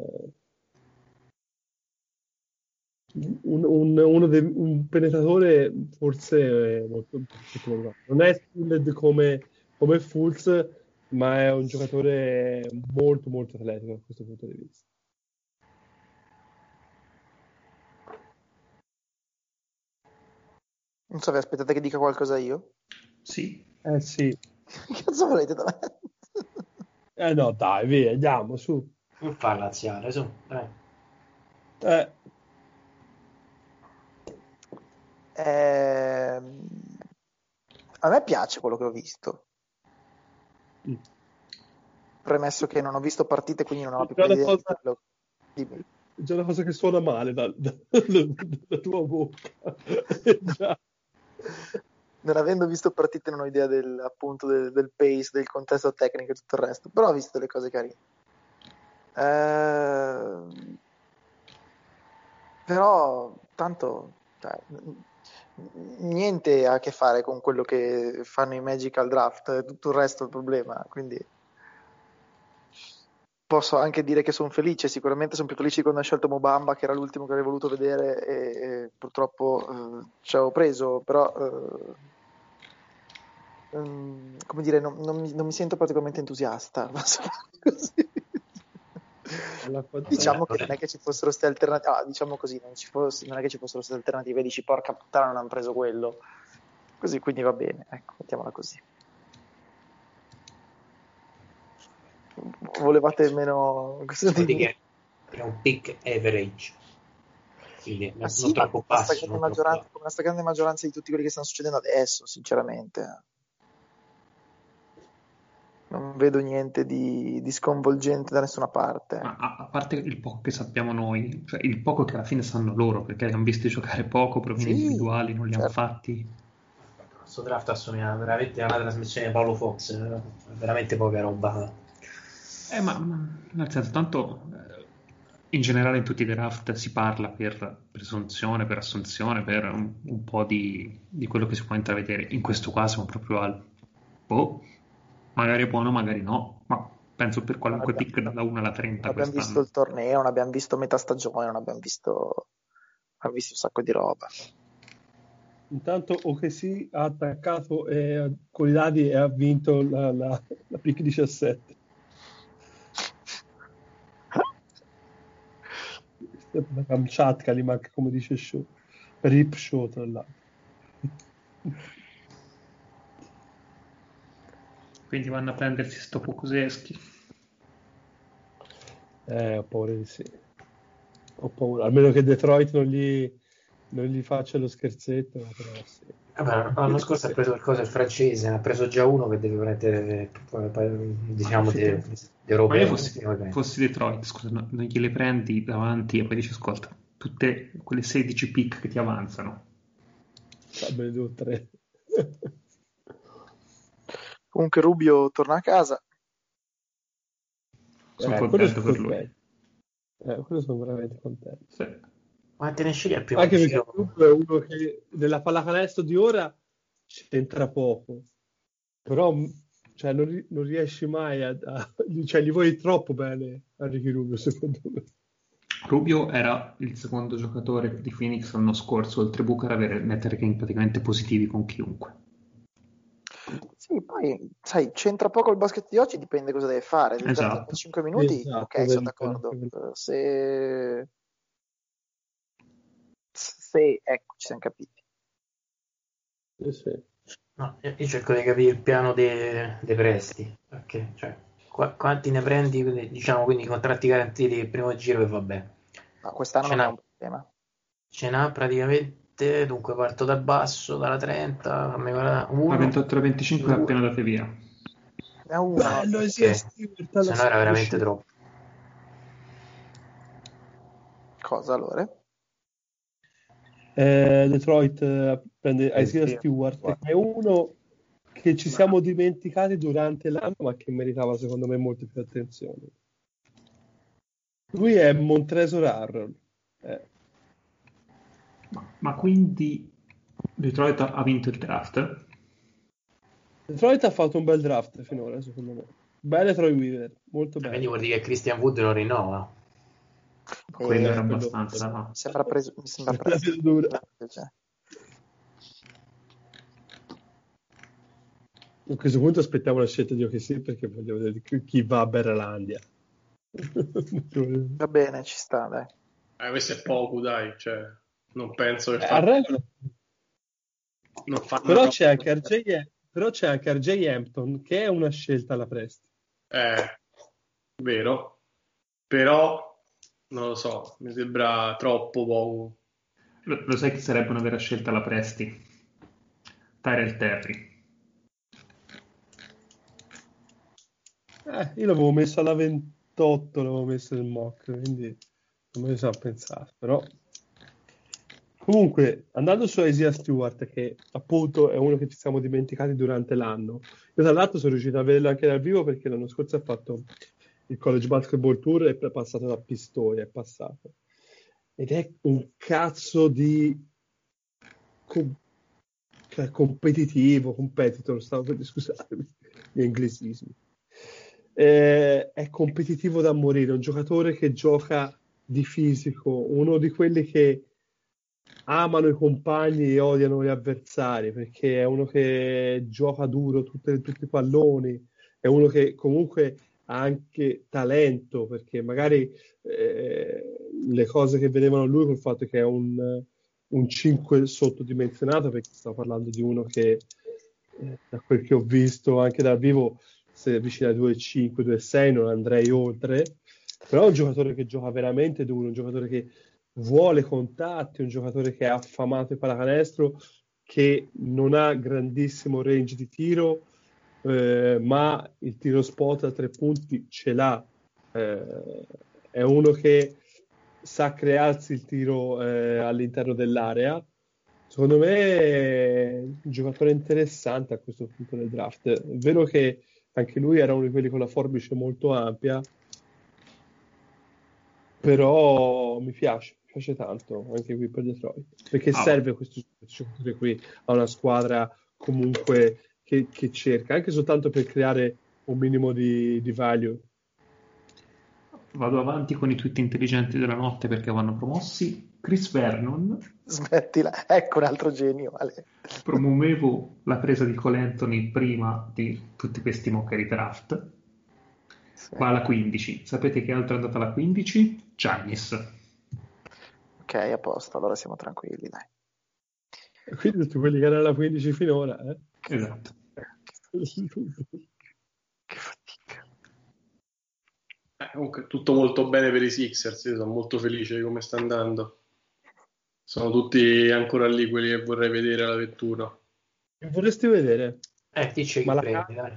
un, un, uno dei, un penetratore forse molto sottovalutato. Non è skilled come, come Fultz, ma è un giocatore molto molto atletico da questo punto di vista.
Non so, vi aspettate che dica qualcosa io?
Sì.
Eh sì.
Che cazzo volete da me?
Eh no, dai, via, andiamo, su.
Non fa laziale, su. Dai.
Eh.
Eh... A me piace quello che ho visto.
Mm.
Premesso che non ho visto partite, quindi non ho la più
Già una
idea
cosa-
di quello. Dimmi.
È già una cosa che suona male da- da- dalla tua bocca. Già.
Non avendo visto partite non ho idea del, appunto del, del pace, del contesto tecnico e tutto il resto, però ho visto delle cose carine. Eh, però tanto cioè, niente ha a che fare con quello che fanno i Magic al draft, tutto il resto è il problema, quindi posso anche dire che sono felice, sicuramente sono più felice quando ho scelto Mobamba, che era l'ultimo che avrei voluto vedere e, e purtroppo eh, ci avevo preso, però eh, um, come dire, non, non, mi, non mi sento particolarmente entusiasta. Così. Diciamo che non è che ci fossero queste alternative, ah, diciamo così, non, ci fosse, non è che ci fossero queste alternative, dici porca puttana non hanno preso quello, così quindi va bene, ecco, mettiamola così. Volevate meno cosa
Vuol dire
dire?
che è un pick average, quindi
Ma
non,
sì,
non troppo
ma
basso,
stragrande
non
maggioranza,
troppo...
come la stragrande maggioranza di tutti quelli che stanno succedendo adesso, sinceramente. Non vedo niente di, di sconvolgente da nessuna parte.
Ma a, a parte il poco che sappiamo noi, cioè il poco che alla fine sanno loro, perché li hanno visti giocare poco, provini
Sì,
individuali, non li hanno
certo.
fatti.
Questo draft assomiglia veramente a una trasmissione di Paolo Fox, eh, veramente poca roba.
Eh, ma, ma nel senso, tanto eh, in generale in tutti i draft si parla per presunzione, per assunzione, per un, un po' di, di quello che si può intravedere. In questo caso siamo proprio al boh, magari è buono, magari no, ma penso per qualunque
abbiamo,
pick dalla uno alla
non
trenta
abbiamo
quest'anno.
visto il torneo, non abbiamo visto metà stagione, non abbiamo visto, abbiamo visto un sacco di roba.
Intanto O K C ha attaccato eh, con i dadi e ha vinto la, la, la pick diciassette. La Kamchatka li manca, come dice Show. Rip Show, tra l'altro.
Quindi vanno a prendersi sto Pokusevski.
Eh, ho paura di sì. Ho paura. Almeno che Detroit non gli, non gli faccia lo scherzetto. Però sì.
Vabbè, l'anno scorso ha preso qualcosa il francese, ne ha preso già uno che deve prendere, diciamo, di europeo.
Ma io fossi, fossi Detroit, scusa, no, non gliele prendi davanti e poi dici ascolta, tutte quelle sedici pick che ti avanzano,
Va bene, due o tre.
Comunque Rubio torna a casa.
Sono
Eh,
contento
quello
per lui.
contento. Eh, quello sono veramente contento.
Sì.
Ma te ne scegli al primo
Anche perché
giro?
Rubio è uno che nella pallacanestro di ora c'entra poco, però cioè, non, ri- non riesci mai a, a- cioè, gli vuoi troppo bene a Ricky Rubio, secondo me.
Rubio era il secondo giocatore di Phoenix l'anno scorso, oltre Booker, a avere metric praticamente positivi con chiunque.
Sì, poi sai, c'entra poco il basket di oggi, dipende cosa deve fare. Deve dare
Esatto.
cinque minuti,
Esatto,
ok, sono
vero,
d'accordo.
vero, vero.
Eh, Se... se, ecco, ci siamo capiti.
Sì, sì.
No, io io cerco di capire il piano dei, dei presti, perché, cioè, qua- quanti ne prendi, quindi, diciamo, quindi contratti garantiti il primo giro e vabbè.
No, quest'anno
Ce
non è
n'ha,
un problema.
ce n'ha praticamente, dunque parto dal basso, dalla trenta, fammi guardare,
La
uno,
ventotto e venticinque è
due,
appena andate via.
È uno.
Bello, sia
ok,
Stewart alla
se no era veramente
uscita.
troppo.
Cosa, allora?
Eh, Detroit eh, prende
Eh,
Isaiah
sì.
Stewart, che è uno che ci siamo dimenticati durante l'anno, ma che meritava secondo me molte più attenzioni. Lui è Montrezl Harrell. Eh,
Ma, ma quindi Detroit ha vinto il draft?
Detroit ha fatto un bel draft finora, secondo me. Bene Troy Weaver, molto
Quindi
bene.
vuol dire che Christian Wood non rinnova.
Quello
Eh,
era
quello-
abbastanza da...
sembra preso, mi sembra
La
preso.
vedo dura.
Cioè,
A questo punto aspettiamo la scelta di O K C perché voglio vedere chi- chi va a Berlandia.
va bene, ci sta, dai.
Eh, questo è poco, dai, cioè, non penso che
Eh,
fa...
a Rennes-
non fanno
però
una-
c'è anche R J, però c'è anche R J Hampton che è una scelta alla prestito.
Eh, vero, però non lo so, mi sembra troppo poco.
Lo, lo sai chi sarebbe una vera scelta alla Presti? Tyrell Terry.
Eh, io l'avevo messo alla ventotto, l'avevo messo nel mock, quindi non me ne sono pensato, però comunque andando su Isaiah Stewart, che appunto è uno che ci siamo dimenticati durante l'anno, io tra l'altro sono riuscito a vederlo anche dal vivo perché l'anno scorso ha fatto il College Basketball Tour e è passato da Pistoia, è passato ed è un cazzo di com- cioè, competitivo, competitor, stavo per scusarmi gli inglesismi. Eh, è competitivo da morire, un giocatore che gioca di fisico, uno di quelli che amano i compagni e odiano gli avversari, perché è uno che gioca duro tutte, tutti i palloni, è uno che comunque ha anche talento, perché magari eh, le cose che vedevano lui col fatto che è un, un cinque sottodimensionato, perché sto parlando di uno che eh, da quel che ho visto anche dal vivo se vicino a due virgola cinque, due virgola sei non andrei oltre, però è un giocatore che gioca veramente duro, un giocatore che vuole contatti, un giocatore che è affamato di pallacanestro, che non ha grandissimo range di tiro, eh, ma il tiro spot a tre punti ce l'ha. Eh, è uno che sa crearsi il tiro eh, all'interno dell'area. Secondo me è un giocatore interessante a questo punto del draft. È vero che anche lui era uno di quelli con la forbice molto ampia, però mi piace, mi piace tanto anche qui per Detroit, perché
Ah,
serve questo giocatore qui a una squadra comunque che, che cerca, anche soltanto per creare un minimo di, di value.
vado avanti con i tweet intelligenti della notte perché vanno promossi. Chris Vernon,
Smettila, ecco un altro genio, Ale.
promuovevo la presa di Cole Anthony prima di tutti questi mock draft.
Sì.
Qua alla quindici. Sapete che altro è andata alla quindici? Giannis.
Ok, a posto, allora siamo tranquilli, dai.
Quindi tutti quelli che erano alla quindici finora, eh?
Esatto.
Che fatica.
Eh, comunque tutto molto bene per i Sixers, io sono molto felice di come sta andando. Sono tutti ancora lì quelli che vorrei vedere alla vettura.
Che vorresti vedere?
Eh, dice chi
Ma la
prendi, dai.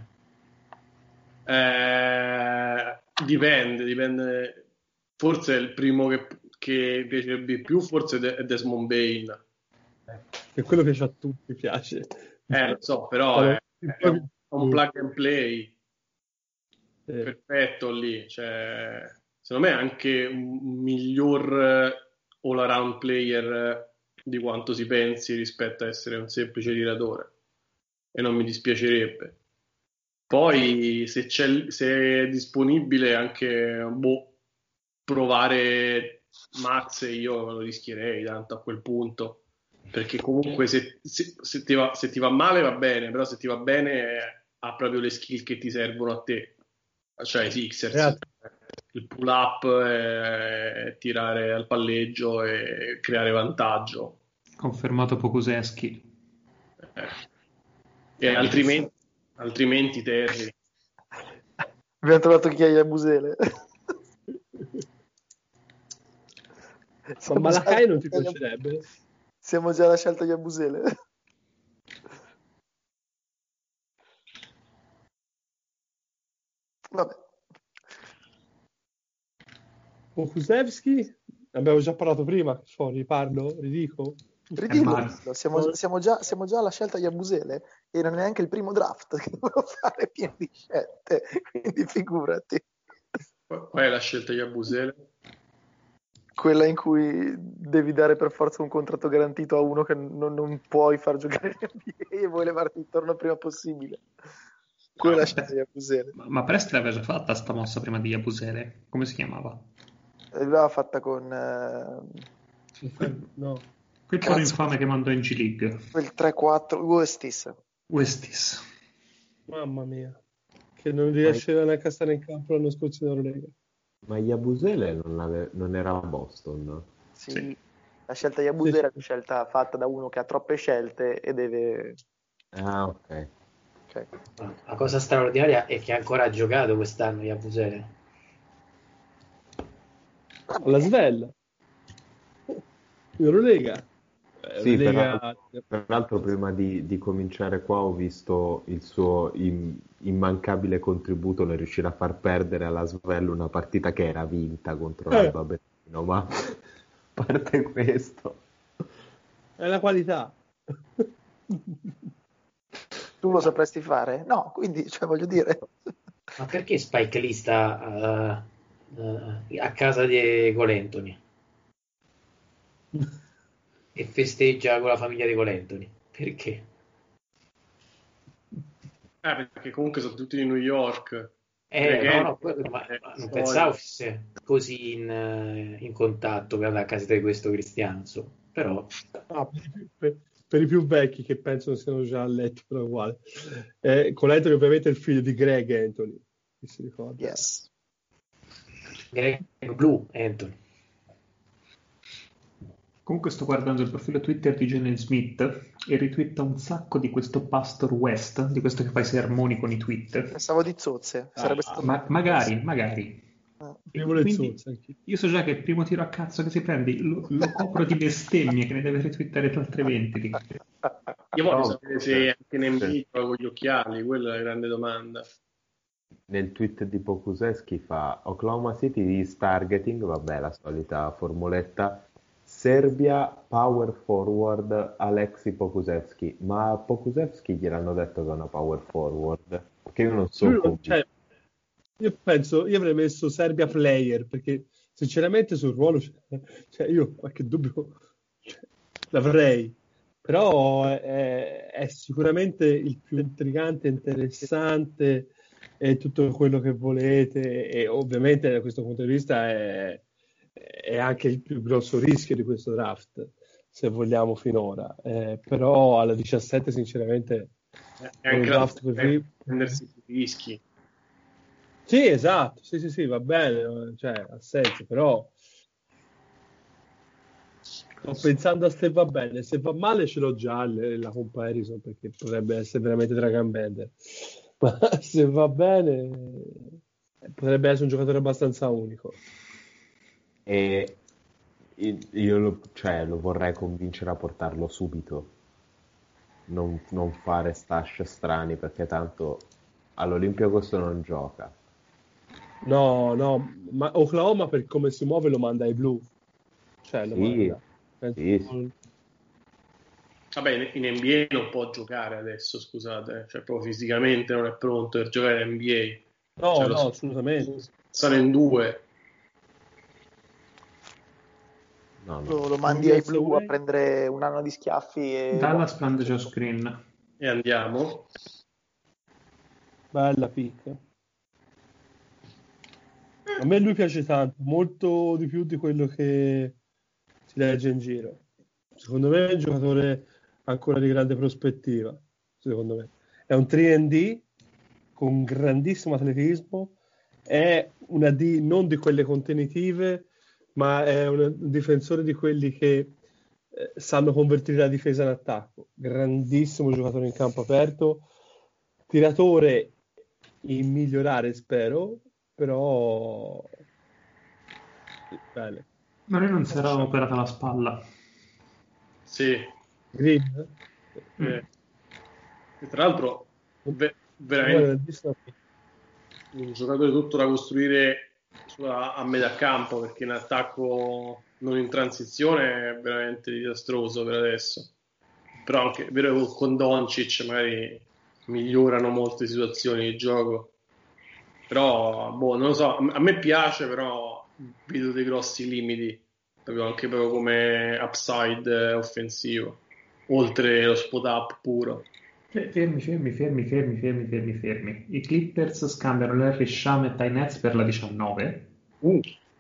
Eh, dipende, dipende. Forse il primo che, che piacerebbe di più forse è Desmond Bain.
Che è quello che a tutti piace.
Eh, lo so, però è, è un, un plug and play
eh.
perfetto lì. Cioè, secondo me è anche un miglior all-around player di quanto si pensi rispetto a essere un semplice tiratore. E non mi dispiacerebbe. Poi se, c'è, se è disponibile anche boh, provare Max, io lo rischierei tanto a quel punto, perché comunque se, se, se, ti va, se ti va male va bene, però se ti va bene ha proprio le skill che ti servono a te, cioè i Sixers,
Ragazzi,
il pull up, e tirare al palleggio e creare vantaggio.
Confermato Pokusevski.
Eh. E altrimenti, altrimenti Terry.
Abbiamo trovato chi è Yabusele.
Ma Malakai non ti piacerebbe?
Siamo già alla scelta Yabusele. Vabbè.
Pokusevski? Abbiamo già parlato prima, so, riparlo, ridico?
Ridillo, siamo, siamo, già, siamo già alla scelta Yabusele e non è neanche il primo draft che dovevo fare pieno di scelte, quindi figurati.
Qual è la scelta Yabusele?
Quella in cui devi dare per forza un contratto garantito a uno che non, non puoi far giocare in N B A e vuoi levarti intorno il prima possibile. Quella è la scelta Yabusele.
Ma, ma Presti l'aveva già fatta sta mossa prima di Yabusele? Come si chiamava?
L'aveva fatta con... Eh...
Quel,
no.
Quel po' infame che mandò in G League.
Quel tre quattro Westis.
Westis.
Mamma mia. Che non riesce neanche a stare in campo l'anno scorso in Eurolega.
Ma Yabusele non, ave... non era a Boston?
Sì.
Sì.
La scelta Yabusele sì. È una scelta fatta da uno che ha troppe scelte e deve...
Ah, ok.
Okay. La cosa straordinaria è che ancora ha giocato quest'anno Yabusele.
La Svella. Eurolega.
Sì, Lega... tra l'altro prima di, di cominciare qua ho visto il suo in, immancabile contributo nel riuscire a far perdere alla Svel una partita che era vinta contro
eh.
l'Alba Berlino, ma a parte questo
è la qualità.
Tu lo sapresti fare? No, quindi cioè, voglio dire,
ma perché Spike Lee sta uh, uh, a casa di Cole Anthony e festeggia con la famiglia di Cole Anthony? Perché?
Eh, perché comunque sono tutti di New York.
Eh, no, no, ma, ma non pensavo fosse così in, in contatto per andare a casa di questo Cristianzo, però...
Ah, per, per, per i più vecchi che pensano siano già a letto, però uguale. Eh, Cole Anthony ovviamente è il figlio di Greg Anthony, che si ricorda.
Yes.
Greg Blue Anthony.
Comunque sto guardando il profilo Twitter di Jalen Smith e ritwitta un sacco di questo Pastor West, di questo che fa i sermoni con i tweet.
Pensavo di zozze. Sarebbe
ah,
stato
ma, magari, magari.
Ah.
Quindi, io so già che il primo tiro a cazzo che si prende lo, lo copro di bestemmie che ne deve retweetare altre venti.
Io voglio sapere se anche nel video con gli occhiali, quella è la grande domanda.
Nel tweet di Pokusevski fa Oklahoma City is targeting, vabbè la solita formuletta, Serbia power forward Alexi Pokusevski, ma a Pokusevski gliel'hanno detto che è una power forward, perché io non so
come... cioè, io penso, io avrei messo Serbia player, perché sinceramente sul ruolo cioè io qualche dubbio cioè, l'avrei, però è, è sicuramente il più intrigante, interessante e tutto quello che volete, e ovviamente da questo punto di vista è è anche il più grosso rischio di questo draft, se vogliamo finora, eh, però alla diciassette sinceramente
è anche un draft così prendersi i rischi.
Sì, esatto, sì sì sì, va bene, cioè ha senso, però sto pensando a se va bene, se va male ce l'ho già la comparison, perché potrebbe essere veramente Dragan Bender, ma se va bene potrebbe essere un giocatore abbastanza unico.
E io lo, cioè, lo vorrei convincere a portarlo subito, non, non fare stash strani, perché tanto all'Olympiacos non gioca.
No, no, ma Oklahoma per come si muove lo manda ai blu, cioè lo
sì,
manda. Penso...
sì, sì.
Vabbè, in N B A non può giocare adesso, scusate, cioè proprio fisicamente non è pronto per giocare in N B A.
No,
cioè,
no,
lo...
assolutamente.
Sono in due.
No, no.
Lo, lo mandi ai blu a prendere un anno di schiaffi e
Dallas prende Josh Green.
E andiamo.
Bella picca. A me lui piace tanto, molto di più di quello che si legge in giro. Secondo me è un giocatore ancora di grande prospettiva. Secondo me è un tre and D con grandissimo atletismo. È una D non di quelle contenitive, ma è un difensore di quelli che eh, sanno convertire la difesa in attacco. Grandissimo giocatore in campo aperto, tiratore in migliorare, spero, però bene.
Ma lui non si era operata la spalla.
Sì.
Green?
Mm. Eh. E tra l'altro ve- veramente un giocatore tutto da costruire sulla, a metà campo, perché in attacco non in transizione è veramente disastroso per adesso. Però anche è vero che con Doncic magari migliorano molte situazioni di gioco, però boh, non lo so, a me piace, però vedo dei grossi limiti proprio anche proprio come upside offensivo, oltre lo spot up puro.
Fermi, fermi, fermi, fermi, fermi, fermi, fermi. I Clippers scambiano Larry Shamet ai Nets per la diciannove.
Uh.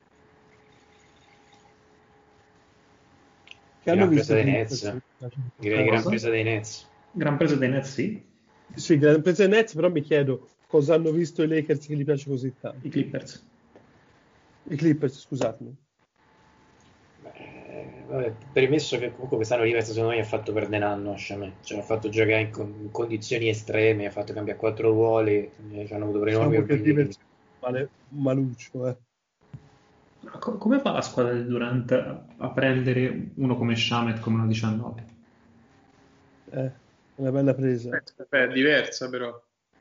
Che hanno
gran
visto
presa dei Nets. Direi gran presa dei Nets.
Gran presa dei Nets, sì.
Sì, gran presa dei Nets, però mi chiedo cosa hanno visto i Lakers che gli piace così tanto.
I Clippers.
I Clippers, scusatemi.
Beh, vabbè, premesso che comunque quest'anno Rivers secondo me ha fatto perdere un anno a Shamet, cioè ha fatto giocare in, con- in condizioni estreme, ha fatto cambiare quattro ruoli, eh, ci hanno avuto enormi
Diciamo che
problemi.
Rivers male, maluccio, eh.
Co- come fa la squadra di Durant a, a prendere uno come Shamet come una diciannove?
Eh, una bella presa.
Beh, è diversa però.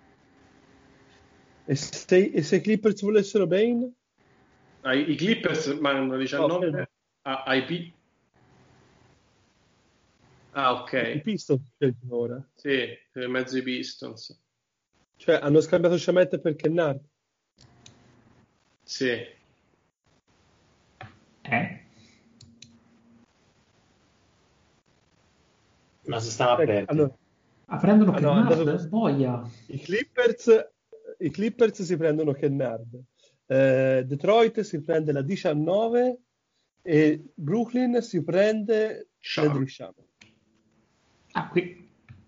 E se, e se i Clippers volessero Bane?
Ah, i, i Clippers mandano diciannove
No,
a, ai P. Ah, ok.
I Pistons scelgono ora.
Sì, per mezzo i Pistons.
Cioè, hanno scambiato Shamet per Kennard.
Sì.
Eh?
Ma si stanno a
Cioè,
perdere.
allora,
Ah, prendono
ah, no,
Kennard?
è andato-
Boia.
I Clippers, i Clippers si prendono Kennard. Eh, Detroit si prende la diciannove e Brooklyn si prende Landry Shamet.
Ah, qui.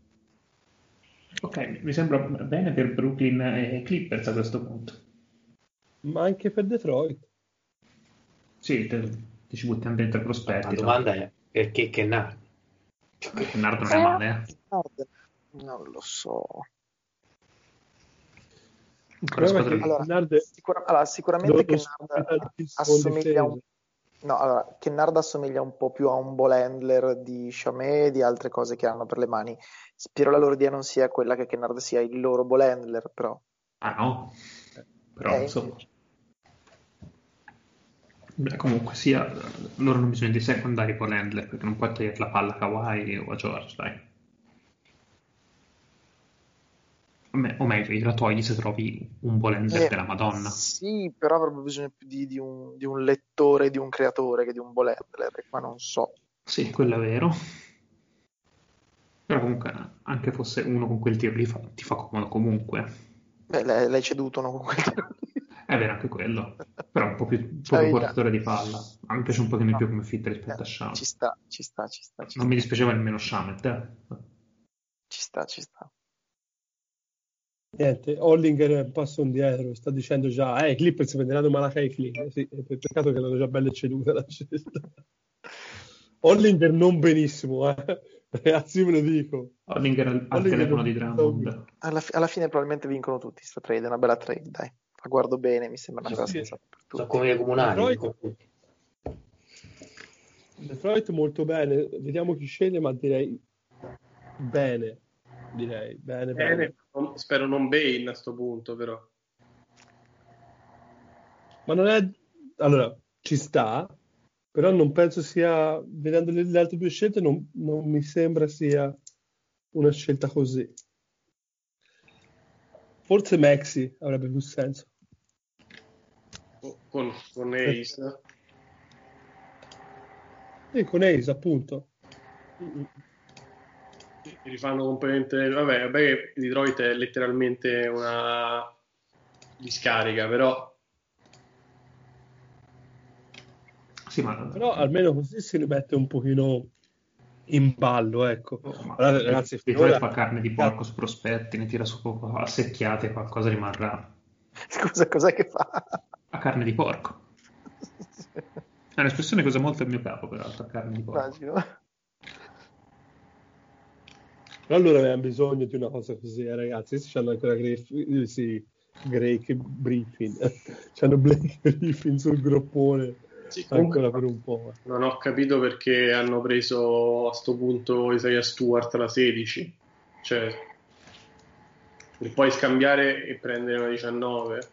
Ok, mi sembra bene per Brooklyn e Clippers a questo punto.
Ma anche per Detroit.
Sì, te, ti ci buttiamo dentro i
La
prospetti.
domanda è perché Kennard?
Kennard non è male, eh?
Non lo so.
Quella squadra lì.
Allora,
Kennard
sicura- allora, sicuramente
lo- lo
Kennard
sfida di
assomiglia un...
difesa.
No, allora, Kennard assomiglia un po' più a un ball handler di Chamé e di altre cose che hanno per le mani. Spero la loro idea non sia quella che Kennard sia il loro ball handler, però.
Ah no? Però
Eh,
insomma. Beh, comunque sia, loro hanno bisogno di secondari ball handler, perché non puoi togliere la palla a Kawhi o a George, dai. O me- o meglio, gliela togli se trovi un ball handler
Eh,
della Madonna.
Sì, però avrebbe bisogno più di, di un, di un lettore, di un creatore che di un ball handler, e qua non so.
Sì, quello è vero. Però comunque, anche fosse uno con quel tiro lì, fa- ti fa comodo comunque.
Beh, l'hai, l'hai ceduto, no, con quel tiro lì.
È vero anche quello. Però un po' più, un po'
Cioè,
più portatore di palla. A me piace un pochino di
no.
più come fit rispetto
Eh,
a Shamet.
ci sta, ci sta, ci sta, ci
Non
sta,
mi dispiaceva nemmeno Shamet, eh.
ci sta, ci sta.
Niente, Hollinger è un passo indietro, sta dicendo già, eh, i Clippers prenderanno Malachi Flynn. Sì, pe- peccato che l'hanno già belle ceduta la scelta. Hollinger non benissimo, eh. Ragazzi, ve lo dico.
Hollinger al, al
Hollinger
telefono
non-
di Drummond.
Alla, fi- alla fine probabilmente vincono tutti sta trade, è una bella trade, dai. La guardo bene, mi sembra una
Sì,
cosa
sì.
sensata per
Sono
tutti.
come le comunali.
Detroit. Detroit molto bene, vediamo chi sceglie, ma direi bene, direi, bene, bene.
Bene, non- spero non Bane a sto punto, però.
Ma non è... Allora, ci sta, però non penso sia, vedendo le, le altre due scelte, non, non mi sembra sia una scelta così. Forse Maxi avrebbe più senso.
Con, con Ace.
Sì, con Ace, appunto.
Rifanno completamente. Vabbè, vabbè, che Detroit è letteralmente una discarica, però.
Sì, ma...
Però almeno così si rimette un pochino in ballo, ecco.
Oh, ma
Allora, ragazzi,
Detroit
finora...
fa carne di porco su prospetti, ne tira su poco a secchiate, qualcosa rimarrà.
Scusa, cos'è che fa?
A carne di porco. È un'espressione che usa molto il mio capo, peraltro, a carne di porco.
Immagino.
Però allora avevamo bisogno di una cosa così, eh, ragazzi. Questi c'hanno ancora Griffin, sì, Drake Griffin. C'hanno Blake Griffin sul groppone.
Sì,
ancora per un po'.
Non ho capito perché hanno preso a sto punto Isaiah Stewart alla sedici. Cioè, per poi scambiare e prendere una diciannove.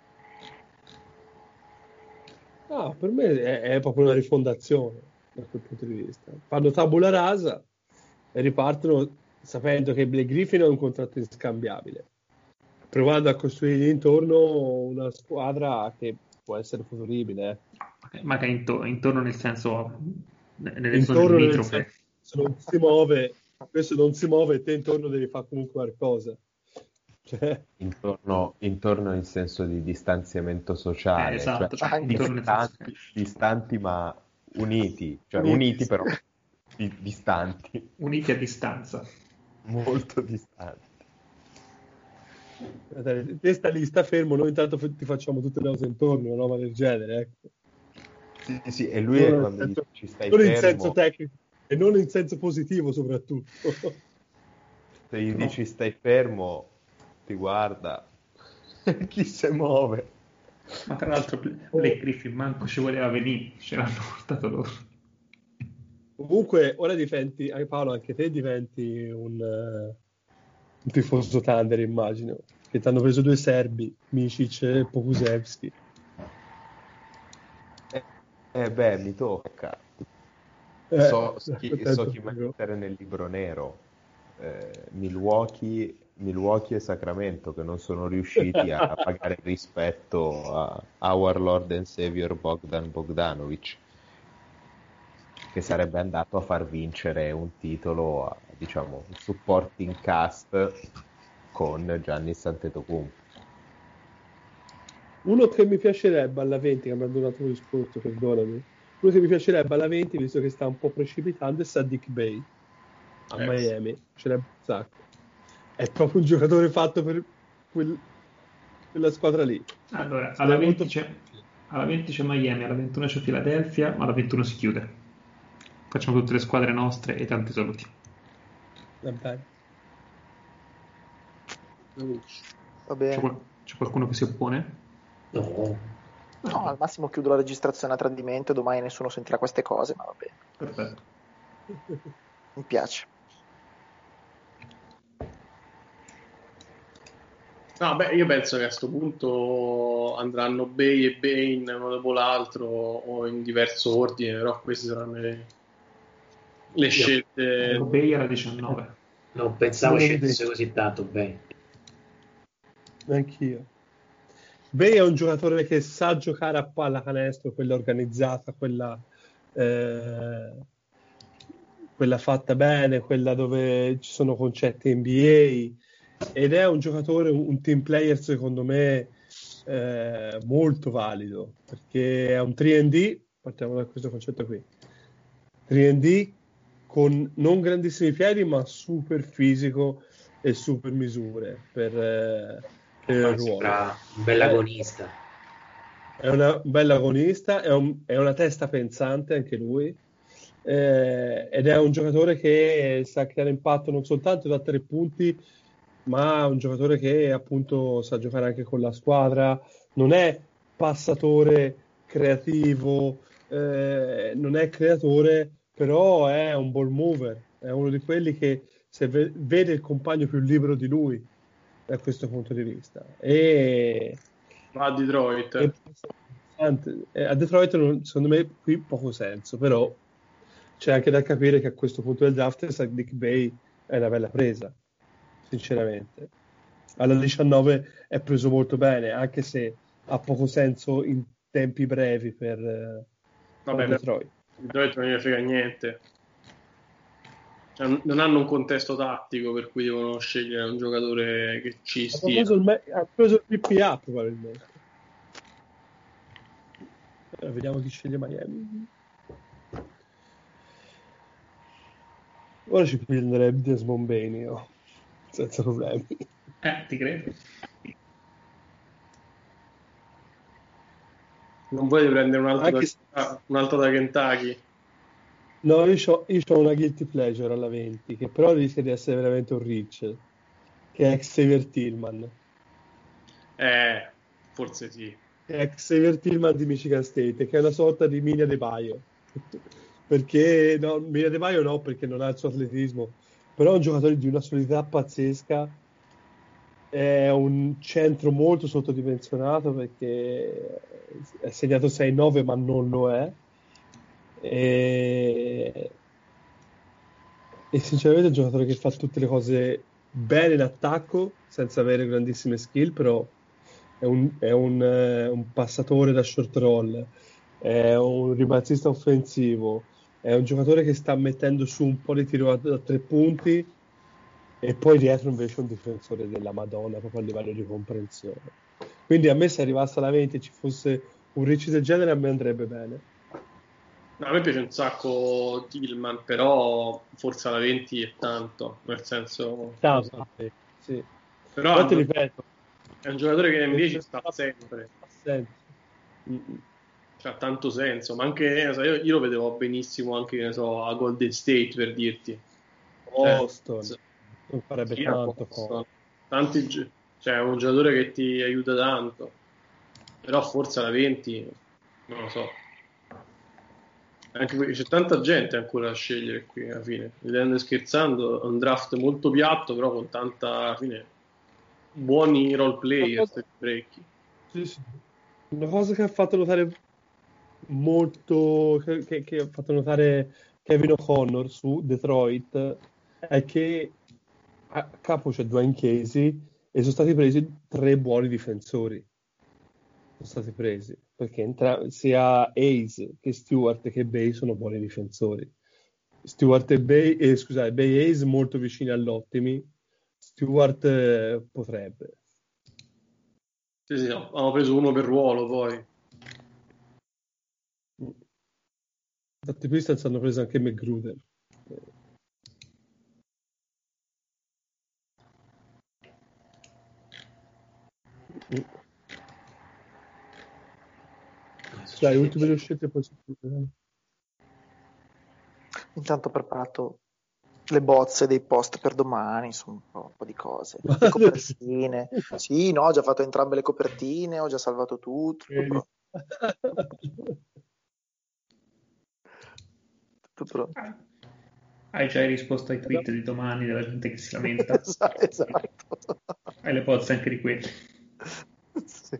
Ah, per me è, è proprio una rifondazione da quel punto di vista. Fanno tabula rasa e ripartono sapendo che Blake Griffin ha un contratto inscambiabile, provando a costruire intorno una squadra che può essere futuribile. Eh.
Ma che intorno, intorno nel senso nelle
intorno
zone
nel
limitrofe.
senso, non si muove, questo non si muove e te intorno devi fare comunque qualcosa. Cioè...
Intorno, intorno in senso di distanziamento sociale,
eh, esatto,
cioè,
cioè, intorno
distanti,
nel senso...
distanti ma uniti, cioè
Uniti,
uniti
sì.
però di- distanti,
uniti a distanza,
molto distanti.
Te sta lì, sta fermo, noi intanto ti facciamo tutte le cose intorno, una roba del genere, ecco.
Sì, sì, e lui
non
è quando
senso,
dice ci stai
non
fermo,
in senso tecnico e non in senso positivo soprattutto.
se gli
no.
dici stai fermo ti guarda, chi si muove.
Ma tra l'altro Blake Griffin manco ci voleva venire, ce l'hanno portato loro.
Comunque ora diventi, eh, Paolo, anche te diventi un, uh, un tifoso Thunder, immagino, che ti hanno preso due serbi, Micic e Pokusevski.
Eh, eh beh, mi tocca.
Eh,
So, so chi, so chi
proprio.
mettere nel libro nero. Eh, Milwaukee, Milwaukee e Sacramento, che non sono riusciti a pagare rispetto a Our Lord and Savior Bogdan Bogdanovic, che sarebbe andato a far vincere un titolo a, diciamo, un supporting cast con Giannis Antetokounmpo.
Uno che mi piacerebbe alla venti, che mi ha donato un risposto, perdonami. Uno che mi piacerebbe alla venti, visto che sta un po' precipitando, è Saddiq Bey a
Eh,
Miami. Mi piacerebbe un sacco. È proprio un giocatore fatto per quel, quella squadra lì.
Allora,
Sarebbe
alla venti,
molto-
c'è, alla venti c'è Miami, alla ventuno c'è Philadelphia, ma alla ventuno si chiude. Facciamo tutte le squadre nostre e tanti saluti.
Va bene.
Va
C'è,
bene.
qual- c'è qualcuno che si oppone?
No,
No, al massimo chiudo la registrazione a tradimento e domani nessuno sentirà queste cose, ma va bene.
Perfetto.
Mi piace.
No, beh, io penso che a questo punto andranno Bay e Bane uno dopo l'altro o in diverso ordine, però queste saranno le, le scelte.
Bay era diciannove.
non pensavo
Non lo
scendesse
vedo.
così tanto bene.
Anch'io. Bey è un giocatore che sa giocare a pallacanestro, quella organizzata, quella, eh, quella fatta bene, quella dove ci sono concetti N B A, ed è un giocatore, un team player secondo me eh, molto valido, perché è un tre and D, partiamo da questo concetto qui, tre and D con non grandissimi piedi ma super fisico e super misure per... Eh, per il ruolo.
Sembra un bel agonista.
È una bella agonista, è, un, è una testa pensante anche lui, eh, ed è un giocatore che sa creare impatto non soltanto da tre punti, ma un giocatore che appunto sa giocare anche con la squadra, non è passatore creativo, eh, non è creatore, però è un ball mover, è uno di quelli che se ve- vede il compagno più libero di lui da questo punto di vista, e
Va a Detroit.
e A Detroit non, secondo me qui poco senso, però c'è anche da capire che a questo punto del draft Saddiq Bey è una bella presa, sinceramente. Alla diciannove è preso molto bene, anche se ha poco senso in tempi brevi per,
Vabbè,
per Detroit.
Detroit non gli frega niente. Cioè, non hanno un contesto tattico per cui devono scegliere un giocatore che ci
Ha
stia.
preso il, me- ha preso il P P A probabilmente. Allora, vediamo chi sceglie Miami. Ora ci prenderei Desmond Bane io, senza problemi.
Eh, ti credo.
Non vuoi prendere un altro,
Anche
da,
se-
un altro da Kentucky?
No, io ho una guilty pleasure alla venti, che però rischia di essere veramente un reach, che è Xavier Tillman.
Eh, forse sì.
Che è Xavier Tillman di Michigan State, che è una sorta di Mini Adebayo. Perché, no, Mini Adebayo no, perché non ha il suo atletismo, però è un giocatore di una solidità pazzesca, è un centro molto sottodimensionato perché è segnato sei nove ma non lo è, e, e sinceramente è un giocatore che fa tutte le cose bene in attacco senza avere grandissime skill, però è un, è un, eh, un passatore da short roll, è un ribalzista offensivo, è un giocatore che sta mettendo su un po' di tiro a, a tre punti, e poi dietro invece un difensore della Madonna proprio a livello di comprensione. Quindi a me, se arrivasse alla venti e ci fosse un reach del genere, a me andrebbe bene.
No, a me piace un sacco Tillman, però forse alla venti è tanto, nel senso...
Tanto, sì, sì.
Però
Però ti
hanno-
ripeto,
è un giocatore che in N B A ci
nel-
sta sempre,
ha senso. Mm-mm.
cioè ha tanto senso, ma anche, ne so, io, io lo vedevo benissimo anche, che ne so, a Golden State, per dirti. Cioè,
Boston non farebbe
sì, a
tanto
Boston.
comodo.
Tanti gi- cioè è un giocatore che ti aiuta tanto, però forse alla venti non lo so, anche perché c'è tanta gente ancora da scegliere qui alla fine, ridendo e scherzando, è un draft molto piatto, però con tanta, alla fine, buoni role player, se parecchi.
Sì, sì. Una cosa che ha fatto notare molto, che, che- che ha fatto notare Kevin O'Connor su Detroit, è che a capo c'è Dwayne Casey e sono stati presi tre buoni difensori. Sono stati presi perché entra- sia Hayes che Stewart che Bay sono buoni difensori. Stewart e Bay, eh, scusate, Bay e Hayes molto vicini all'ottimi. Stewart eh, potrebbe.
Sì, sì, no, hanno preso uno per ruolo poi.
Infatti, Pistons hanno preso anche McGruder. Dai, ultime due scelte poi si chiude.
Intanto ho preparato le bozze dei post per domani su un po', un po' di cose. Le copertine. Sì, no, ho già fatto entrambe le copertine, ho già salvato tutto. Tutto pronto. Tutto pronto.
Hai già risposto ai tweet di domani della gente che si lamenta.
Esatto.
Hai le bozze anche di quelli.
Sì.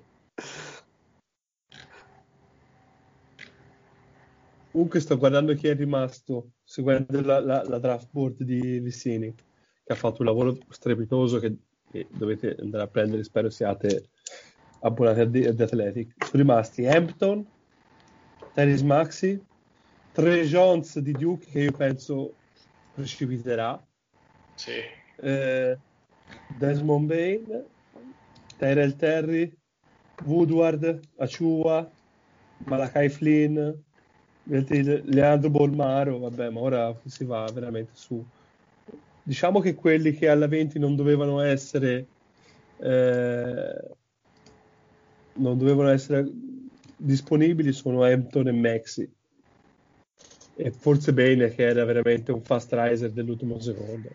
Comunque sto guardando chi è rimasto seguendo la, la, la draft board di Vissini, che ha fatto un lavoro strepitoso che, che dovete andare a prendere, spero siate abbonati ad, ad Athletic. Sono rimasti Hampton, Tyrese Maxey, Trey Jones di Duke, che io penso precipiterà,
Sì.
eh, Desmond Bane, Tyrell Terry, Woodward, Achua, Malachi Flynn, Leandro Bolmaro. Vabbè, ma ora si va veramente su. Diciamo che quelli che alla venti non dovevano essere eh, non dovevano essere disponibili sono Hampton e Maxi, e forse Bane, che era veramente un fast riser dell'ultimo secondo.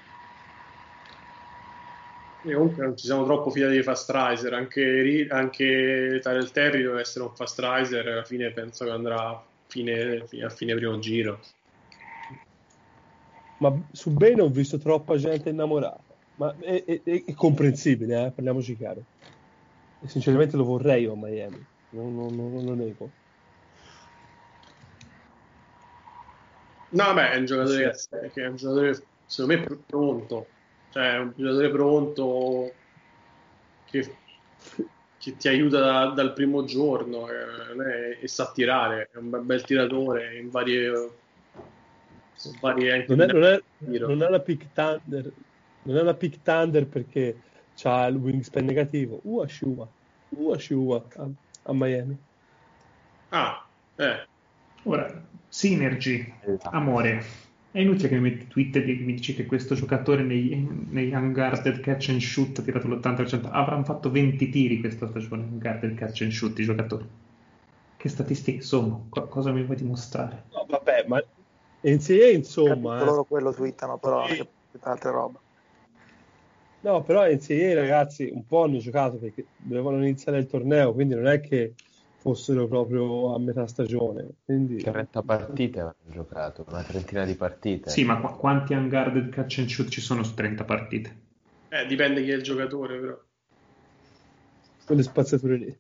E comunque non ci siamo troppo fidati di fast riser, anche, anche Tyrell Terry deve essere un fast riser, alla fine penso che andrà a fine, a fine primo giro.
Ma su Bane ho visto troppa gente innamorata, ma è, è, è comprensibile, eh? Parliamoci chiaro, e sinceramente lo vorrei io a Miami, non, non, non, non lo nego.
No, beh, è un giocatore
Sì.
che, che è un giocatore secondo me pr- pronto, cioè è un giocatore pronto che, che ti aiuta da- dal primo giorno eh, e sa tirare, è un bel, bel tiratore in varie, in varie anche
Non è, non, è,
di tiro.
non è la Pick Thunder, non è la Pick Thunder perché c'ha il wingspan negativo. Uh, Ashua. Uh, Ashua a, a Miami.
Ah, eh.
Ora, Synergy,
Esatto.
amore. È inutile che mi metti tweet e mi dici che questo giocatore nei, nei unguarded catch and shoot ha tirato l'ottanta per cento. Avranno fatto venti tiri questa stagione unguarded catch and shoot i giocatori. Che statistiche sono? Co- cosa mi vuoi dimostrare?
No, vabbè, ma N C A A insomma...
Capito,
Eh.
loro quello twittano, però non è che altre robe.
No, però N C A A ragazzi un po' hanno giocato perché dovevano iniziare il torneo, quindi non è che fossero proprio a metà stagione. Quindi...
trenta partite hanno giocato, una trentina di partite.
Sì, ma qu- quanti unguarded catch and shoot ci sono su trenta partite?
Eh, dipende chi è il giocatore, però.
Quelle spazzature lì.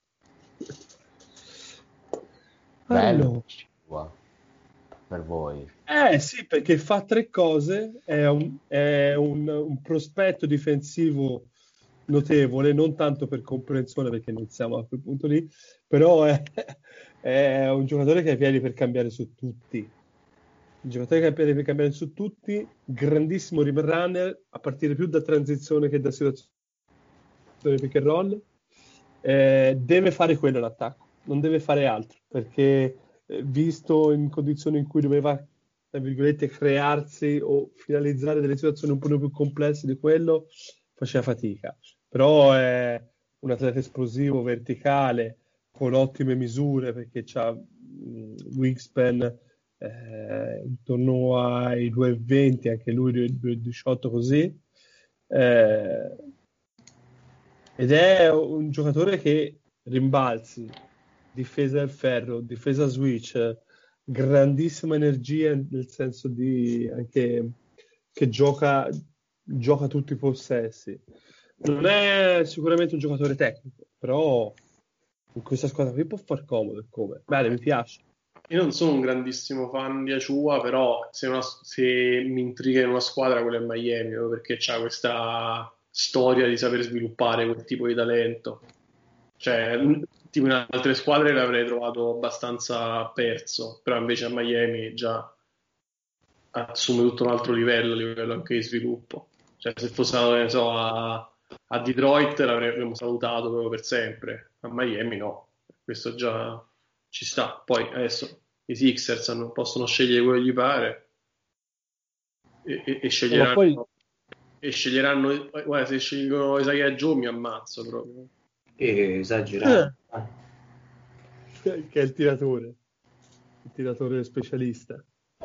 Bello
Allora.
per voi.
Eh sì, perché fa tre cose, è un, è un, un prospetto difensivo notevole, non tanto per comprensione, perché non siamo a quel punto lì, però è, è un giocatore che ha i piedi per cambiare su tutti. Un giocatore che ha i piedi per cambiare su tutti, grandissimo rim runner, a partire più da transizione che da situazione pick and roll. Eh, deve fare quello l'attacco, non deve fare altro, perché eh, visto in condizioni in cui doveva, tra virgolette, crearsi o finalizzare delle situazioni un po' più complesse di quello, faceva fatica. Però è un atleta esplosivo, verticale, con ottime misure, perché ha um, wingspan eh, intorno ai due virgola venti, anche lui due virgola diciotto così. Eh, ed è un giocatore che rimbalzi, difesa del ferro, difesa switch, grandissima energia nel senso di anche che gioca, gioca tutti i possessi. Non è sicuramente un giocatore tecnico, però in questa squadra qui può far comodo. Come? Bene, mi piace.
Io non sono un grandissimo fan di Achua, però se, una, se mi intriga in una squadra quella è Miami, proprio perché c'ha questa storia di saper sviluppare quel tipo di talento. Cioè, tipo in altre squadre l'avrei trovato abbastanza perso, però invece a Miami già assume tutto un altro livello, a livello anche di sviluppo. Cioè, se fosse stato, ne so, a, a Detroit l'avremmo salutato proprio per sempre, a Miami no, questo già ci sta. Poi adesso i Sixers hanno- possono scegliere quello che gli pare e, e, e sceglieranno,
poi...
e sceglieranno, guarda, se scelgono Isaiah Joe mi ammazzo proprio.
E esagerato.
Che è il tiratore, il tiratore specialista.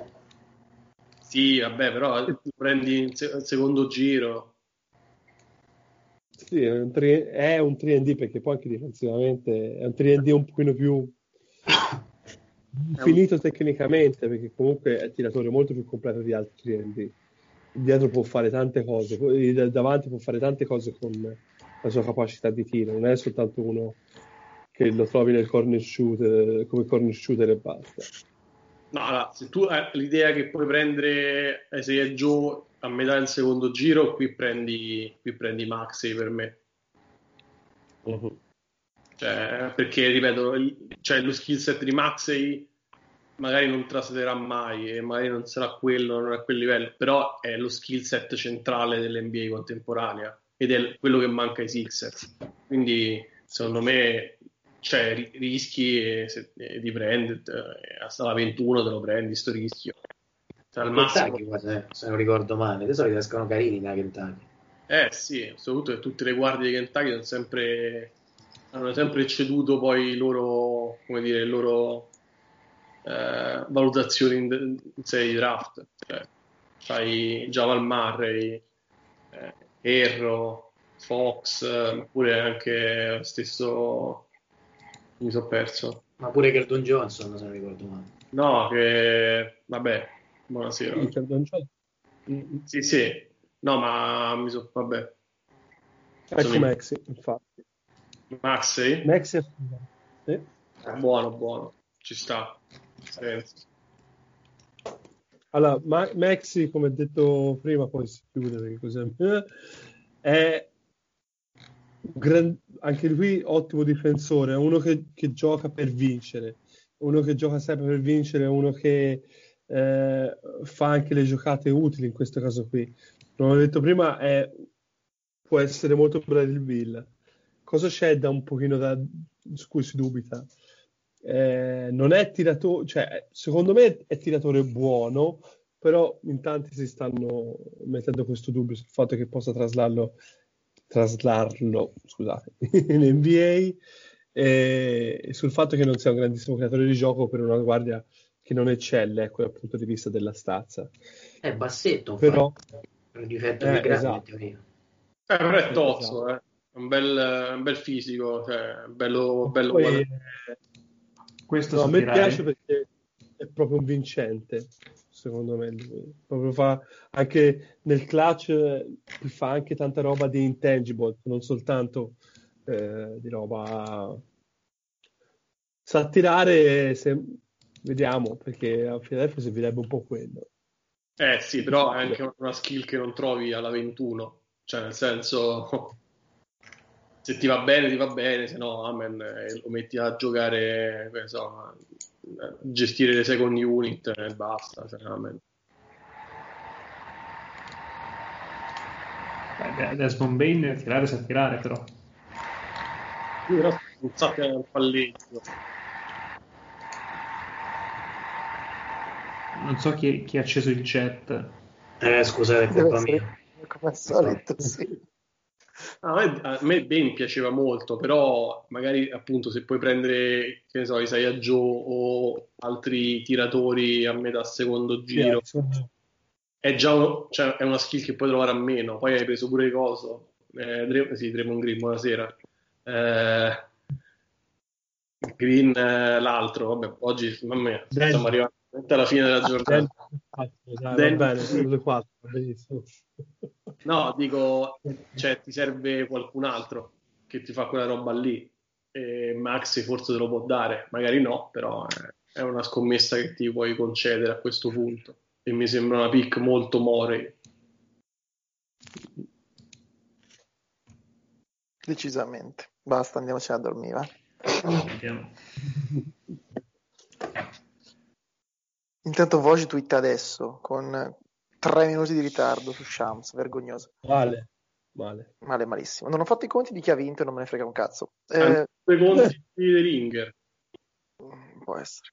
Sì, vabbè, però lo prendi in se- secondo giro.
Sì, è un, tre, è un tre and D perché poi anche difensivamente è un tre and D un pochino più finito tecnicamente, perché comunque è un tiratore molto più completo di altri tre and D. Dietro può fare tante cose, poi davanti può fare tante cose con la sua capacità di tiro, non è soltanto uno che lo trovi nel corner shooter, come corner shooter e basta.
No, allora, se tu hai l'idea che puoi prendere Isaiah Joe a metà del secondo giro, qui prendi, qui prendi Maxey per me.
Uh-huh.
Cioè, perché, ripeto, il, cioè, lo skill set di Maxey magari non traslerà mai e magari non sarà quello, non è a quel livello, però è lo skill set centrale dell'N B A contemporanea ed è quello che manca ai Sixers. Quindi, secondo me, cioè, rischi e, se, e di prendere alla ventuno te lo prendi sto rischio. Cioè, al
Kentucky,
massimo,
guarda, se non ricordo male, di solito escono carini da Kentucky.
eh sì, soprattutto che tutte le guardie di Kentucky sono sempre, hanno sempre ecceduto poi i loro, come dire, le loro eh, valutazioni in, in serie di draft. Cioè, c'hai Jamal Murray, eh, Herro, Fox, eh, oppure anche lo stesso, mi sono perso.
Ma pure Keldon Johnson, se non ricordo male.
No, che vabbè, buonasera.
Sì,
Sì, sì, no, ma mi so, vabbè.
ecco
Sono
Maxi, infatti.
Maxey?
Maxi è... eh?
Buono, buono, ci sta. Senso.
Allora, Ma- Maxi, come detto prima, poi si chiude perché così è gran... anche lui ottimo difensore, è uno che, che gioca per vincere, uno che gioca sempre per vincere, uno che eh, fa anche le giocate utili in questo caso qui. Come ho detto prima, è... può essere molto bravo il Villa. Cosa c'è da un pochino da... su cui si dubita? Eh, non è tiratore, cioè, secondo me è tiratore buono, però in tanti si stanno mettendo questo dubbio sul fatto che possa traslarlo, traslarlo scusate, in N B A e sul fatto che non sia un grandissimo creatore di gioco per una guardia che non eccelle, ecco, dal punto di vista della stazza.
È bassetto,
però
è un difetto
eh,
più grande,
esatto.
in teoria.
Eh, però è tozzo,
Esatto.
eh. Un bel, un bel fisico, cioè, bello, bello
Poi,
quadrato.
Questo
no, a
sa
me
tirare.
piace perché è proprio un vincente, secondo me. Lui. Proprio fa anche nel clutch, eh, fa anche tanta roba di intangible, non soltanto eh, di roba. Sa tirare, se... vediamo, perché a Philadelphia servirebbe un po' quello.
Eh sì, però è anche una skill che non trovi alla ventuno, cioè nel senso se ti va bene ti va bene, se no amen, eh, lo metti a giocare, che ne so, a gestire le second unit e basta, cioè, amen.
Beh, Desmond Bane a tirare sa tirare però.
Io però non sappia il palleggio.
Non so chi, chi ha acceso il jet.
Eh, scusate, è
Deve
colpa
essere
mia.
come al solito, sì.
A me, a me Ben piaceva molto, però magari appunto se puoi prendere, che ne so, Isaiah Joe o altri tiratori a metà secondo giro, è già un- cioè, è una skill che puoi trovare a meno. Poi hai preso pure coso, eh, Dre- sì, Draymond Green, buonasera. Eh, Green, eh, l'altro, vabbè, oggi mamma mia,
Dan-
stiamo arrivando alla fine della giornata.
Dai, va
Dan-
bene, sono le quattro, benissimo.
No, dico, cioè ti serve qualcun altro che ti fa quella roba lì. E Maxi forse te lo può dare, magari no, però è una scommessa che ti puoi concedere a questo punto. E mi sembra una pick molto Morey.
Decisamente. Basta, andiamoci a dormire. va?
Vediamo.
Intanto Voci twitta adesso con tre minuti di ritardo su Shams, vergognoso.
Male, male.
Male, malissimo. Non ho fatto i conti di chi ha vinto e non me ne frega un cazzo. Eh,
Anche due conti di The Ringer.
può essere.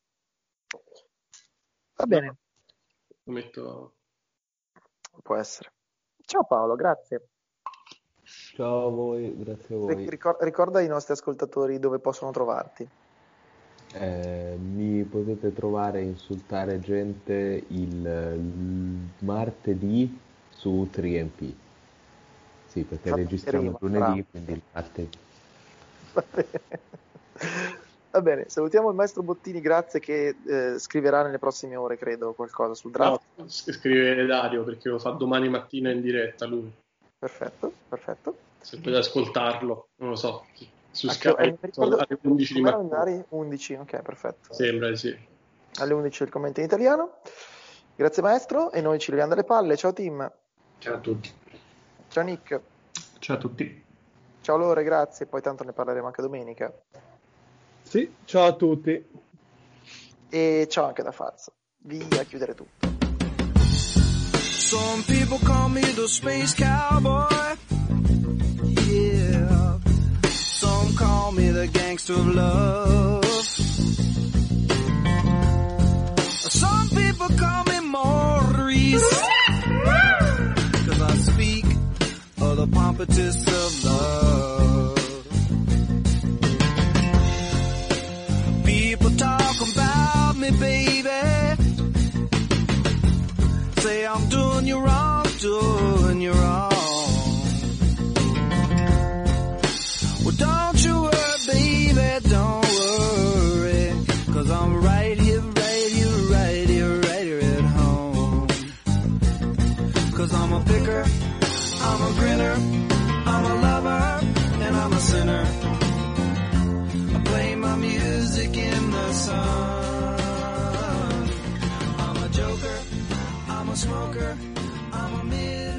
Va bene,
Lo metto...
può essere. Ciao Paolo, grazie.
Ciao a voi, grazie a voi.
Ricor- ricorda ai nostri ascoltatori dove possono trovarti.
Eh, mi potete trovare e insultare gente il, il martedì su tre M P. Sì, perché
Fatto
registriamo
prima,
lunedì,
bravo.
quindi il martedì.
Va bene. Va bene, salutiamo il maestro Bottini, grazie, che eh, scriverà nelle prossime ore, credo, qualcosa sul draft.
No, scrive Dario perché lo fa domani mattina in diretta lui.
Perfetto, perfetto.
Se potete ascoltarlo, non lo so. Su
A che-
Sky
eh, mi ricordo-
alle undici di
com'erano
mattina.
orari? undici, ok, perfetto.
Sembra di sì.
Alle undici il commento in italiano. Grazie maestro, e noi ci leviamo dalle palle. Ciao team.
Ciao a tutti.
Ciao Nick.
Ciao a tutti.
Ciao Lore, grazie, poi tanto ne parleremo anche domenica.
Sì, ciao a tutti.
E ciao anche da Fazio. Via a chiudere tutto.
Some people call me the space cowboy. Yeah. Some call me the gangster of love. Some people call me Maurice. Cause I speak of the pompatus of love. People talk about me, baby. Say I'm doing you wrong, doing you wrong. Well, don't you worry, baby, don't worry. Cause I'm right here, right here, right here, right here at home. Cause I'm a picker, I'm a grinner, I'm a lover, and I'm a sinner. I play my music in a smoker, I'm a miserable